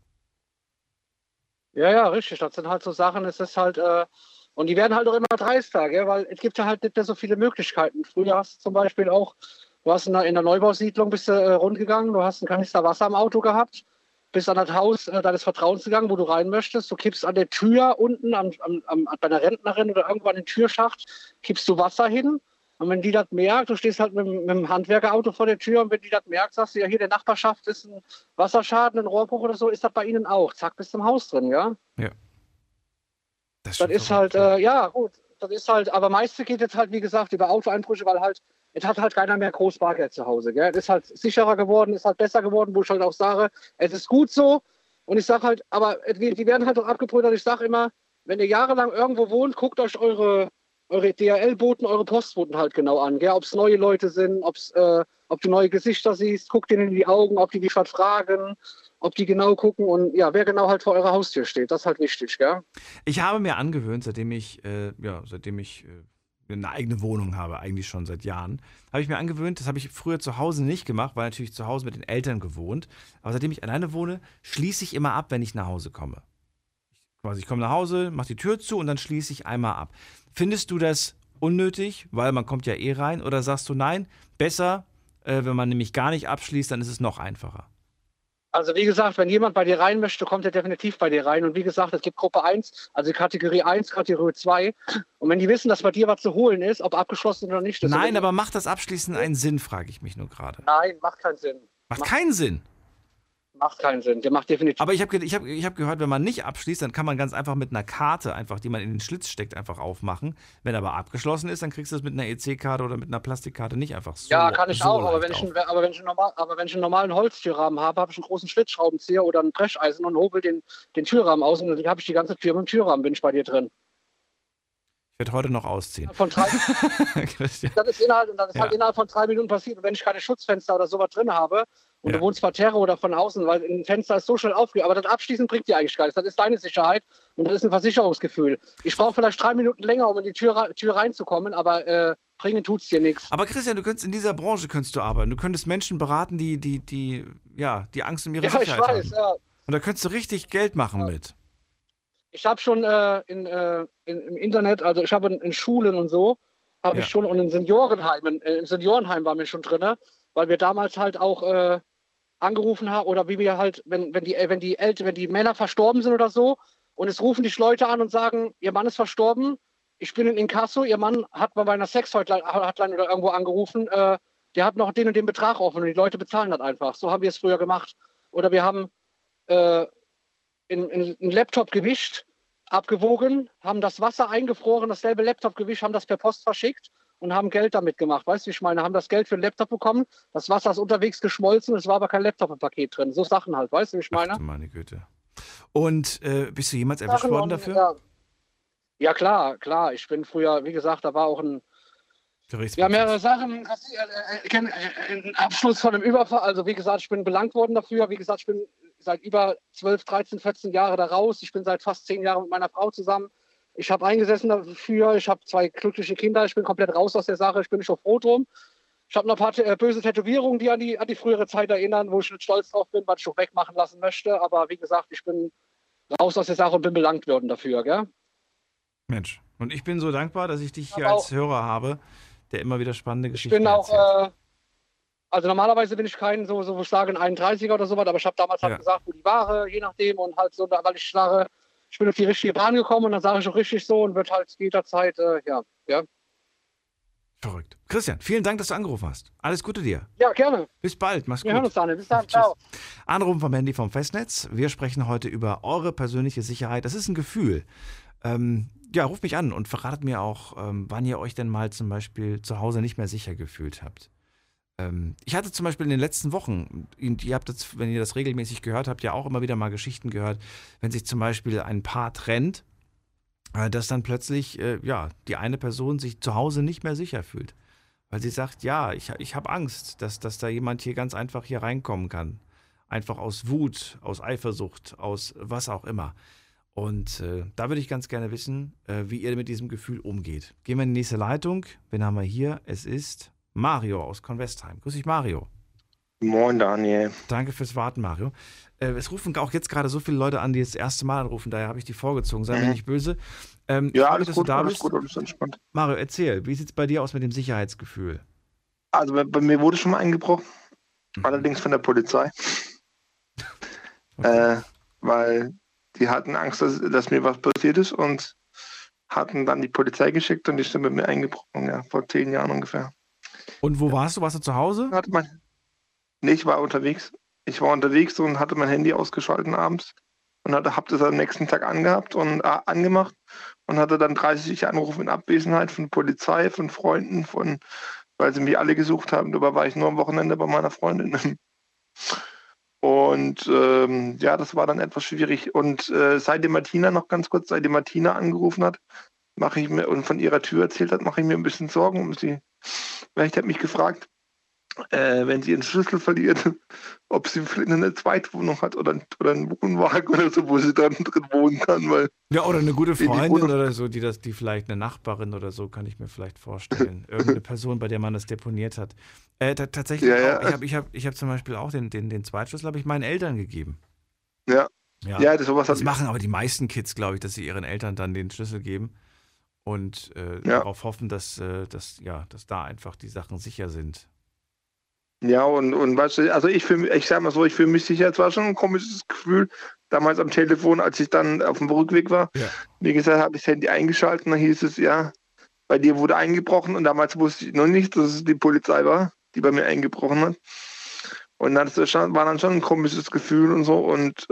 Ja, richtig. Das sind halt so Sachen, es ist halt, und die werden halt auch immer dreister, gell? Weil es gibt ja halt nicht mehr so viele Möglichkeiten. Früher hast du zum Beispiel auch, du hast in der Neubausiedlung bist du rundgegangen, du hast einen Kanister Wasser im Auto gehabt, bist an das Haus deines Vertrauens gegangen, wo du rein möchtest, du kippst an der Tür unten bei einer Rentnerin oder irgendwo an den Türschacht, kippst du Wasser hin. Und wenn die das merkt, du stehst halt mit dem Handwerkerauto vor der Tür, und wenn die das merkt, sagst du, ja, hier in der Nachbarschaft ist ein Wasserschaden, ein Rohrbruch oder so, ist das bei ihnen auch. Zack, bist du im Haus drin, ja? Ja. Das ist halt, gut, das ist halt, aber meiste geht jetzt halt, wie gesagt, über Autoeinbrüche, weil halt, es hat halt keiner mehr groß Bargeld zu Hause, gell? Es ist halt sicherer geworden, ist halt besser geworden, wo ich halt auch sage, es ist gut so. Und ich sage halt, aber die werden halt auch abgebrüht. Ich sage immer, wenn ihr jahrelang irgendwo wohnt, guckt euch eure DHL-Boten, eure Postboten halt genau an, gell? Ob es neue Leute sind, ob du neue Gesichter siehst, guckt denen in die Augen, ob die dich vertragen, ob die genau gucken und ja, wer genau halt vor eurer Haustür steht, das ist halt wichtig, gell? Ich habe mir angewöhnt, seitdem ich eine eigene Wohnung habe, eigentlich schon seit Jahren, habe ich mir angewöhnt, das habe ich früher zu Hause nicht gemacht, weil natürlich zu Hause mit den Eltern gewohnt, aber seitdem ich alleine wohne, schließe ich immer ab, wenn ich nach Hause komme. Ich komme nach Hause, mache die Tür zu und dann schließe ich einmal ab. Findest du das unnötig, weil man kommt ja rein, oder sagst du, nein, besser, wenn man nämlich gar nicht abschließt, dann ist es noch einfacher? Also wie gesagt, wenn jemand bei dir rein möchte, kommt er definitiv bei dir rein. Und wie gesagt, es gibt Gruppe 1, also Kategorie 1, Kategorie 2. Und wenn die wissen, dass bei dir was zu holen ist, ob abgeschlossen oder nicht. Nein, aber macht das Abschließen einen Sinn, frage ich mich nur gerade. Nein, macht keinen Sinn. Macht keinen Sinn? Macht keinen Sinn, der macht definitiv. Aber ich hab gehört, wenn man nicht abschließt, dann kann man ganz einfach mit einer Karte, die man in den Schlitz steckt, einfach aufmachen. Wenn aber abgeschlossen ist, dann kriegst du es mit einer EC-Karte oder mit einer Plastikkarte nicht einfach so. Ja, kann ich so auch, aber wenn ich einen normalen Holztürrahmen habe, habe ich einen großen Schlitzschraubenzieher oder ein Brecheisen und hobel den Türrahmen aus, und dann habe ich die ganze Tür mit dem Türrahmen, bin ich bei dir drin. Ich werde heute noch ausziehen. Das ist halt innerhalb von 3 Minuten passiert. Und wenn ich keine Schutzfenster oder sowas drin habe und du wohnst parterre oder von außen, weil ein Fenster ist so schnell aufgegangen, aber das Abschließen bringt dir eigentlich gar nichts. Das ist deine Sicherheit und das ist ein Versicherungsgefühl. Ich brauche vielleicht 3 Minuten länger, um in die Tür reinzukommen, aber bringen tut's dir nichts. Aber Christian, in dieser Branche könntest du arbeiten. Du könntest Menschen beraten, die Angst um ihre Sicherheit haben. Ja, ich weiß, ja. Und da könntest du richtig Geld machen mit. Ich habe schon im Internet, also ich habe in Schulen und so, habe ich schon, und in Seniorenheimen, im Seniorenheim waren wir schon drin, weil wir damals halt auch angerufen haben, oder wie wir halt, wenn die Männer verstorben sind oder so, und es rufen dich Leute an und sagen, ihr Mann ist verstorben, ich bin in Inkasso, ihr Mann hat mal bei einer Sexhotline oder irgendwo angerufen, der hat noch den und den Betrag offen und die Leute bezahlen das einfach. So haben wir es früher gemacht. Oder wir haben einen Laptop gewischt, abgewogen, haben das Wasser eingefroren, dasselbe Laptop gewischt, haben das per Post verschickt und haben Geld damit gemacht. Weißt du, wie ich meine? Haben das Geld für einen Laptop bekommen, das Wasser ist unterwegs geschmolzen, es war aber kein Laptop im Paket drin. So Sachen halt, weißt du, wie ich meine? Ach, meine Güte. Und bist du jemals erwischt worden dafür? Ja, klar. Ich bin früher, wie gesagt, da war auch ein Ja, mehrere Sachen. Ein Abschluss von einem Überfall. Also wie gesagt, ich bin belangt worden dafür. Wie gesagt, ich bin seit über 12, 13, 14 Jahren da raus. Ich bin seit fast 10 Jahren mit meiner Frau zusammen. Ich habe eingesessen dafür. Ich habe 2 glückliche Kinder. Ich bin komplett raus aus der Sache. Ich bin nicht so froh drum. Ich habe noch ein paar böse Tätowierungen, die an die frühere Zeit erinnern, wo ich nicht stolz drauf bin, was ich noch wegmachen lassen möchte. Aber wie gesagt, ich bin raus aus der Sache und bin belangt worden dafür. Gell? Mensch, und ich bin so dankbar, dass ich dich hier als Hörer habe, der immer wieder spannende Geschichten erzählt. Ich bin auch, also normalerweise bin ich kein so ich sage ein 31er oder sowas, aber ich habe damals halt gesagt, wo die Ware, je nachdem und halt so, weil ich sage, ich bin auf die richtige Bahn gekommen und dann sage ich auch richtig so und wird halt jederzeit, ja. Verrückt. Christian, vielen Dank, dass du angerufen hast. Alles Gute dir. Ja, gerne. Bis bald. Mach's gut. Wir hören uns dann. Bis dann. Ciao. Anrufen vom Handy vom Festnetz. Wir sprechen heute über eure persönliche Sicherheit. Das ist ein Gefühl. Ruft mich an und verratet mir auch, wann ihr euch denn mal zum Beispiel zu Hause nicht mehr sicher gefühlt habt. Ich hatte zum Beispiel in den letzten Wochen, ihr habt das, wenn ihr das regelmäßig gehört habt, ja auch immer wieder mal Geschichten gehört, wenn sich zum Beispiel ein Paar trennt, dass dann plötzlich die eine Person sich zu Hause nicht mehr sicher fühlt. Weil sie sagt, ja, ich habe Angst, dass da jemand hier ganz einfach hier reinkommen kann. Einfach aus Wut, aus Eifersucht, aus was auch immer. Und da würde ich ganz gerne wissen, wie ihr mit diesem Gefühl umgeht. Gehen wir in die nächste Leitung. Wen haben wir hier? Es ist Mario aus Convestheim. Grüß dich, Mario. Moin, Daniel. Danke fürs Warten, Mario. Es rufen auch jetzt gerade so viele Leute an, die das erste Mal anrufen, daher habe ich die vorgezogen. Sei mir nicht böse. Ja, alles gut, alles entspannt. Mario, erzähl, wie sieht es bei dir aus mit dem Sicherheitsgefühl? Also bei mir wurde schon mal eingebrochen, allerdings von der Polizei. Okay. Weil die hatten Angst, dass mir was passiert ist und hatten dann die Polizei geschickt und die sind mit mir eingebrochen, ja, vor 10 Jahren ungefähr. Und wo warst du? Warst du zu Hause? Nee, ich war unterwegs. Ich war unterwegs und hatte mein Handy ausgeschaltet abends und habe das am nächsten Tag angemacht und hatte dann 30 Anrufe in Abwesenheit von Polizei, von Freunden, weil sie mich alle gesucht haben. Dabei war ich nur am Wochenende bei meiner Freundin. Und das war dann etwas schwierig. Und seitdem Martina angerufen hat, und von ihrer Tür erzählt hat, mache ich mir ein bisschen Sorgen um sie. Vielleicht hat mich gefragt, wenn sie ihren Schlüssel verliert, ob sie eine Zweitwohnung hat oder einen Wohnwagen oder so, wo sie dann drin wohnen kann. Oder eine gute Freundin oder so, die vielleicht eine Nachbarin oder so, kann ich mir vielleicht vorstellen. Irgendeine Person, bei der man das deponiert hat. Tatsächlich, ich hab zum Beispiel auch den Zweitschlüssel habe ich meinen Eltern gegeben. Ja. Das machen aber die meisten Kids, glaube ich, dass sie ihren Eltern dann den Schlüssel geben und darauf hoffen, dass da einfach die Sachen sicher sind. Ja, und weißt du, also ich sag mal so, ich fühle mich sicher. Es war schon ein komisches Gefühl, damals am Telefon, als ich dann auf dem Rückweg war. Ja. Wie gesagt, habe ich das Handy eingeschaltet, dann hieß es, ja, bei dir wurde eingebrochen und damals wusste ich noch nicht, dass es die Polizei war, die bei mir eingebrochen hat. Und das war dann schon ein komisches Gefühl und so und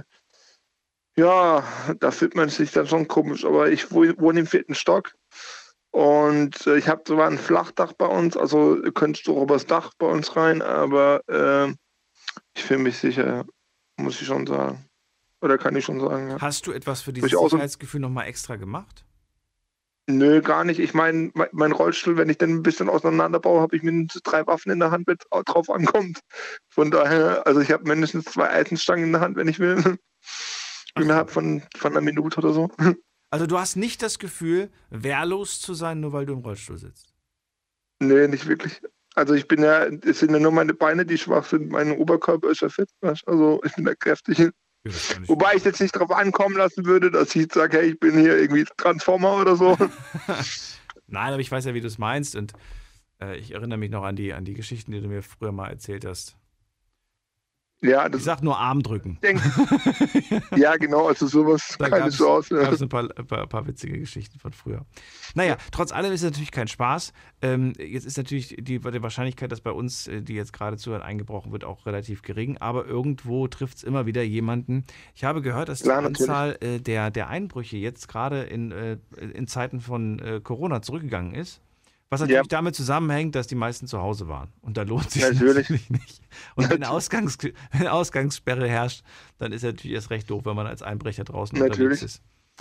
da fühlt man sich dann schon komisch, aber ich wohne im 4. Stock. Und ich habe zwar ein Flachdach bei uns, also könntest du auch übers Dach bei uns rein, aber ich fühle mich sicher, muss ich schon sagen. Oder kann ich schon sagen, ja. Hast du etwas für dieses Sicherheitsgefühl nochmal extra gemacht? Nö, gar nicht. Ich meine, mein Rollstuhl, wenn ich den ein bisschen auseinanderbaue, habe ich mindestens 3 Waffen in der Hand, wenn es drauf ankommt. Von daher, also ich habe mindestens 2 Eisenstangen in der Hand, wenn ich will. Innerhalb von einer Minute oder so. Also du hast nicht das Gefühl, wehrlos zu sein, nur weil du im Rollstuhl sitzt? Nee, nicht wirklich. Also es sind ja nur meine Beine, die schwach sind. Mein Oberkörper ist ja fit. Also ich bin da kräftig. Ja, wobei ich es jetzt nicht darauf ankommen lassen würde, dass ich sage, hey, ich bin hier irgendwie Transformer oder so. Nein, aber ich weiß ja, wie du es meinst. Und ich erinnere mich noch an die Geschichten, die du mir früher mal erzählt hast. Ja, ich sag nur Arm drücken. Ja, genau, also sowas keine Chance. Da gab es ein paar witzige Geschichten von früher. Naja, trotz allem ist es natürlich kein Spaß. Jetzt ist natürlich die Wahrscheinlichkeit, dass bei uns, die jetzt gerade zuhören, eingebrochen wird, auch relativ gering. Aber irgendwo trifft es immer wieder jemanden. Ich habe gehört, dass die Anzahl der Einbrüche jetzt gerade in Zeiten von Corona zurückgegangen ist. Was natürlich damit zusammenhängt, dass die meisten zu Hause waren. Und da lohnt sich natürlich nicht. Und wenn Ausgangssperre herrscht, dann ist es natürlich erst recht doof, wenn man als Einbrecher draußen unterwegs ist.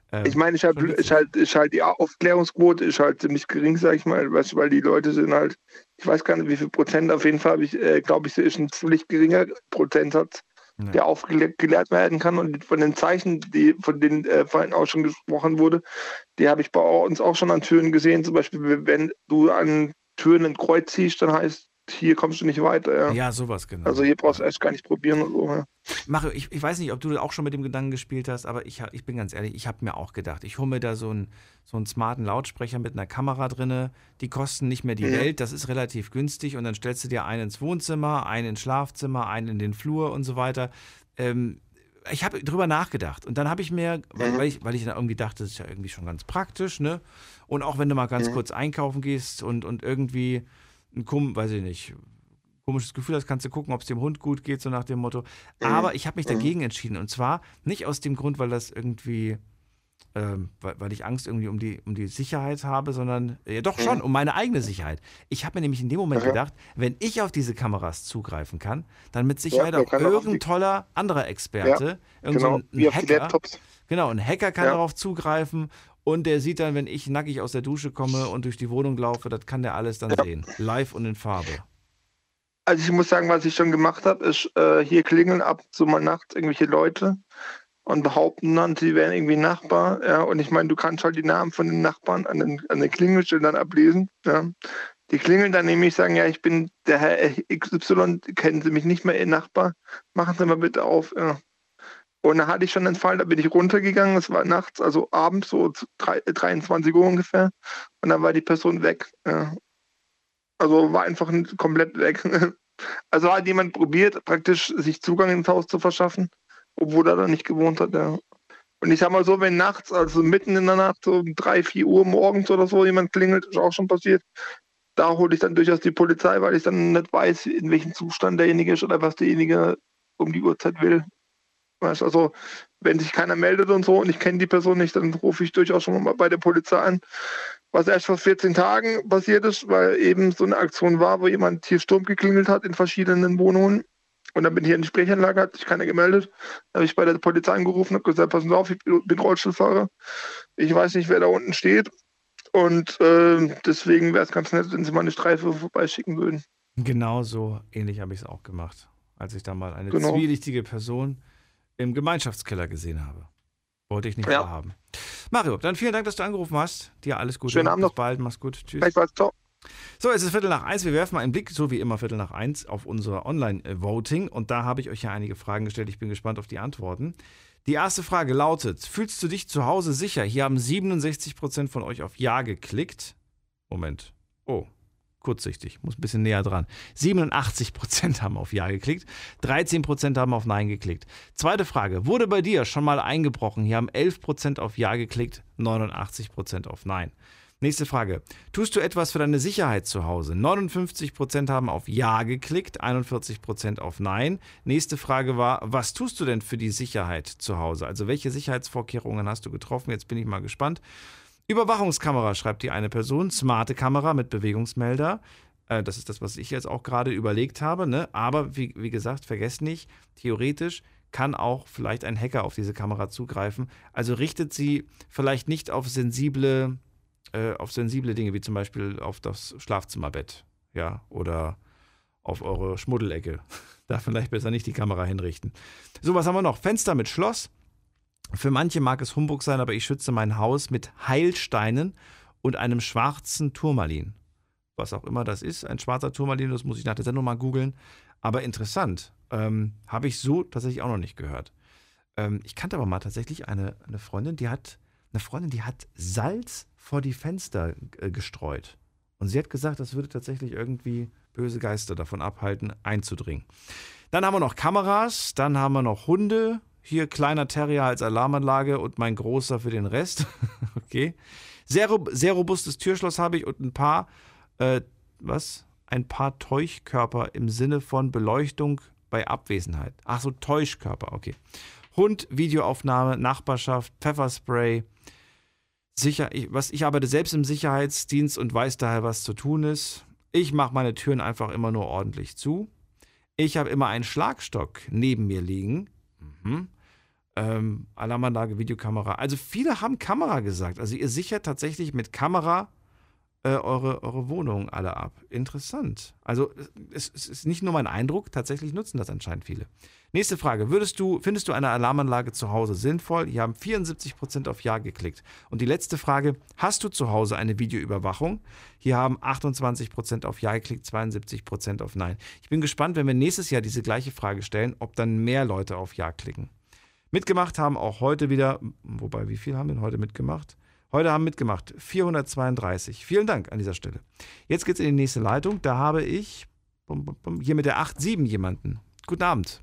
Ich meine, ist halt die Aufklärungsquote ist halt ziemlich gering, sag ich mal, weil die Leute sind halt, ich weiß gar nicht, wie viel Prozent, auf jeden Fall habe ich, glaube ich, ist ein ziemlich geringer Prozentsatz, der aufgeklärt werden kann. Und von den Zeichen, von denen vorhin auch schon gesprochen wurde, die habe ich bei uns auch schon an Türen gesehen. Zum Beispiel, wenn du an Türen ein Kreuz ziehst, dann heißt, hier kommst du nicht weiter. Ja, sowas, genau. Also hier brauchst du erst gar nicht probieren und so. Ja. Mario, ich weiß nicht, ob du auch schon mit dem Gedanken gespielt hast, aber ich bin ganz ehrlich, ich habe mir auch gedacht, ich hole mir da so einen smarten Lautsprecher mit einer Kamera drinne, die kosten nicht mehr die Welt, das ist relativ günstig und dann stellst du dir einen ins Wohnzimmer, einen ins Schlafzimmer, einen in den Flur und so weiter. Ich habe drüber nachgedacht und dann habe ich mir, weil ich dann irgendwie dachte, das ist ja irgendwie schon ganz praktisch, ne? Und auch wenn du mal ganz kurz einkaufen gehst und irgendwie weiß ich nicht, komisches Gefühl hast, kannst du gucken, ob es dem Hund gut geht, so nach dem Motto. Aber ich habe mich dagegen entschieden und zwar nicht aus dem Grund, weil das irgendwie, weil ich Angst irgendwie um die Sicherheit habe, sondern ja doch schon um meine eigene Sicherheit. Ich habe mir nämlich in dem Moment gedacht, wenn ich auf diese Kameras zugreifen kann, dann mit Sicherheit auch irgendein toller anderer Experte, ein Hacker. Genau, ein Hacker kann darauf zugreifen. Und der sieht dann, wenn ich nackig aus der Dusche komme und durch die Wohnung laufe, das kann der alles dann sehen. Live und in Farbe. Also ich muss sagen, was ich schon gemacht habe, ist, hier klingeln ab und zu mal nachts irgendwelche Leute und behaupten dann, sie wären irgendwie Nachbar. Ja, und ich meine, du kannst halt die Namen von den Nachbarn an den Klingelschildern ablesen. Ja. Die klingeln dann nämlich, sagen, ja, ich bin der Herr XY, kennen Sie mich nicht mehr, Ihr Nachbar? Machen Sie mal bitte auf. Ja. Und da hatte ich schon den Fall, da bin ich runtergegangen, es war nachts, also abends, so 23 Uhr ungefähr. Und dann war die Person weg. Ja. Also war einfach komplett weg. Also hat jemand probiert, praktisch sich Zugang ins Haus zu verschaffen, obwohl er da nicht gewohnt hat. Ja. Und ich sag mal so, wenn nachts, also mitten in der Nacht, so um 3, 4 Uhr morgens oder so, jemand klingelt, ist auch schon passiert, da hole ich dann durchaus die Polizei, weil ich dann nicht weiß, in welchem Zustand derjenige ist oder was derjenige um die Uhrzeit will. Also, wenn sich keiner meldet und so und ich kenne die Person nicht, dann rufe ich durchaus schon mal bei der Polizei an. Was erst vor 14 Tagen passiert ist, weil eben so eine Aktion war, wo jemand hier Sturm geklingelt hat in verschiedenen Wohnungen. Und dann bin ich in die Sprechanlage, hat sich keiner gemeldet. Da habe ich bei der Polizei angerufen und gesagt, passen Sie auf, ich bin Rollstuhlfahrer. Ich weiß nicht, wer da unten steht. Und deswegen wäre es ganz nett, wenn Sie mal eine Streife vorbeischicken würden. Genau so ähnlich habe ich es auch gemacht, als ich da mal eine zwielichtige Person im Gemeinschaftskeller gesehen habe. Wollte ich nicht wahrhaben. Mario, dann vielen Dank, dass du angerufen hast. Dir alles Gute. Schönen Abend noch. Bis bald. Mach's gut. Tschüss. Gleichfalls. Ciao. So, es ist 1:45. Wir werfen mal einen Blick, so wie immer 1:45, auf unser Online-Voting. Und da habe ich euch ja einige Fragen gestellt. Ich bin gespannt auf die Antworten. Die erste Frage lautet: Fühlst du dich zu Hause sicher? Hier haben 67% von euch auf Ja geklickt. Moment. Oh. Kurzsichtig, muss ein bisschen näher dran. 87% haben auf Ja geklickt, 13% haben auf Nein geklickt. Zweite Frage, wurde bei dir schon mal eingebrochen? Hier haben 11% auf Ja geklickt, 89% auf Nein. Nächste Frage, tust du etwas für deine Sicherheit zu Hause? 59% haben auf Ja geklickt, 41% auf Nein. Nächste Frage war, was tust du denn für die Sicherheit zu Hause? Also welche Sicherheitsvorkehrungen hast du getroffen? Jetzt bin ich mal gespannt. Überwachungskamera, schreibt die eine Person. Smarte Kamera mit Bewegungsmelder. Das ist das, was ich jetzt auch gerade überlegt habe. Ne? Aber wie gesagt, vergesst nicht, theoretisch kann auch vielleicht ein Hacker auf diese Kamera zugreifen. Also richtet sie vielleicht nicht auf sensible Dinge, wie zum Beispiel auf das Schlafzimmerbett, ja, oder auf eure Schmuddelecke. Da vielleicht besser nicht die Kamera hinrichten. So, was haben wir noch? Fenster mit Schloss. Für manche mag es Humbug sein, aber ich schütze mein Haus mit Heilsteinen und einem schwarzen Turmalin. Was auch immer das ist, ein schwarzer Turmalin, das muss ich nach der Sendung mal googeln. Aber interessant, habe ich so tatsächlich auch noch nicht gehört. Ich kannte aber mal tatsächlich eine Freundin, die hat Salz vor die Fenster gestreut. Und sie hat gesagt, das würde tatsächlich irgendwie böse Geister davon abhalten, einzudringen. Dann haben wir noch Kameras, dann haben wir noch Hunde. Hier kleiner Terrier als Alarmanlage und mein großer für den Rest. Okay. Sehr robustes Türschloss habe ich und ein paar Täuschkörper im Sinne von Beleuchtung bei Abwesenheit. Ach so, Täuschkörper, okay. Hund, Videoaufnahme, Nachbarschaft, Pfefferspray. Ich arbeite selbst im Sicherheitsdienst und weiß daher, was zu tun ist. Ich mache meine Türen einfach immer nur ordentlich zu. Ich habe immer einen Schlagstock neben mir liegen. Alarmanlage, Videokamera. Also viele haben Kamera gesagt. Also ihr sichert tatsächlich mit Kamera eure Wohnungen alle ab. Interessant. Also es ist nicht nur mein Eindruck, tatsächlich nutzen das anscheinend viele. Nächste Frage. Findest du eine Alarmanlage zu Hause sinnvoll? Hier haben 74% auf Ja geklickt. Und die letzte Frage. Hast du zu Hause eine Videoüberwachung? Hier haben 28% auf Ja geklickt, 72% auf Nein. Ich bin gespannt, wenn wir nächstes Jahr diese gleiche Frage stellen, ob dann mehr Leute auf Ja klicken. Mitgemacht haben auch heute wieder, wobei, wie viel haben denn heute mitgemacht? Heute haben mitgemacht 432. Vielen Dank an dieser Stelle. Jetzt geht's in die nächste Leitung. Da habe ich hier mit der 87 jemanden. Guten Abend.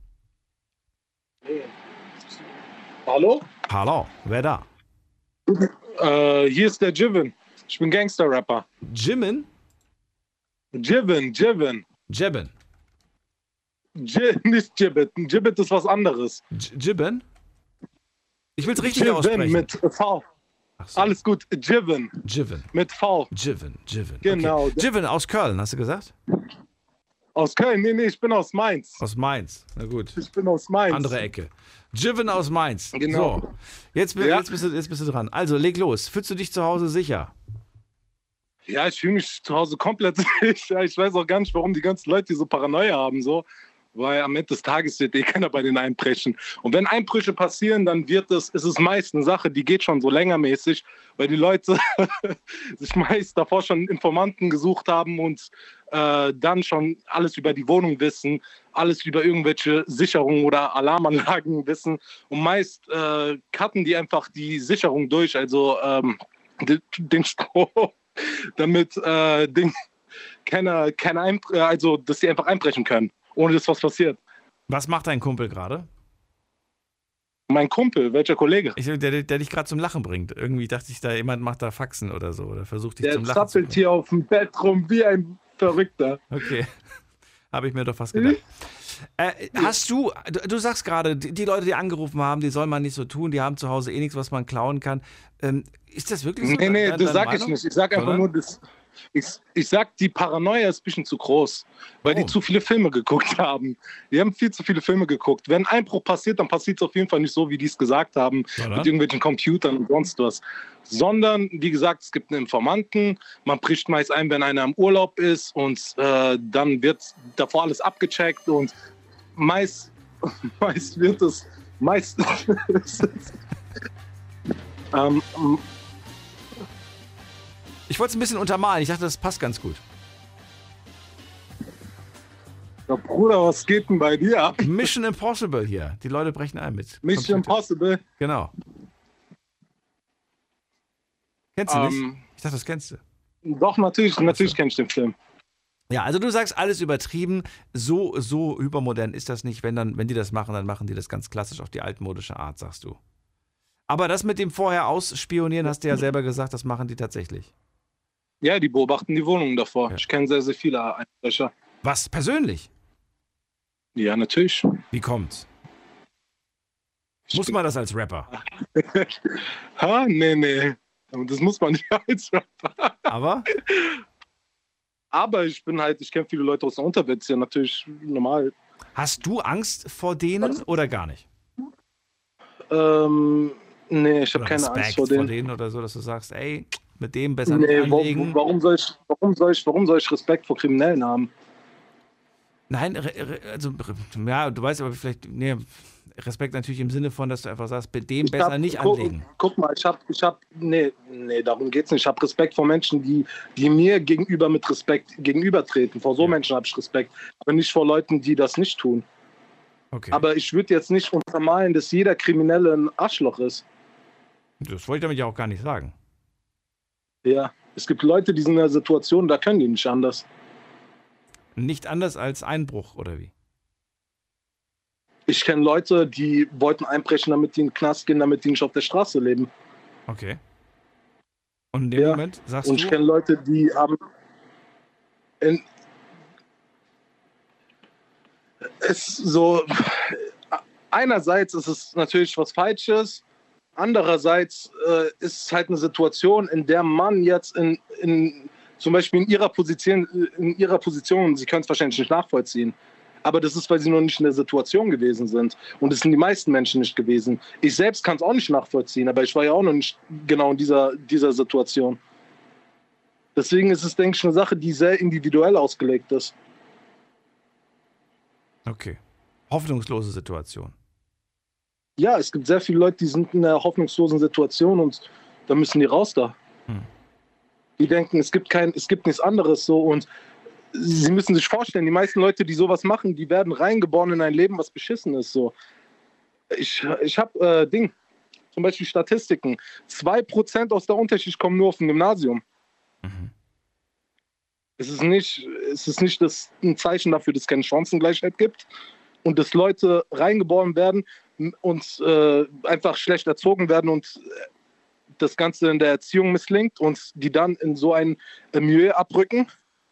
Hallo? Hallo, wer da? Hier ist der Jiven. Ich bin Gangster-Rapper. Jimin? Jiven. Nicht Gibbet. Gibbet ist was anderes. Jiben? Ich will es richtig Jiven aussprechen. Mit V. So. Alles gut. Jiven. Mit V. Jiven. Genau. Okay. Jiven aus Köln, hast du gesagt? Aus Köln? Nee, ich bin aus Mainz. Aus Mainz, na gut. Ich bin aus Mainz. Andere Ecke. Jiven aus Mainz. Genau. So, jetzt bist du dran. Also, leg los. Fühlst du dich zu Hause sicher? Ja, ich fühle mich zu Hause komplett sicher. Ich weiß auch gar nicht, warum die ganzen Leute diese Paranoia haben, so. Weil am Ende des Tages wird keiner bei den Einbrüchen. Und wenn Einbrüche passieren, dann ist es meist eine Sache, die geht schon so längermäßig, weil die Leute sich meist davor schon Informanten gesucht haben und dann schon alles über die Wohnung wissen, alles über irgendwelche Sicherungen oder Alarmanlagen wissen. Und meist cutten die einfach die Sicherung durch, also den Strom, damit dass sie einfach einbrechen können. Ohne dass was passiert. Was macht dein Kumpel gerade? Mein Kumpel? Welcher Kollege? Der dich gerade zum Lachen bringt. Irgendwie dachte ich, jemand macht da Faxen oder so. Oder versucht dich zum Lachen zu bringen. Der zappelt hier auf dem Bett rum wie ein Verrückter. Okay. Habe ich mir doch fast gedacht. Hast du sagst gerade, die Leute, die angerufen haben, die soll man nicht so tun, die haben zu Hause nichts, was man klauen kann. Ist das wirklich so? Nee, das sag ich nicht. Ich sag einfach nur, das. Ich sag, die Paranoia ist ein bisschen zu groß, weil die zu viele Filme geguckt haben. Die haben viel zu viele Filme geguckt. Wenn ein Einbruch passiert, dann passiert es auf jeden Fall nicht so, wie die es gesagt haben, mit irgendwelchen Computern und sonst was. Sondern, wie gesagt, es gibt einen Informanten, man bricht meist ein, wenn einer im Urlaub ist und dann wird davor alles abgecheckt und meist wird es ich wollte es ein bisschen untermalen. Ich dachte, das passt ganz gut. Ja, Bruder, was geht denn bei dir ab? Mission Impossible hier. Die Leute brechen ein mit. Mission Impossible? Genau. Kennst du nicht? Ich dachte, das kennst du. Doch, natürlich kenne ich den Film. Ja, also du sagst, alles übertrieben. So übermodern ist das nicht. Wenn die das machen, dann machen die das ganz klassisch auf die altmodische Art, sagst du. Aber das mit dem vorher ausspionieren, hast du ja selber gesagt, das machen die tatsächlich. Ja, die beobachten die Wohnungen davor. Ja. Ich kenne sehr, sehr viele Einbrecher. Was, persönlich? Ja, natürlich. Wie kommt's? Muss man das als Rapper? Nee. Das muss man nicht als Rapper. Aber? Aber ich kenne viele Leute aus der Unterwelt, ist ja natürlich normal. Hast du Angst vor denen oder gar nicht? Nee, ich habe keine Angst vor denen oder so, dass du sagst, ey, mit dem besser nicht anlegen. Warum soll ich Respekt vor Kriminellen haben? Nein, also, ja, du weißt aber vielleicht, Respekt natürlich im Sinne von, dass du einfach sagst, mit dem besser nicht anlegen. Guck mal, nee, darum geht's nicht. Ich habe Respekt vor Menschen, die mir gegenüber mit Respekt gegenübertreten. Vor so Menschen habe ich Respekt, aber nicht vor Leuten, die das nicht tun. Okay. Aber ich würde jetzt nicht untermalen, dass jeder Kriminelle ein Arschloch ist. Das wollte ich damit ja auch gar nicht sagen. Ja, es gibt Leute, die sind in einer Situation, da können die nicht anders. Nicht anders als Einbruch, oder wie? Ich kenne Leute, die wollten einbrechen, damit die in den Knast gehen, damit die nicht auf der Straße leben. Okay. Und in dem Moment sagst du... Und ich kenne Leute, die haben... Einerseits ist es natürlich was Falsches, andererseits ist es halt eine Situation, in der man jetzt zum Beispiel in ihrer Position, Sie können es wahrscheinlich nicht nachvollziehen, Aber das ist, weil sie noch nicht in der Situation gewesen sind. Und das sind die meisten Menschen nicht gewesen. Ich selbst kann es auch nicht nachvollziehen, aber ich war ja auch noch nicht genau in dieser Situation. Deswegen ist es, denke ich, eine Sache, die sehr individuell ausgelegt ist. Okay. Hoffnungslose Situation. Ja, es gibt sehr viele Leute, die sind in einer hoffnungslosen Situation und da müssen die raus da. Die denken, es gibt nichts anderes so und sie müssen sich vorstellen, die meisten Leute, die sowas machen, die werden reingeboren in ein Leben, was beschissen ist. So. Ich habe zum Beispiel Statistiken. 2% aus der Unterschicht kommen nur auf dem Gymnasium. Es ist nicht ein Zeichen dafür, dass es keine Chancengleichheit gibt und dass Leute reingeboren werden und einfach schlecht erzogen werden und das Ganze in der Erziehung misslingt und die dann in so ein Milieu abrücken.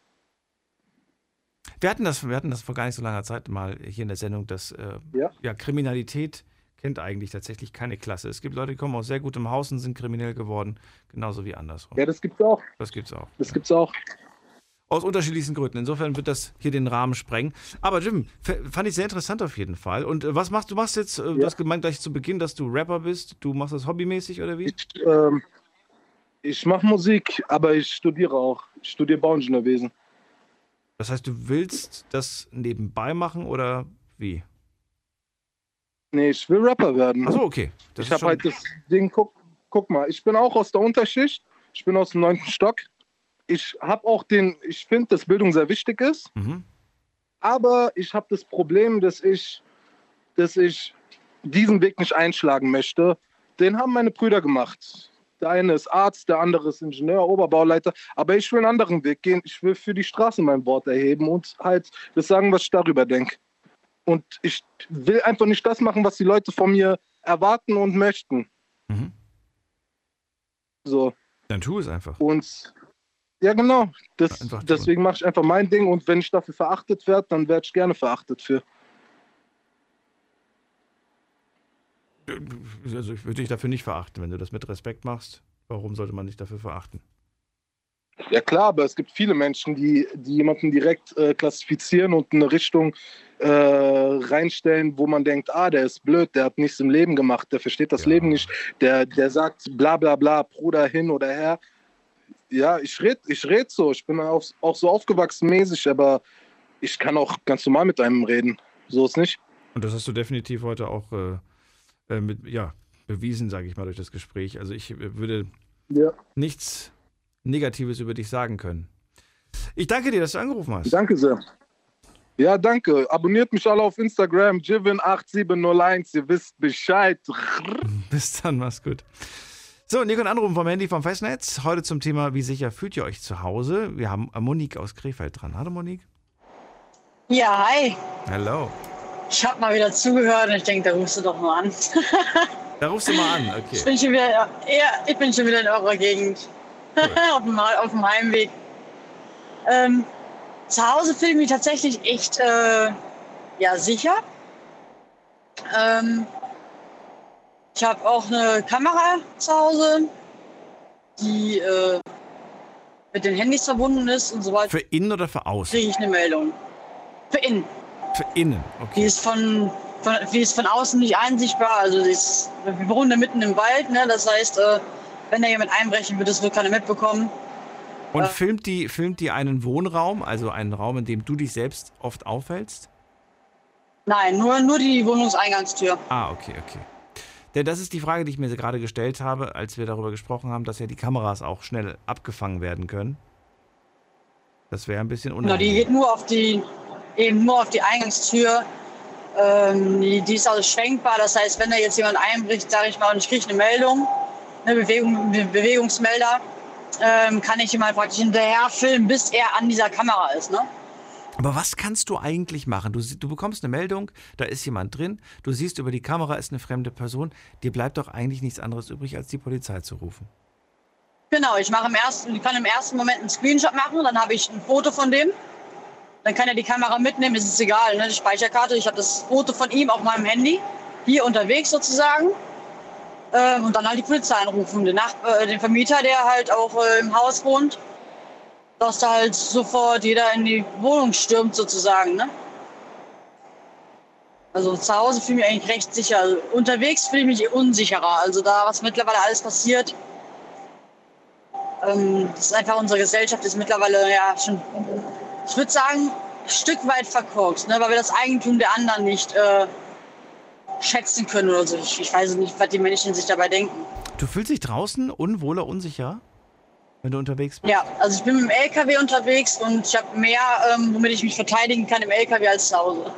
Wir hatten das vor gar nicht so langer Zeit mal hier in der Sendung, dass Kriminalität kennt eigentlich tatsächlich keine Klasse. Es gibt Leute, die kommen aus sehr gutem Haus und sind kriminell geworden, genauso wie andersrum. Ja, das gibt's auch. Das gibt's auch. Das gibt's auch. Aus unterschiedlichsten Gründen. Insofern wird das hier den Rahmen sprengen. Aber Jim, fand ich sehr interessant auf jeden Fall. Und was machst du? Machst jetzt, du hast gemeint gleich zu Beginn, dass du Rapper bist. Du machst das hobbymäßig oder wie? Ich mache Musik, aber ich studiere auch. Ich studiere Bauingenieurwesen. Das heißt, du willst das nebenbei machen oder wie? Nee, ich will Rapper werden. Achso, okay. Ich habe halt das Ding, guck mal, ich bin auch aus der Unterschicht. Ich bin aus dem 9. Stock. Ich finde, dass Bildung sehr wichtig ist, aber ich habe das Problem, dass ich diesen Weg nicht einschlagen möchte. Den haben meine Brüder gemacht. Der eine ist Arzt, der andere ist Ingenieur, Oberbauleiter, aber ich will einen anderen Weg gehen. Ich will für die Straße mein Wort erheben und halt das sagen, was ich darüber denke. Und ich will einfach nicht das machen, was die Leute von mir erwarten und möchten. So. Dann tu es einfach. Und ja, genau. Deswegen mache ich einfach mein Ding und wenn ich dafür verachtet werde, dann werde ich gerne verachtet für. Also ich würde dich dafür nicht verachten, wenn du das mit Respekt machst. Warum sollte man dich dafür verachten? Ja klar, aber es gibt viele Menschen, die jemanden direkt klassifizieren und in eine Richtung reinstellen, wo man denkt, der ist blöd, der hat nichts im Leben gemacht, der versteht das Leben nicht, der sagt bla bla bla, Bruder hin oder her. Ja, ich red so, ich bin auch so aufgewachsen mäßig, aber ich kann auch ganz normal mit einem reden, so ist nicht. Und das hast du definitiv heute auch bewiesen, sage ich mal, durch das Gespräch. Also ich würde nichts Negatives über dich sagen können. Ich danke dir, dass du angerufen hast. Danke sehr. Ja, danke. Abonniert mich alle auf Instagram, Jivin8701, ihr wisst Bescheid. Bis dann, mach's gut. So, und ihr könnt anrufen vom Handy vom Festnetz. Heute zum Thema, wie sicher fühlt ihr euch zu Hause? Wir haben Monique aus Krefeld dran. Hallo Monique. Ja, hi. Hallo. Ich habe mal wieder zugehört und ich denke, da rufst du doch mal an. Da rufst du mal an, okay. Ich bin schon wieder in eurer Gegend. Cool. auf dem Heimweg. Zu Hause fühle ich mich tatsächlich echt sicher. Ich habe auch eine Kamera zu Hause, die mit den Handys verbunden ist und so weiter. Für innen oder für außen? Kriege ich eine Meldung. Für innen. Für innen, okay. Die ist von außen nicht einsichtbar. Also wir wohnen da mitten im Wald, ne? Das heißt, wenn da jemand einbrechen wird, das wird keiner mitbekommen. Und filmt die einen Wohnraum, also einen Raum, in dem du dich selbst oft aufhältst? Nein, nur die Wohnungseingangstür. Okay. Denn das ist die Frage, die ich mir gerade gestellt habe, als wir darüber gesprochen haben, dass ja die Kameras auch schnell abgefangen werden können. Das wäre ein bisschen unangenehm. Genau, die geht nur auf die Eingangstür. Die ist also schwenkbar. Das heißt, wenn da jetzt jemand einbricht, sage ich mal, und ich kriege eine Meldung, eine Bewegungsmelder, kann ich ihm halt praktisch hinterher filmen, bis er an dieser Kamera ist, ne? Aber was kannst du eigentlich machen? Du bekommst eine Meldung, da ist jemand drin, du siehst über die Kamera, ist eine fremde Person, dir bleibt doch eigentlich nichts anderes übrig, als die Polizei zu rufen. Genau, ich kann im ersten Moment einen Screenshot machen, dann habe ich ein Foto von dem, dann kann er die Kamera mitnehmen, ist egal, ne? Die Speicherkarte, ich habe das Foto von ihm auf meinem Handy, hier unterwegs sozusagen. Und dann halt die Polizei anrufen, den Vermieter, der halt auch im Haus wohnt, dass da halt sofort jeder in die Wohnung stürmt sozusagen, ne? Also zu Hause fühle ich mich eigentlich recht sicher. Also unterwegs fühle ich mich unsicherer. Also da, was mittlerweile alles passiert, das ist einfach, unsere Gesellschaft ist mittlerweile ja schon, ich würde sagen, ein Stück weit verkorkst, ne? Weil wir das Eigentum der anderen nicht schätzen können oder so. Ich weiß nicht, was die Menschen sich dabei denken. Du fühlst dich draußen unwohler, unsicher, wenn du unterwegs bist? Ja, also ich bin mit dem LKW unterwegs und ich habe mehr, womit ich mich verteidigen kann im LKW als zu Hause.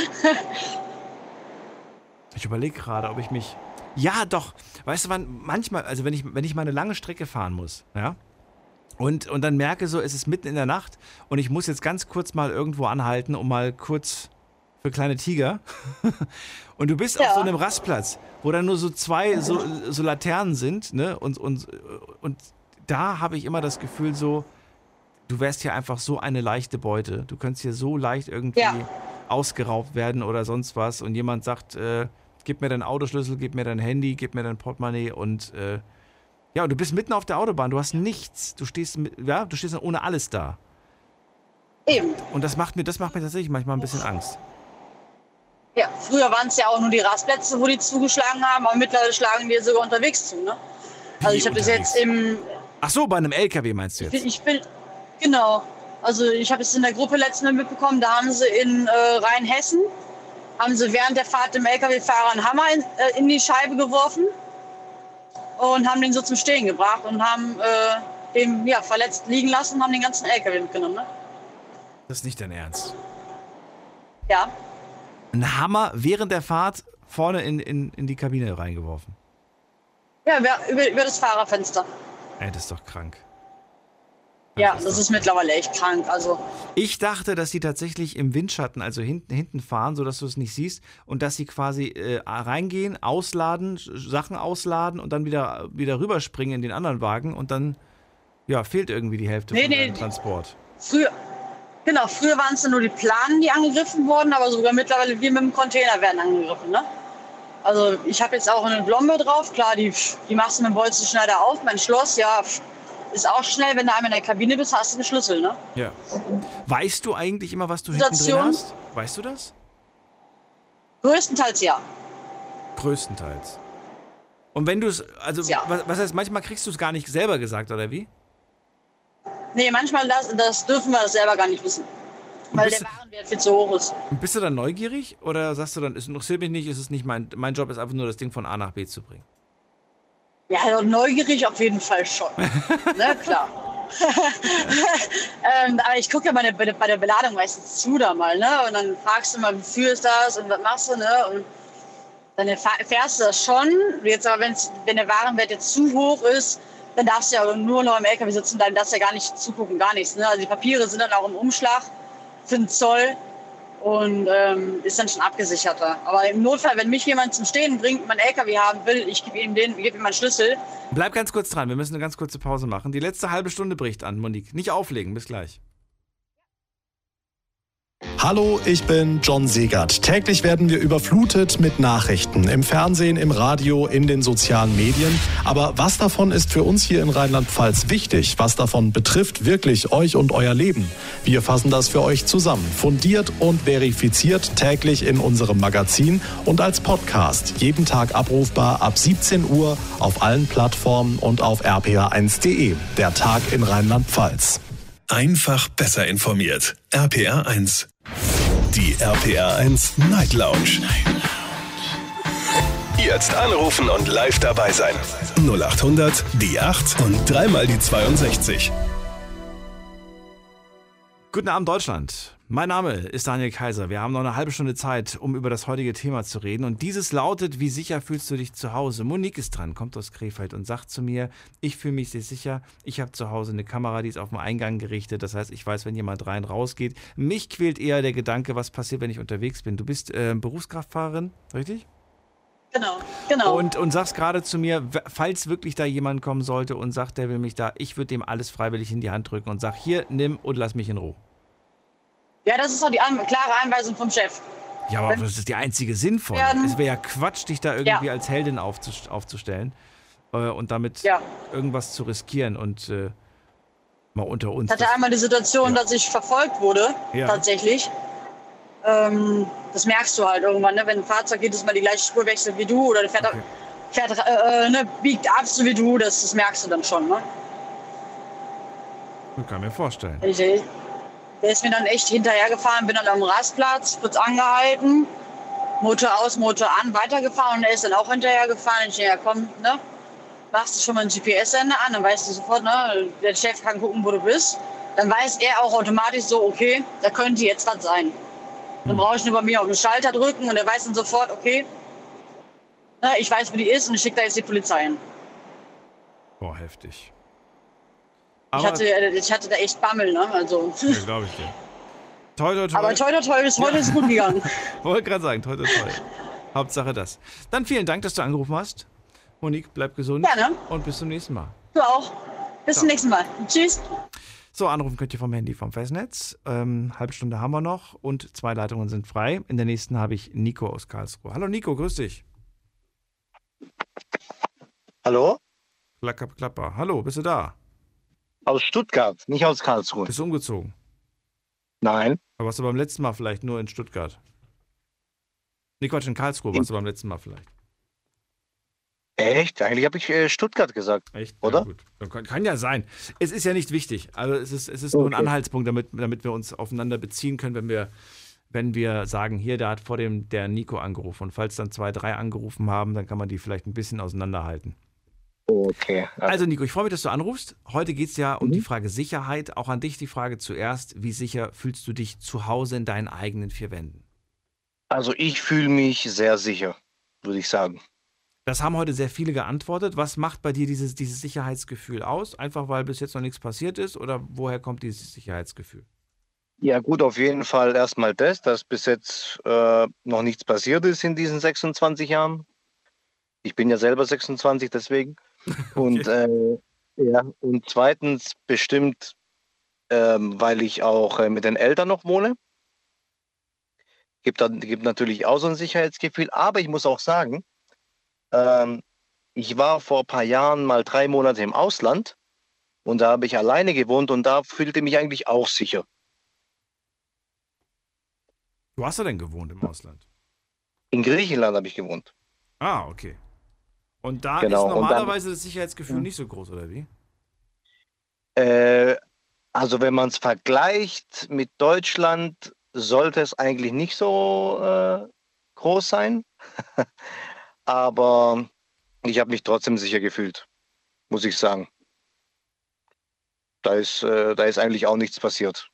Ich überlege gerade, ob ich mich... Ja, doch. Weißt du, manchmal, also wenn ich mal eine lange Strecke fahren muss, ja, und dann merke so, es ist mitten in der Nacht und ich muss jetzt ganz kurz mal irgendwo anhalten, um mal kurz für kleine Tiger. Und du bist auf so einem Rastplatz, wo dann nur so zwei so Laternen sind, ne? Und da habe ich immer das Gefühl so, du wärst hier einfach so eine leichte Beute. Du könntest hier so leicht irgendwie ausgeraubt werden oder sonst was. Und jemand sagt, gib mir deinen Autoschlüssel, gib mir dein Handy, gib mir dein Portemonnaie und und du bist mitten auf der Autobahn, du hast nichts. Du stehst dann ohne alles da. Eben. Und das macht mir tatsächlich manchmal ein bisschen Angst. Ja, früher waren es ja auch nur die Rastplätze, wo die zugeschlagen haben, aber mittlerweile schlagen die sogar unterwegs zu, ne? Also ich habe das jetzt Ach so, bei einem LKW meinst du jetzt? Genau. Also ich habe es in der Gruppe letztens Mal mitbekommen, da haben sie in Rheinhessen, haben sie während der Fahrt dem LKW-Fahrer einen Hammer in die Scheibe geworfen und haben den so zum Stehen gebracht und haben den verletzt liegen lassen und haben den ganzen LKW mitgenommen, ne? Das ist nicht dein Ernst? Ja. Ein Hammer während der Fahrt vorne in die Kabine reingeworfen? Ja, über das Fahrerfenster. Ey, das ist doch krank. Das ist mittlerweile echt krank. Also ich dachte, dass die tatsächlich im Windschatten, also hinten fahren, sodass du es nicht siehst und dass sie quasi reingehen, ausladen, Sachen ausladen und dann wieder rüberspringen in den anderen Wagen und dann fehlt irgendwie die Hälfte von dem Transport. Früher waren es nur die Planen, die angegriffen wurden, aber sogar mittlerweile wir mit dem Container werden angegriffen, ne? Also ich habe jetzt auch eine Blombe drauf, klar, die machst du mit dem Bolzenschneider auf, mein Schloss, ist auch schnell, wenn du einmal in der Kabine bist, hast du den Schlüssel, ne? Ja. Weißt du eigentlich immer, was du hinten drin hast? Weißt du das? Größtenteils ja. Größtenteils. Und wenn du es, was heißt, manchmal kriegst du es gar nicht selber gesagt, oder wie? Nee, manchmal das dürfen wir selber gar nicht wissen. Weil der Warenwert viel zu hoch ist. Und bist du dann neugierig oder sagst du dann, es interessiert mich nicht, ist es nicht mein Job ist einfach nur das Ding von A nach B zu bringen? Ja, also neugierig auf jeden Fall schon. Ne, klar. Aber ich gucke ja bei der Beladung meistens zu da mal, ne? Und dann fragst du mal, wofür ist das und was machst du, ne? Und dann erfährst du das schon. Jetzt aber, wenn der Warenwert jetzt zu hoch ist, dann darfst du ja nur noch im LKW sitzen, dann darfst du ja gar nicht zugucken, gar nichts, ne? Also die Papiere sind dann auch im Umschlag für den Zoll und ist dann schon abgesicherter. Aber im Notfall, wenn mich jemand zum Stehen bringt, mein LKW haben will, ich gebe ihm meinen Schlüssel. Bleib ganz kurz dran, wir müssen eine ganz kurze Pause machen. Die letzte halbe Stunde bricht an, Monique. Nicht auflegen, bis gleich. Hallo, ich bin John Segert. Täglich werden wir überflutet mit Nachrichten. Im Fernsehen, im Radio, in den sozialen Medien. Aber was davon ist für uns hier in Rheinland-Pfalz wichtig? Was davon betrifft wirklich euch und euer Leben? Wir fassen das für euch zusammen. Fundiert und verifiziert täglich in unserem Magazin und als Podcast. Jeden Tag abrufbar ab 17 Uhr auf allen Plattformen und auf rpa1.de. Der Tag in Rheinland-Pfalz. Einfach besser informiert. RPR1. Die RPR1 Night Lounge. Jetzt anrufen und live dabei sein. 0800 die 8 und dreimal die 62. Guten Abend, Deutschland. Mein Name ist Daniel Kaiser. Wir haben noch eine halbe Stunde Zeit, um über das heutige Thema zu reden. Und dieses lautet, wie sicher fühlst du dich zu Hause? Monique ist dran, kommt aus Krefeld und sagt zu mir, ich fühle mich sehr sicher. Ich habe zu Hause eine Kamera, die ist auf den Eingang gerichtet. Das heißt, ich weiß, wenn jemand rein, raus geht. Mich quält eher der Gedanke, was passiert, wenn ich unterwegs bin. Du bist Berufskraftfahrerin, richtig? Genau. Und sagst gerade zu mir, falls wirklich da jemand kommen sollte und sagt, der will mich da, ich würde dem alles freiwillig in die Hand drücken und sag, hier, nimm und lass mich in Ruhe. Ja, das ist auch die klare Anweisung vom Chef. Ja, aber das ist die einzige sinnvolle. Es wäre ja Quatsch, dich da irgendwie als Heldin aufzustellen und damit irgendwas zu riskieren und mal unter uns. Ich hatte einmal die Situation, dass ich verfolgt wurde, tatsächlich. Das merkst du halt irgendwann, ne? Wenn ein Fahrzeug jedes Mal die gleiche Spur wechselt wie du oder biegt ab so wie du, das merkst du dann schon. Ne? Ich kann mir vorstellen. Der ist mir dann echt hinterhergefahren, bin dann am Rastplatz, kurz angehalten, Motor aus, Motor an, weitergefahren und er ist dann auch hinterhergefahren. Ich denke, ja komm, ne? Machst du schon mal einen GPS-Sender an, dann weißt du sofort, ne? Der Chef kann gucken, wo du bist. Dann weiß er auch automatisch so, okay, da könnte jetzt was sein. Dann brauche ich nur bei mir auf den Schalter drücken und er weiß dann sofort, okay, ne, ich weiß, wo die ist und ich schicke da jetzt die Polizei hin. Boah, heftig. Ich hatte da echt Bammel, ne? Also. Ja, glaube ich dir. Toi, toi, toi. Aber toi, toi, toi, ist heute gut gegangen. Wollte gerade sagen, toi, toi, toi. Hauptsache das. Dann vielen Dank, dass du angerufen hast. Monique, bleib gesund. Gerne. Und bis zum nächsten Mal. Du auch. Bis zum nächsten Mal. Tschüss. So, anrufen könnt ihr vom Handy vom Festnetz. Halbe Stunde haben wir noch und 2 Leitungen sind frei. In der nächsten habe ich Nico aus Karlsruhe. Hallo Nico, grüß dich. Hallo? Klapper. Hallo, bist du da? Aus Stuttgart, nicht aus Karlsruhe. Bist du umgezogen? Nein. Aber warst du beim letzten Mal vielleicht nur in Stuttgart? Nee, Quatsch, in Karlsruhe warst du beim letzten Mal vielleicht. Echt? Eigentlich habe ich Stuttgart gesagt. Echt? Oder? Ja, gut. Kann ja sein. Es ist ja nicht wichtig. Also es ist nur ein Anhaltspunkt, damit wir uns aufeinander beziehen können, wenn wir sagen, hier, da hat vor dem der Nico angerufen. Und falls dann 2, 3 angerufen haben, dann kann man die vielleicht ein bisschen auseinanderhalten. Okay. Also Nico, ich freue mich, dass du anrufst. Heute geht es ja um die Frage Sicherheit. Auch an dich die Frage zuerst. Wie sicher fühlst du dich zu Hause in deinen eigenen 4 Wänden? Also ich fühle mich sehr sicher, würde ich sagen. Das haben heute sehr viele geantwortet. Was macht bei dir dieses Sicherheitsgefühl aus? Einfach weil bis jetzt noch nichts passiert ist oder woher kommt dieses Sicherheitsgefühl? Ja gut, auf jeden Fall erstmal dass bis jetzt noch nichts passiert ist in diesen 26 Jahren. Ich bin ja selber 26, deswegen. Okay. Und zweitens bestimmt, weil ich auch mit den Eltern noch wohne. Gibt natürlich auch so ein Sicherheitsgefühl. Aber ich muss auch sagen, ich war vor ein paar Jahren mal 3 Monate im Ausland und da habe ich alleine gewohnt und da fühlte ich mich eigentlich auch sicher. Wo hast du denn gewohnt im Ausland? In Griechenland habe ich gewohnt. Ah, okay. Und da ist normalerweise das Sicherheitsgefühl nicht so groß, oder wie? Also wenn man es vergleicht mit Deutschland, sollte es eigentlich nicht so groß sein. Aber ich habe mich trotzdem sicher gefühlt, muss ich sagen. Da ist eigentlich auch nichts passiert.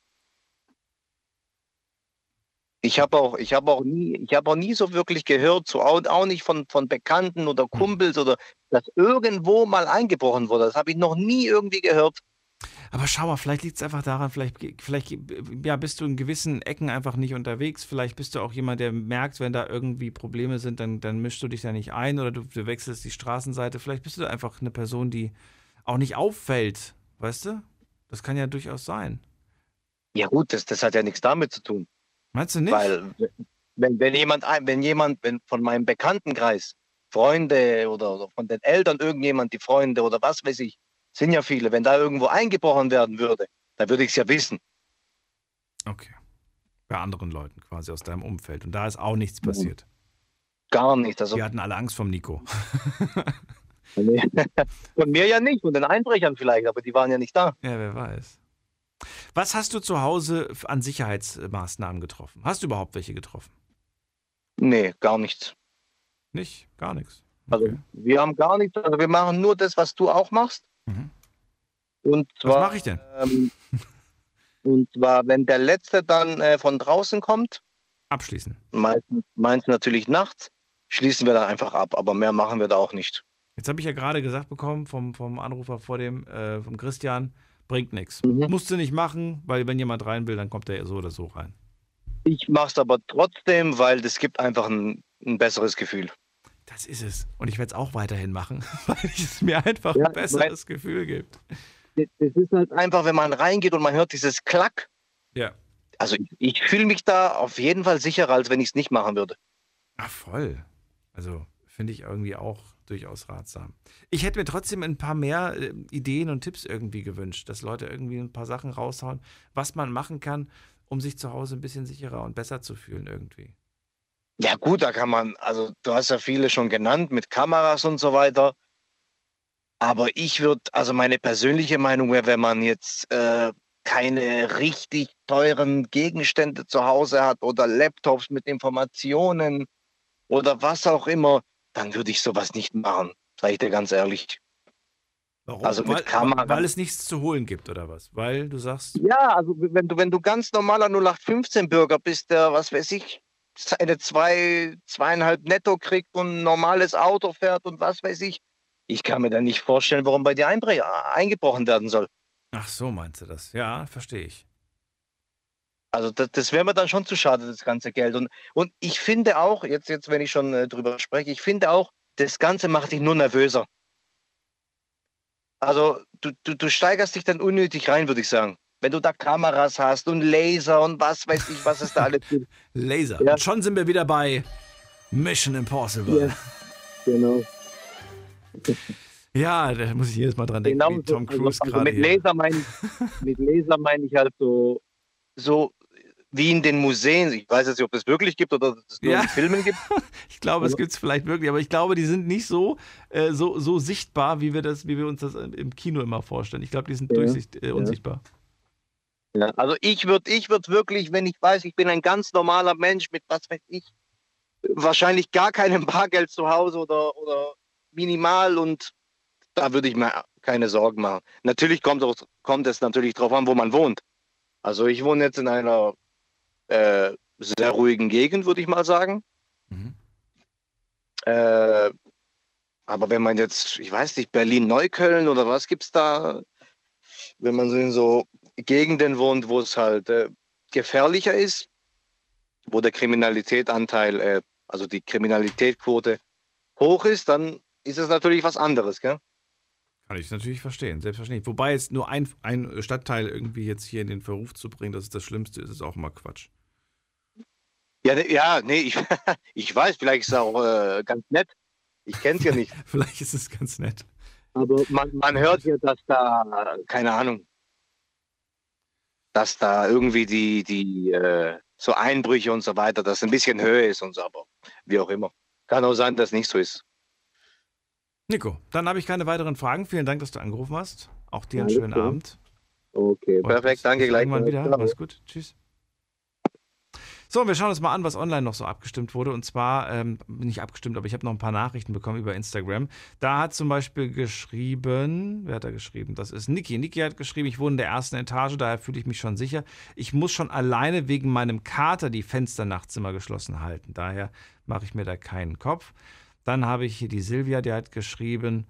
Ich habe auch nie so wirklich gehört, so auch nicht von Bekannten oder Kumpels oder dass irgendwo mal eingebrochen wurde. Das habe ich noch nie irgendwie gehört. Aber schau mal, vielleicht liegt es einfach daran, vielleicht bist du in gewissen Ecken einfach nicht unterwegs. Vielleicht bist du auch jemand, der merkt, wenn da irgendwie Probleme sind, dann mischst du dich da nicht ein oder du wechselst die Straßenseite. Vielleicht bist du einfach eine Person, die auch nicht auffällt, weißt du? Das kann ja durchaus sein. Ja gut, das hat ja nichts damit zu tun. Meinst du nicht? Weil wenn jemand von meinem Bekanntenkreis, Freunde oder von den Eltern irgendjemand, die Freunde oder was weiß ich, sind ja viele, wenn da irgendwo eingebrochen werden würde, dann würde ich es ja wissen. Okay. Bei anderen Leuten quasi aus deinem Umfeld. Und da ist auch nichts passiert. Gar nicht. Also, wir hatten alle Angst vom Nico. Von mir ja nicht, von den Einbrechern vielleicht, aber die waren ja nicht da. Ja, wer weiß. Was hast du zu Hause an Sicherheitsmaßnahmen getroffen? Hast du überhaupt welche getroffen? Nee, gar nichts. Nicht? Gar nichts? Okay. Also wir haben gar nichts, also wir machen nur das, was du auch machst. Mhm. Und zwar, was mache ich denn? Und zwar, wenn der Letzte dann von draußen kommt. Abschließen. Meistens natürlich nachts, schließen wir dann einfach ab, aber mehr machen wir da auch nicht. Jetzt habe ich ja gerade gesagt bekommen vom Anrufer vom Christian, bringt nichts. Musst du nicht machen, weil wenn jemand rein will, dann kommt er so oder so rein. Ich mache es aber trotzdem, weil das gibt einfach ein besseres Gefühl. Das ist es. Und ich werde es auch weiterhin machen, weil es mir einfach ein besseres Gefühl gibt. Das ist halt einfach, wenn man reingeht und man hört dieses Klack. Ja. Also ich fühle mich da auf jeden Fall sicherer, als wenn ich es nicht machen würde. Ach, voll. Also finde ich irgendwie auch durchaus ratsam. Ich hätte mir trotzdem ein paar mehr Ideen und Tipps irgendwie gewünscht, dass Leute irgendwie ein paar Sachen raushauen, was man machen kann, um sich zu Hause ein bisschen sicherer und besser zu fühlen irgendwie? Ja gut, da kann man, also du hast ja viele schon genannt mit Kameras und so weiter. Aber also meine persönliche Meinung wäre, wenn man jetzt keine richtig teuren Gegenstände zu Hause hat oder Laptops mit Informationen oder was auch immer, dann würde ich sowas nicht machen, sage ich dir ganz ehrlich. Warum? Also mit Kamera. Weil es nichts zu holen gibt oder was? Weil du sagst... Ja, also wenn du ganz normaler 0815-Bürger bist, der, was weiß ich, eine 2,5 netto kriegt und ein normales Auto fährt und was weiß ich, ich kann mir dann nicht vorstellen, warum bei dir eingebrochen werden soll. Ach so, meinst du das? Ja, verstehe ich. Also das wäre mir dann schon zu schade, das ganze Geld. Und ich finde auch, jetzt wenn ich schon drüber spreche, ich finde auch, das Ganze macht dich nur nervöser. Also du steigerst dich dann unnötig rein, würde ich sagen. Wenn du da Kameras hast und Laser und was weiß ich, was es da alles gibt. Laser. Ja. Und schon sind wir wieder bei Mission Impossible. Ja, genau. Ja, da muss ich jedes Mal dran denken, genau, wie Tom Cruise also gerade mit Laser meine ich halt so wie in den Museen. Ich weiß jetzt nicht, ob es wirklich gibt oder es nur in Filmen gibt. Ich glaube, es gibt es vielleicht wirklich, aber ich glaube, die sind nicht so sichtbar, wie wir uns das im Kino immer vorstellen. Ich glaube, die sind unsichtbar. Ja, also ich würd wirklich, wenn ich weiß, ich bin ein ganz normaler Mensch mit, was weiß ich, wahrscheinlich gar keinem Bargeld zu Hause oder minimal, und da würde ich mir keine Sorgen machen. Natürlich kommt es natürlich drauf an, wo man wohnt. Also ich wohne jetzt in einer sehr ruhigen Gegend, würde ich mal sagen. Mhm. Aber wenn man jetzt, ich weiß nicht, Berlin-Neukölln oder was gibt's da, wenn man so in so Gegenden wohnt, wo es halt gefährlicher ist, wo der Kriminalitätsanteil, also die Kriminalitätsquote hoch ist, dann ist es natürlich was anderes, gell? Kann ich natürlich verstehen, selbstverständlich. Wobei jetzt nur ein Stadtteil irgendwie jetzt hier in den Verruf zu bringen, dass es das Schlimmste ist, ist auch immer Quatsch. Ja, nee, ich weiß, vielleicht ist es auch ganz nett. Ich kenne es ja nicht. Vielleicht ist es ganz nett. Aber man hört ja, dass da, keine Ahnung, dass da irgendwie die so Einbrüche und so weiter, dass ein bisschen höher ist und so, aber wie auch immer. Kann auch sein, dass es nicht so ist. Nico, dann habe ich keine weiteren Fragen. Vielen Dank, dass du angerufen hast. Auch dir einen schönen Abend. Okay, perfekt. Danke gleich. Irgendwann wieder. Alles gut. Tschüss. So, wir schauen uns mal an, was online noch so abgestimmt wurde. Und zwar, nicht abgestimmt, aber ich habe noch ein paar Nachrichten bekommen über Instagram. Da hat zum Beispiel geschrieben, wer hat da geschrieben? Das ist Niki. Niki hat geschrieben, ich wohne in der ersten Etage, daher fühle ich mich schon sicher. Ich muss schon alleine wegen meinem Kater die Fenster nachts immer geschlossen halten. Daher mache ich mir da keinen Kopf. Dann habe ich hier die Silvia, die hat geschrieben,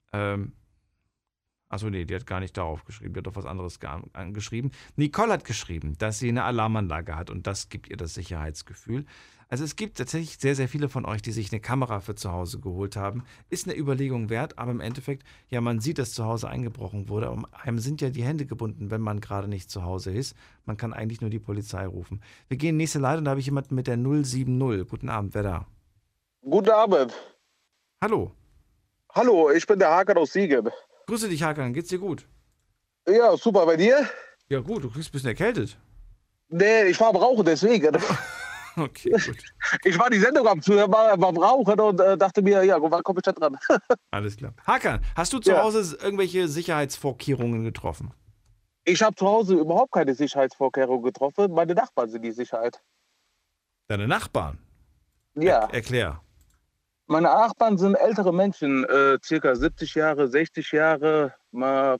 die hat gar nicht darauf geschrieben, die hat auf was anderes geschrieben. Nicole hat geschrieben, dass sie eine Alarmanlage hat und das gibt ihr das Sicherheitsgefühl. Also es gibt tatsächlich sehr, sehr viele von euch, die sich eine Kamera für zu Hause geholt haben. Ist eine Überlegung wert, aber im Endeffekt, ja, man sieht, dass zu Hause eingebrochen wurde. Aber einem sind ja die Hände gebunden, wenn man gerade nicht zu Hause ist. Man kann eigentlich nur die Polizei rufen. Wir gehen nächste Leitung, da habe ich jemanden mit der 070. Guten Abend, wer da? Guten Abend. Hallo. Hallo, ich bin der Hakan aus Siegen. Grüße dich, Hakan. Geht's dir gut? Ja, super. Bei dir? Ja, gut. Du kriegst ein bisschen erkältet. Nee, ich war am Rauchen, deswegen. Okay, gut. Ich war die Sendung am Zuhören, war am Rauchen und dachte mir, ja, wann komme ich da dran? Alles klar. Hakan, hast du zu Hause irgendwelche Sicherheitsvorkehrungen getroffen? Ich habe zu Hause überhaupt keine Sicherheitsvorkehrungen getroffen. Meine Nachbarn sind die Sicherheit. Deine Nachbarn? Ja. Erklär. Meine Nachbarn sind ältere Menschen, circa 70 Jahre, 60 Jahre, mal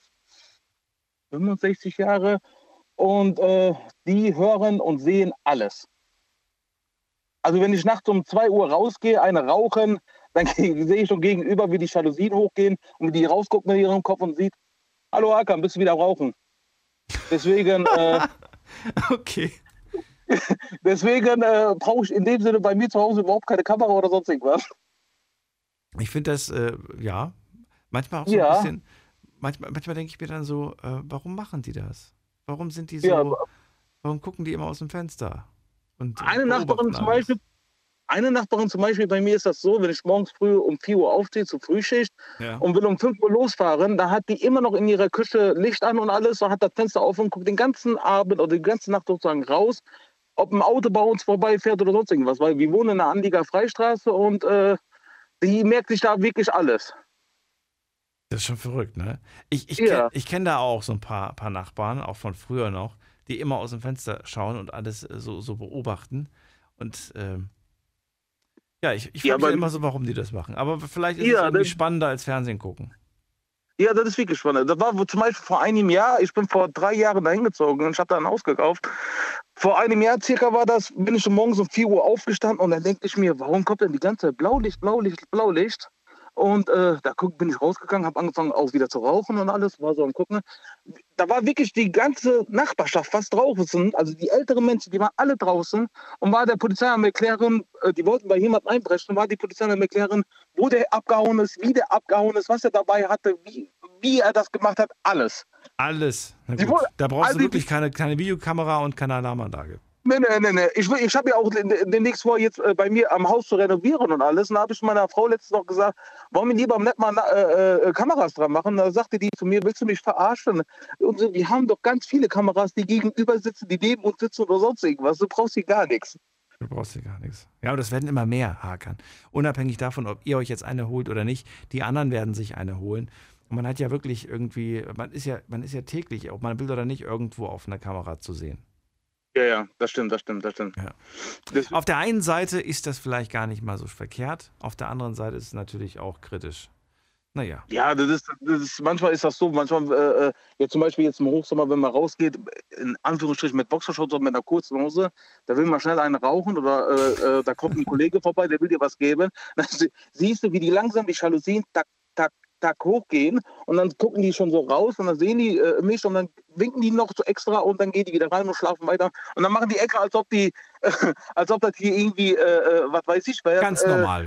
65 Jahre. Und die hören und sehen alles. Also wenn ich nachts um 2 Uhr rausgehe, eine rauchen, dann sehe ich schon gegenüber, wie die Jalousien hochgehen und wie die rausgucken mit ihrem Kopf und sieht, hallo Hakan, bist du wieder rauchen? Deswegen, okay. Deswegen brauche ich in dem Sinne bei mir zu Hause überhaupt keine Kamera oder sonst irgendwas. Ich finde das, manchmal auch so ein bisschen, manchmal denke ich mir dann so, warum machen die das? Warum sind die so, warum gucken die immer aus dem Fenster? Und eine Nachbarin eine Nachbarin zum Beispiel, bei mir ist das so, wenn ich morgens früh um 4 Uhr aufstehe zur Frühschicht und will um 5 Uhr losfahren, da hat die immer noch in ihrer Küche Licht an und alles und hat das Fenster auf und guckt den ganzen Abend oder die ganze Nacht sozusagen raus, ob ein Auto bei uns vorbeifährt oder sonst irgendwas, weil wir wohnen in der Anlieger Freistraße und die merkt sich da wirklich alles. Das ist schon verrückt, ne? Ich kenn da auch so ein paar Nachbarn, auch von früher noch, die immer aus dem Fenster schauen und alles so beobachten. Und ich frage mich immer so, warum die das machen. Aber vielleicht ist es irgendwie spannender als Fernsehen gucken. Ja, das ist wirklich spannend. Das war zum Beispiel vor einem Jahr, ich bin vor 3 Jahren dahin gezogen und ich habe da ein Haus gekauft. Vor einem Jahr circa bin ich morgens um 4 Uhr aufgestanden und dann denke ich mir, warum kommt denn die ganze Zeit Blaulicht? Und bin ich rausgegangen, habe angefangen auch wieder zu rauchen und alles, war so am Gucken. Da war wirklich die ganze Nachbarschaft fast draußen, also die älteren Menschen, die waren alle draußen und war der Polizei am Erklären, die wollten bei jemandem einbrechen, war die Polizei am Erklären, wo der abgehauen ist, wie der abgehauen ist, was er dabei hatte, wie er das gemacht hat, alles. Alles. Na gut. Da brauchst du wirklich keine Videokamera und keine Alarmanlage. Nee. Ich habe ja auch demnächst vor, jetzt bei mir am Haus zu renovieren und alles. Und da habe ich meiner Frau letztens noch gesagt, wollen wir lieber nicht mal Kameras dran machen? Da sagte die zu mir, willst du mich verarschen? Und so, wir haben doch ganz viele Kameras, die gegenüber sitzen, die neben uns sitzen oder sonst irgendwas. Du brauchst hier gar nichts. Du brauchst hier gar nichts. Ja, und das werden immer mehr, Hakan. Unabhängig davon, ob ihr euch jetzt eine holt oder nicht, die anderen werden sich eine holen. Und man hat ja wirklich irgendwie, man ist ja täglich, ob man will oder nicht, irgendwo auf einer Kamera zu sehen. Ja, das stimmt. Ja. Auf der einen Seite ist das vielleicht gar nicht mal so verkehrt, auf der anderen Seite ist es natürlich auch kritisch. Naja. Ja, das ist manchmal ist das so, manchmal, zum Beispiel jetzt im Hochsommer, wenn man rausgeht, in Anführungsstrichen mit Boxershorts oder mit einer kurzen Hose, da will man schnell einen rauchen oder da kommt ein Kollege vorbei, der will dir was geben. Dann siehst du, wie die langsam die Jalousien tak hochgehen und dann gucken die schon so raus und dann sehen die mich und dann winken die noch so extra und dann gehen die wieder rein und schlafen weiter und dann machen die extra, als ob das hier irgendwie, was weiß ich, ganz normal,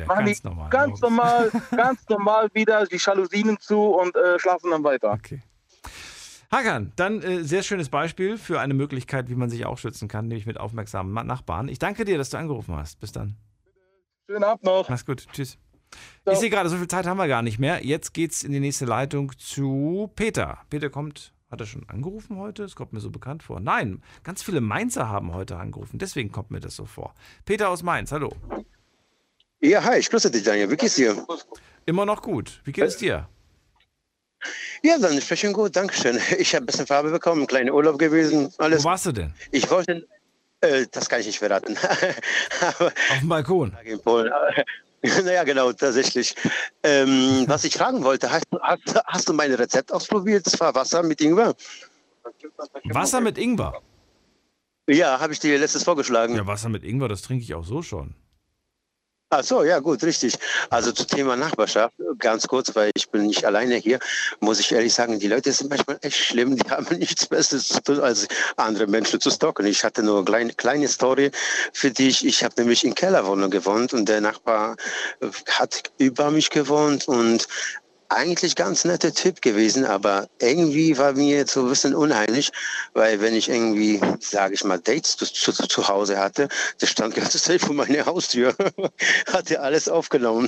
ganz normal wieder die Jalousien zu und schlafen dann weiter. Okay. Hakan, dann sehr schönes Beispiel für eine Möglichkeit, wie man sich auch schützen kann, nämlich mit aufmerksamen Nachbarn. Ich danke dir, dass du angerufen hast. Bis dann. Schönen Abend noch. Mach's gut. Tschüss. Ich sehe gerade, so viel Zeit haben wir gar nicht mehr. Jetzt geht's in die nächste Leitung zu Peter. Peter hat er schon angerufen heute? Das kommt mir so bekannt vor. Nein, ganz viele Mainzer haben heute angerufen. Deswegen kommt mir das so vor. Peter aus Mainz, hallo. Ja, hi, ich grüße dich, Daniel. Wie geht's dir? Immer noch gut. Wie geht es dir? Ja, dann ist schon gut, dankeschön. Ich habe ein bisschen Farbe bekommen, ein kleiner Urlaub gewesen. Alles. Wo warst du denn? Ich wollte, das kann ich nicht verraten. Auf dem Balkon? In Polen. Naja, genau, tatsächlich. Was ich fragen wollte, hast du mein Rezept ausprobiert? Das war Wasser mit Ingwer. Wasser mit Ingwer? Ja, habe ich dir letztes vorgeschlagen. Ja, Wasser mit Ingwer, das trinke ich auch so schon. Ach so, ja gut, richtig. Also zum Thema Nachbarschaft, ganz kurz, weil ich bin nicht alleine hier, muss ich ehrlich sagen, die Leute sind manchmal echt schlimm, die haben nichts Besseres zu tun, als andere Menschen zu stalken. Ich hatte nur eine kleine Story für dich. Ich habe nämlich in Kellerwohnung gewohnt und der Nachbar hat über mich gewohnt und eigentlich ganz netter Typ gewesen, aber irgendwie war mir jetzt so ein bisschen unheimlich, weil wenn ich irgendwie, sage ich mal, Dates zu Hause hatte, der stand die ganze Zeit vor meiner Haustür, hat er alles aufgenommen.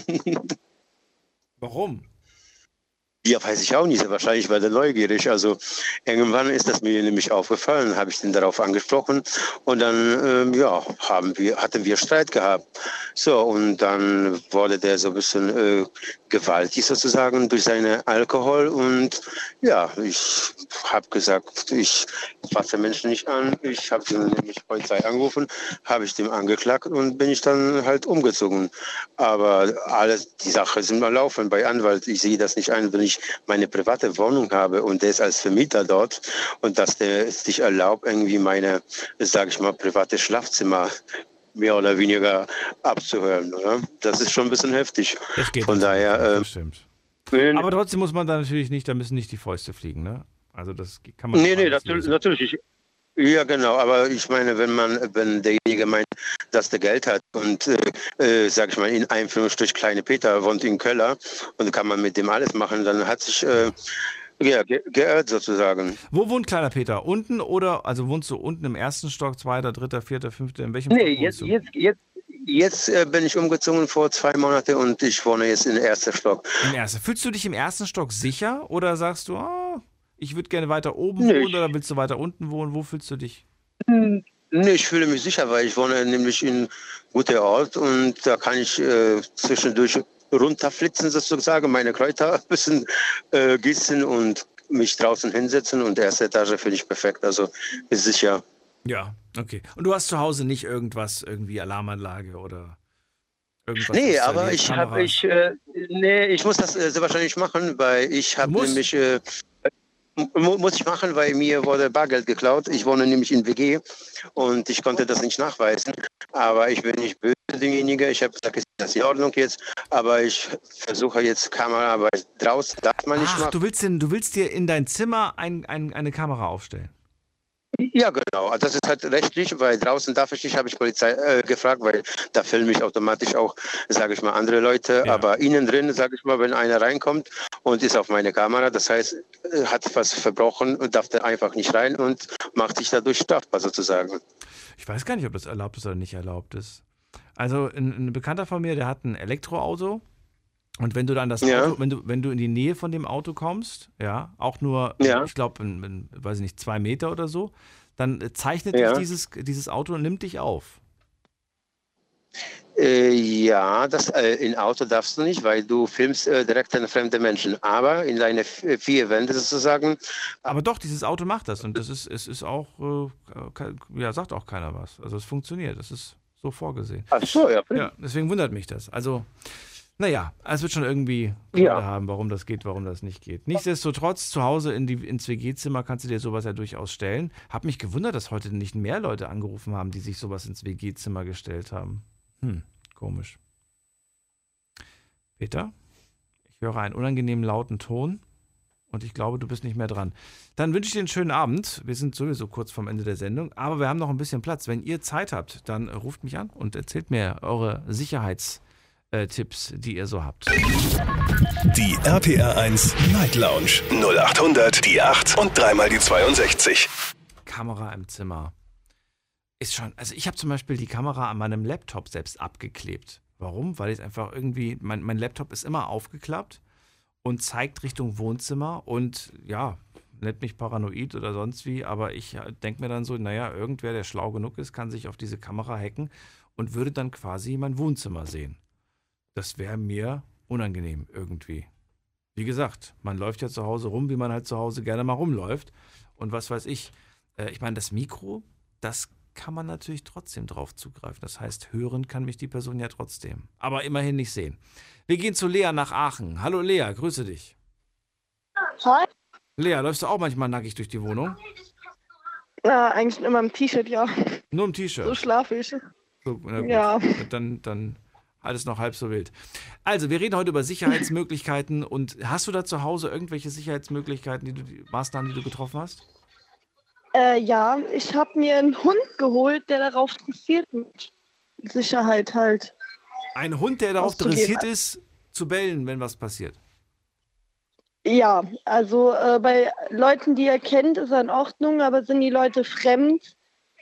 Warum? Ja, weiß ich auch nicht. Wahrscheinlich war der neugierig. Also irgendwann ist das mir nämlich aufgefallen, habe ich den darauf angesprochen und dann hatten wir Streit gehabt. So, und dann wurde der so ein bisschen gewaltig sozusagen durch seinen Alkohol und ja, ich habe gesagt, ich fasse Menschen nicht an. Ich habe nämlich Polizei angerufen, habe ich dem angeklagt und bin ich dann halt umgezogen. Aber die Sache ist immer laufen bei Anwalt. Ich sehe das nicht ein, wenn ich meine private Wohnung habe und der ist als Vermieter dort und dass der es sich erlaubt, irgendwie meine, sage ich mal, private Schlafzimmer mehr oder weniger abzuhören. Oder? Das ist schon ein bisschen heftig. Das geht von daher. Das stimmt. Aber trotzdem muss man da natürlich nicht, da müssen nicht die Fäuste fliegen, ne? Also das kann man. Nee, natürlich. Ja, genau. Aber ich meine, wenn derjenige meint, dass der Geld hat und, sag ich mal, in Anführungsstrich kleine Peter wohnt in Keller und kann man mit dem alles machen, dann hat sich geirrt sozusagen. Wo wohnt kleiner Peter? Unten oder, also wohnst du unten im ersten Stock, zweiter, dritter, vierter, fünfter, in welchem Stock wohnst du? Jetzt bin ich umgezogen vor 2 Monaten und ich wohne jetzt im ersten Stock. Im ersten. Fühlst du dich im ersten Stock sicher oder sagst du, ich würde gerne weiter oben wohnen oder willst du weiter unten wohnen? Wo fühlst du dich? Nee, ich fühle mich sicher, weil ich wohne nämlich in guter Ort und da kann ich zwischendurch runterflitzen sozusagen, meine Kräuter ein bisschen gießen und mich draußen hinsetzen und erste Etage finde ich perfekt, also ist sicher. Ja, okay. Und du hast zu Hause nicht irgendwas, irgendwie Alarmanlage oder irgendwas? Nee, aber ich muss das sehr wahrscheinlich machen, weil ich habe nämlich, muss ich machen, weil mir wurde Bargeld geklaut. Ich wohne nämlich in WG und ich konnte das nicht nachweisen. Aber ich bin nicht böse derjenige. Ich habe gesagt, ist das in Ordnung jetzt? Aber ich versuche jetzt Kameraarbeit draußen, darf man nicht machen. Du willst dir in dein Zimmer eine Kamera aufstellen? Ja, genau. Also das ist halt rechtlich, weil draußen darf ich nicht, habe ich Polizei gefragt, weil da filme ich automatisch auch, sage ich mal, andere Leute. Ja. Aber innen drin, sage ich mal, wenn einer reinkommt und ist auf meine Kamera, das heißt, hat was verbrochen und darf da einfach nicht rein und macht sich dadurch strafbar sozusagen. Ich weiß gar nicht, ob das erlaubt ist oder nicht erlaubt ist. Also ein Bekannter von mir, der hat ein Elektroauto. Und wenn du dann das Auto, wenn du in die Nähe von dem Auto kommst, ja, auch nur, ich glaube, weiß ich nicht, 2 Meter oder so, dann zeichnet dich dieses Auto und nimmt dich auf. Das in Auto darfst du nicht, weil du filmst direkt einen fremden Menschen. Aber in deine 4 Wände sozusagen. Aber doch, dieses Auto macht das und es ist auch, sagt auch keiner was. Also es funktioniert, das ist so vorgesehen. Ach so, ja. Deswegen wundert mich das. Also naja, es wird schon irgendwie Gründe haben, warum das geht, warum das nicht geht. Nichtsdestotrotz, zu Hause ins WG-Zimmer kannst du dir sowas ja durchaus stellen. Hab mich gewundert, dass heute nicht mehr Leute angerufen haben, die sich sowas ins WG-Zimmer gestellt haben. Komisch. Peter, ich höre einen unangenehmen lauten Ton und ich glaube, du bist nicht mehr dran. Dann wünsche ich dir einen schönen Abend. Wir sind sowieso kurz vorm Ende der Sendung, aber wir haben noch ein bisschen Platz. Wenn ihr Zeit habt, dann ruft mich an und erzählt mir eure Sicherheitstipps, die ihr so habt. Die RPR 1 Night Lounge 0800 die 8 und dreimal die 62. Kamera im Zimmer. Ist schon, also ich habe zum Beispiel die Kamera an meinem Laptop selbst abgeklebt. Warum? Weil ich einfach irgendwie, mein Laptop ist immer aufgeklappt und zeigt Richtung Wohnzimmer und ja, nennt mich paranoid oder sonst wie, aber ich denke mir dann so, naja, irgendwer, der schlau genug ist, kann sich auf diese Kamera hacken und würde dann quasi mein Wohnzimmer sehen. Das wäre mir unangenehm irgendwie. Wie gesagt, man läuft ja zu Hause rum, wie man halt zu Hause gerne mal rumläuft. Und was weiß ich. Ich meine, das Mikro, das kann man natürlich trotzdem drauf zugreifen. Das heißt, hören kann mich die Person ja trotzdem. Aber immerhin nicht sehen. Wir gehen zu Lea nach Aachen. Hallo Lea, grüße dich. Hi. Lea, läufst du auch manchmal nackig durch die Wohnung? Ja, eigentlich immer im T-Shirt, ja. Nur im T-Shirt? So schlafe ich. So, ja. Dann alles noch halb so wild. Also, wir reden heute über Sicherheitsmöglichkeiten. Und hast du da zu Hause irgendwelche Sicherheitsmöglichkeiten, Maßnahmen, die du getroffen hast? Ja, ich habe mir einen Hund geholt, der darauf dressiert mit Sicherheit halt. Ein Hund, der darauf dressiert ist, zu bellen, wenn was passiert? Ja, also bei Leuten, die er kennt, ist er in Ordnung, aber sind die Leute fremd,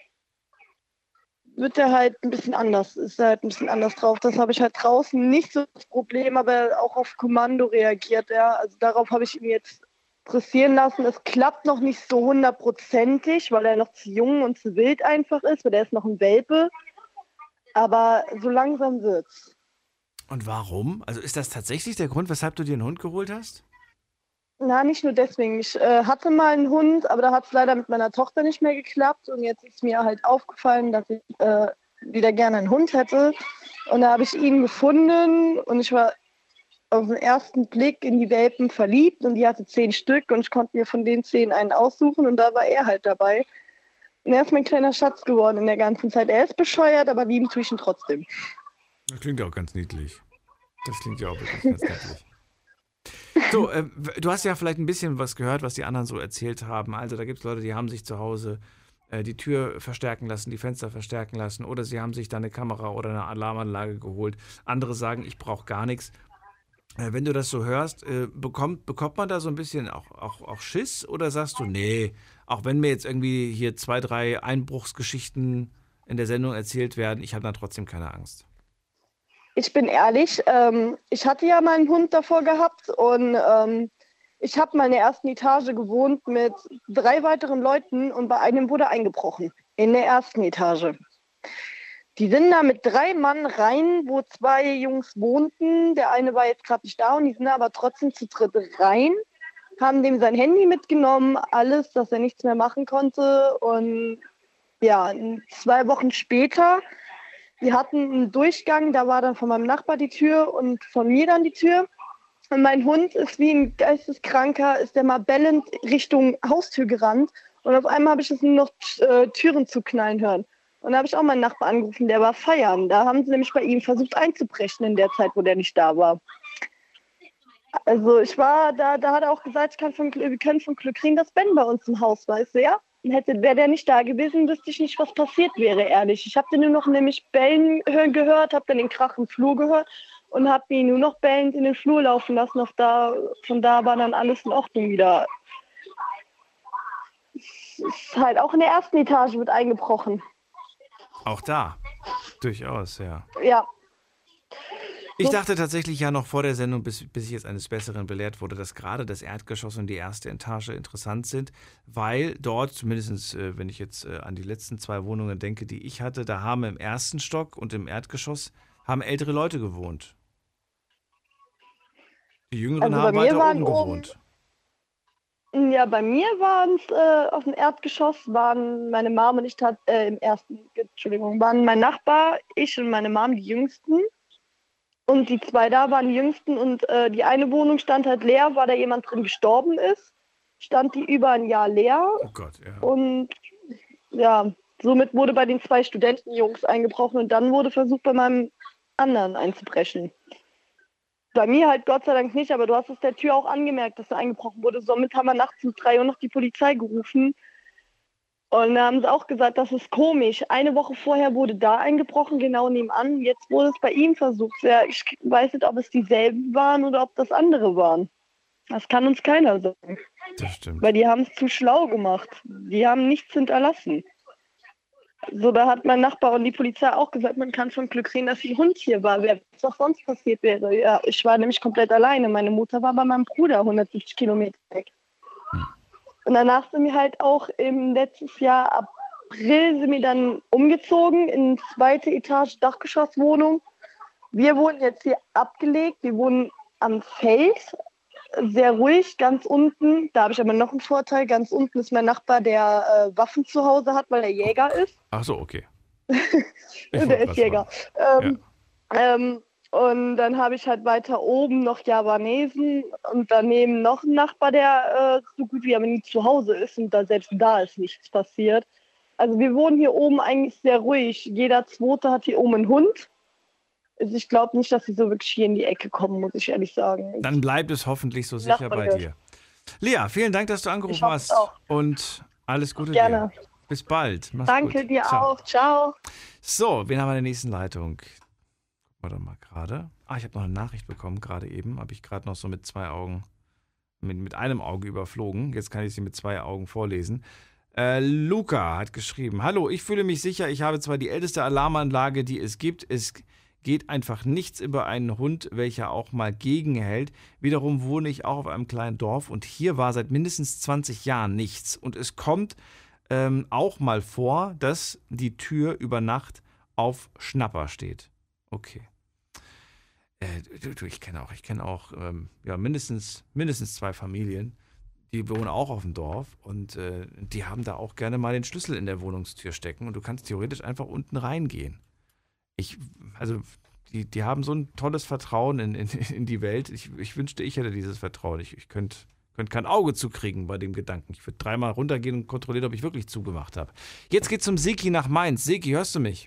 wird er halt ein bisschen anders, ist er halt ein bisschen anders drauf. Das habe ich halt draußen nicht so das Problem, aber auch auf Kommando reagiert er. Also darauf habe ich ihn jetzt dressieren lassen. Es klappt noch nicht so 100%, weil er noch zu jung und zu wild einfach ist, weil er ist noch ein Welpe. Aber so langsam wird's. Und warum? Also ist das tatsächlich der Grund, weshalb du dir einen Hund geholt hast? Na, nicht nur deswegen. Ich hatte mal einen Hund, aber da hat es leider mit meiner Tochter nicht mehr geklappt. Und jetzt ist mir halt aufgefallen, dass ich wieder gerne einen Hund hätte. Und da habe ich ihn gefunden und ich war auf den ersten Blick in die Welpen verliebt. Und die hatte 10 Stück und ich konnte mir von den 10 einen aussuchen und da war er halt dabei. Und er ist mein kleiner Schatz geworden in der ganzen Zeit. Er ist bescheuert, aber lieben tue ich ihn trotzdem. Das klingt ja auch ganz niedlich. Das klingt ja auch wirklich ganz niedlich. So, du hast ja vielleicht ein bisschen was gehört, was die anderen so erzählt haben. Also da gibt es Leute, die haben sich zu Hause die Tür verstärken lassen, die Fenster verstärken lassen oder sie haben sich da eine Kamera oder eine Alarmanlage geholt. Andere sagen, ich brauche gar nichts. Wenn du das so hörst, bekommt man da so ein bisschen auch Schiss oder sagst du, nee, auch wenn mir jetzt irgendwie hier 2, 3 Einbruchsgeschichten in der Sendung erzählt werden, ich habe da trotzdem keine Angst? Ich bin ehrlich, ich hatte ja mal einen Hund davor gehabt und ich habe mal in der ersten Etage gewohnt mit 3 weiteren Leuten und bei einem wurde eingebrochen. In der ersten Etage. Die sind da mit 3 Mann rein, wo 2 Jungs wohnten. Der eine war jetzt gerade nicht da und die sind aber trotzdem zu dritt rein, haben dem sein Handy mitgenommen, alles, dass er nichts mehr machen konnte. Und ja, 2 Wochen später, wir hatten einen Durchgang, da war dann von meinem Nachbar die Tür und von mir dann die Tür. Und mein Hund ist wie ein Geisteskranker, ist der mal bellend Richtung Haustür gerannt. Und auf einmal habe ich es nur noch Türen zu knallen hören. Und da habe ich auch meinen Nachbar angerufen, der war feiern. Da haben sie nämlich bei ihm versucht einzubrechen in der Zeit, wo der nicht da war. Also ich war, da hat er auch gesagt, wir können von Glück kriegen, dass Ben bei uns im Haus war. Weißt du, ja? Wäre der nicht da gewesen, wüsste ich nicht, was passiert wäre, ehrlich. Ich habe den nur noch nämlich bellen gehört, habe dann den Krach im Flur gehört und habe ihn nur noch bellend in den Flur laufen lassen. Von da war dann alles in Ordnung wieder. Es ist halt auch in der ersten Etage wird eingebrochen. Auch da, durchaus, ja. Ja. Ich dachte tatsächlich ja noch vor der Sendung, bis ich jetzt eines Besseren belehrt wurde, dass gerade das Erdgeschoss und die erste Etage interessant sind, weil dort, zumindest wenn ich jetzt an die letzten 2 Wohnungen denke, die ich hatte, da haben im ersten Stock und im Erdgeschoss haben ältere Leute gewohnt. Die Jüngeren haben weiter oben gewohnt. Ja, bei mir waren es auf dem Erdgeschoss, waren meine Mom und ich waren mein Nachbar, ich und meine Mom die Jüngsten. Und die 2 da waren die Jüngsten und die eine Wohnung stand halt leer, weil da jemand drin gestorben ist. Stand die über ein Jahr leer. Oh Gott, ja. Und ja, somit wurde bei den 2 Studentenjungs eingebrochen und dann wurde versucht, bei meinem anderen einzubrechen. Bei mir halt Gott sei Dank nicht, aber du hast es der Tür auch angemerkt, dass da eingebrochen wurde. Somit haben wir nachts um 3 Uhr noch die Polizei gerufen. Und da haben sie auch gesagt, das ist komisch. Eine Woche vorher wurde da eingebrochen, genau nebenan. Jetzt wurde es bei ihm versucht. Ja, ich weiß nicht, ob es dieselben waren oder ob das andere waren. Das kann uns keiner sagen. Das stimmt. Weil die haben es zu schlau gemacht. Die haben nichts hinterlassen. So, da hat mein Nachbar und die Polizei auch gesagt, man kann schon Glück sehen, dass ihr Hund hier war. Wer weiß, was sonst passiert wäre. Ja, ich war nämlich komplett alleine. Meine Mutter war bei meinem Bruder 170 Kilometer weg. Und danach sind wir halt auch im letztes Jahr April sind wir dann umgezogen in 2. Etage Dachgeschosswohnung. Wir wurden jetzt hier abgelegt. Wir wohnen am Feld, sehr ruhig, ganz unten. Da habe ich aber noch einen Vorteil. Ganz unten ist mein Nachbar, der Waffen zu Hause hat, weil er Jäger ist. Ach so, okay. Der ist Jäger. Und dann habe ich halt weiter oben noch Javanesen und daneben noch einen Nachbar, der so gut wie aber nie zu Hause ist und selbst da ist nichts passiert. Also wir wohnen hier oben eigentlich sehr ruhig. Jeder Zweite hat hier oben einen Hund. Also ich glaube nicht, dass sie so wirklich hier in die Ecke kommen, muss ich ehrlich sagen. Dann bleibt es hoffentlich so sicher bei dir. Lea, vielen Dank, dass du angerufen hast. Auch. Und alles Gute Gerne. dir. Bis bald. Mach's Danke gut. dir Ciao. auch. Ciao. So, wen haben wir in der nächsten Leitung? Warte mal gerade. Ich habe noch eine Nachricht bekommen, gerade eben. Habe ich gerade noch so mit 2 Augen, mit einem Auge überflogen. Jetzt kann ich sie mit 2 Augen vorlesen. Luca hat geschrieben: Hallo, ich fühle mich sicher, ich habe zwar die älteste Alarmanlage, die es gibt. Es geht einfach nichts über einen Hund, welcher auch mal gegenhält. Wiederum wohne ich auch auf einem kleinen Dorf und hier war seit mindestens 20 Jahren nichts. Und es kommt auch mal vor, dass die Tür über Nacht auf Schnapper steht. Okay. Ich kenne auch mindestens 2 Familien, die wohnen auch auf dem Dorf und die haben da auch gerne mal den Schlüssel in der Wohnungstür stecken und du kannst theoretisch einfach unten reingehen. Die haben so ein tolles Vertrauen in die Welt. Ich wünschte, ich hätte dieses Vertrauen. Ich könnte kein Auge zukriegen bei dem Gedanken. Ich würde 3-mal runtergehen und kontrollieren, ob ich wirklich zugemacht habe. Jetzt geht's zum Seki nach Mainz. Seki, hörst du mich?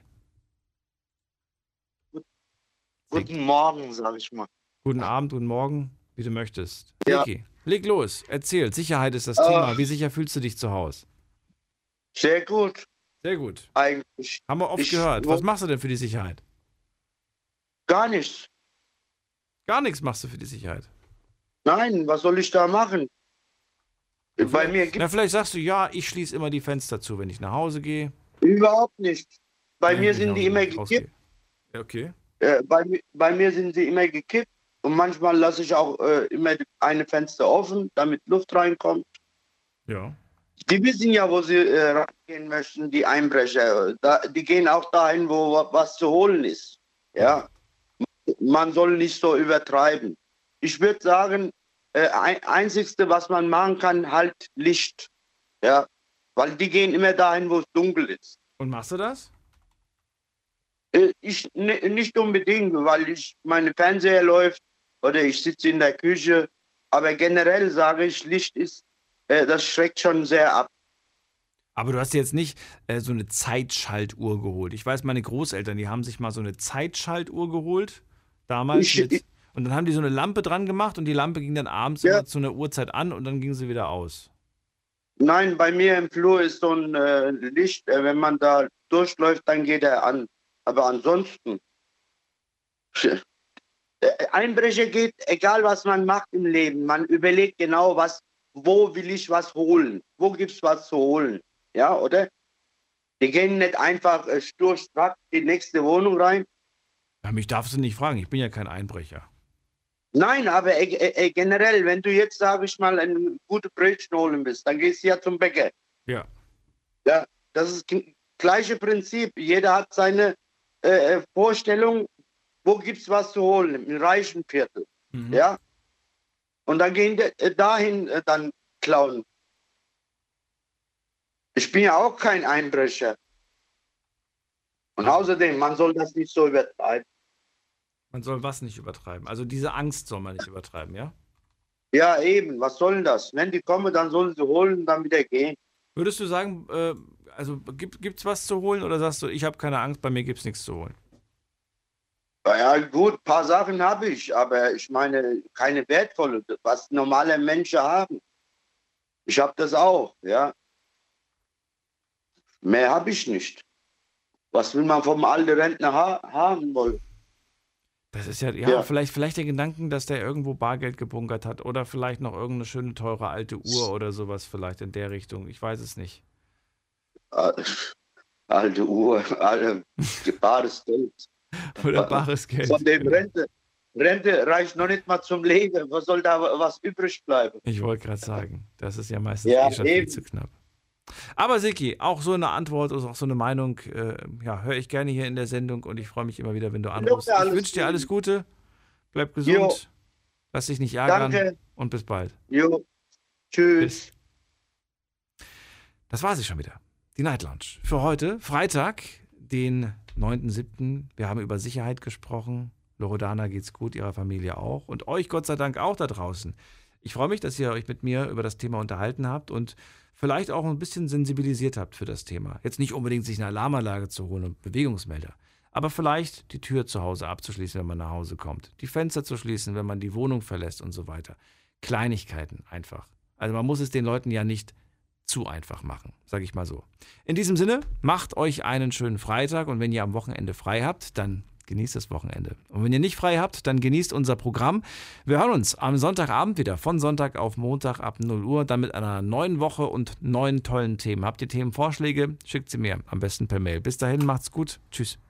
Guten Morgen, sage ich mal. Guten Abend, guten Morgen, wie du möchtest. Ja. Seki, leg los, erzähl. Sicherheit ist das Thema. Wie sicher fühlst du dich zu Hause? Sehr gut. Sehr gut. Eigentlich. Haben wir oft gehört. Was machst du denn für die Sicherheit? Gar nichts. Gar nichts machst du für die Sicherheit? Nein, was soll ich da machen? Bei mir gibt vielleicht sagst du, ja, ich schließe immer die Fenster zu, wenn ich nach Hause gehe. Überhaupt nicht. Bei mir sind die immer gekippt. Okay. Bei mir sind sie immer gekippt und manchmal lasse ich auch immer eine Fenster offen, damit Luft reinkommt. Ja. Die wissen ja, wo sie reingehen möchten, die Einbrecher. Die gehen auch dahin, wo was zu holen ist. Ja. Man soll nicht so übertreiben. Ich würde sagen, Einzigste, was man machen kann, halt Licht. Ja. Weil die gehen immer dahin, wo es dunkel ist. Und machst du das? Nicht unbedingt, weil meine Fernseher läuft oder ich sitze in der Küche. Aber generell sage ich, Licht ist, das schreckt schon sehr ab. Aber du hast dir jetzt nicht so eine Zeitschaltuhr geholt. Ich weiß, meine Großeltern, die haben sich mal so eine Zeitschaltuhr geholt, damals. Und dann haben die so eine Lampe dran gemacht und die Lampe ging dann abends immer zu einer Uhrzeit an und dann ging sie wieder aus. Nein, bei mir im Flur ist so ein Licht, wenn man da durchläuft, dann geht er an. Aber ansonsten, Einbrecher geht, egal was man macht im Leben, man überlegt genau, wo will ich was holen, wo gibt es was zu holen, ja, oder? Die gehen nicht einfach sturstrack in die nächste Wohnung rein. Ja, mich darfst du nicht fragen, ich bin ja kein Einbrecher. Nein, aber generell, wenn du jetzt, sage ich mal, eine gute Brötchen holen willst, dann gehst du ja zum Bäcker. Ja. Ja, das ist das gleiche Prinzip. Jeder hat seine Vorstellung, wo gibt es was zu holen, im reichen Viertel. Mhm. Ja. Und dann gehen die dahin dann klauen. Ich bin ja auch kein Einbrecher. Und außerdem, man soll das nicht so übertreiben. Man soll was nicht übertreiben? Also diese Angst soll man nicht übertreiben, ja? Ja, eben. Was soll denn das? Wenn die kommen, dann sollen sie holen und dann wieder gehen. Würdest du sagen, also gibt's was zu holen oder sagst du, ich habe keine Angst, bei mir gibt's nichts zu holen? Ja gut, ein paar Sachen habe ich, aber ich meine keine wertvolle, was normale Menschen haben. Ich habe das auch, ja. Mehr habe ich nicht. Was will man vom alten Rentner haben wollen? Das ist ja. Vielleicht der Gedanken, dass der irgendwo Bargeld gebunkert hat oder vielleicht noch irgendeine schöne, teure alte Uhr oder sowas vielleicht in der Richtung. Ich weiß es nicht. Alte Uhr, bares Geld. Oder bares Geld. Von dem Rente reicht noch nicht mal zum Leben. Was soll da was übrig bleiben? Ich wollte gerade sagen, das ist ja meistens schon viel zu knapp. Aber Siki, auch so eine Antwort, auch so eine Meinung, höre ich gerne hier in der Sendung und ich freue mich immer wieder, wenn du anrufst. Ich wünsche dir alles Gute, bleib gesund, lass dich nicht ärgern und bis bald. Jo. Tschüss. Das war sie schon wieder, die Night Lounge. Für heute, Freitag, den 9.7. Wir haben über Sicherheit gesprochen. Loredana geht's gut, ihrer Familie auch und euch Gott sei Dank auch da draußen. Ich freue mich, dass ihr euch mit mir über das Thema unterhalten habt und vielleicht auch ein bisschen sensibilisiert habt für das Thema. Jetzt nicht unbedingt sich eine Alarmanlage zu holen und Bewegungsmelder, aber vielleicht die Tür zu Hause abzuschließen, wenn man nach Hause kommt, die Fenster zu schließen, wenn man die Wohnung verlässt und so weiter. Kleinigkeiten einfach. Also man muss es den Leuten ja nicht zu einfach machen, sage ich mal so. In diesem Sinne, macht euch einen schönen Freitag und wenn ihr am Wochenende frei habt, dann genießt das Wochenende. Und wenn ihr nicht frei habt, dann genießt unser Programm. Wir hören uns am Sonntagabend wieder, von Sonntag auf Montag ab 0 Uhr, dann mit einer neuen Woche und neuen tollen Themen. Habt ihr Themenvorschläge? Schickt sie mir, am besten per Mail. Bis dahin, macht's gut. Tschüss.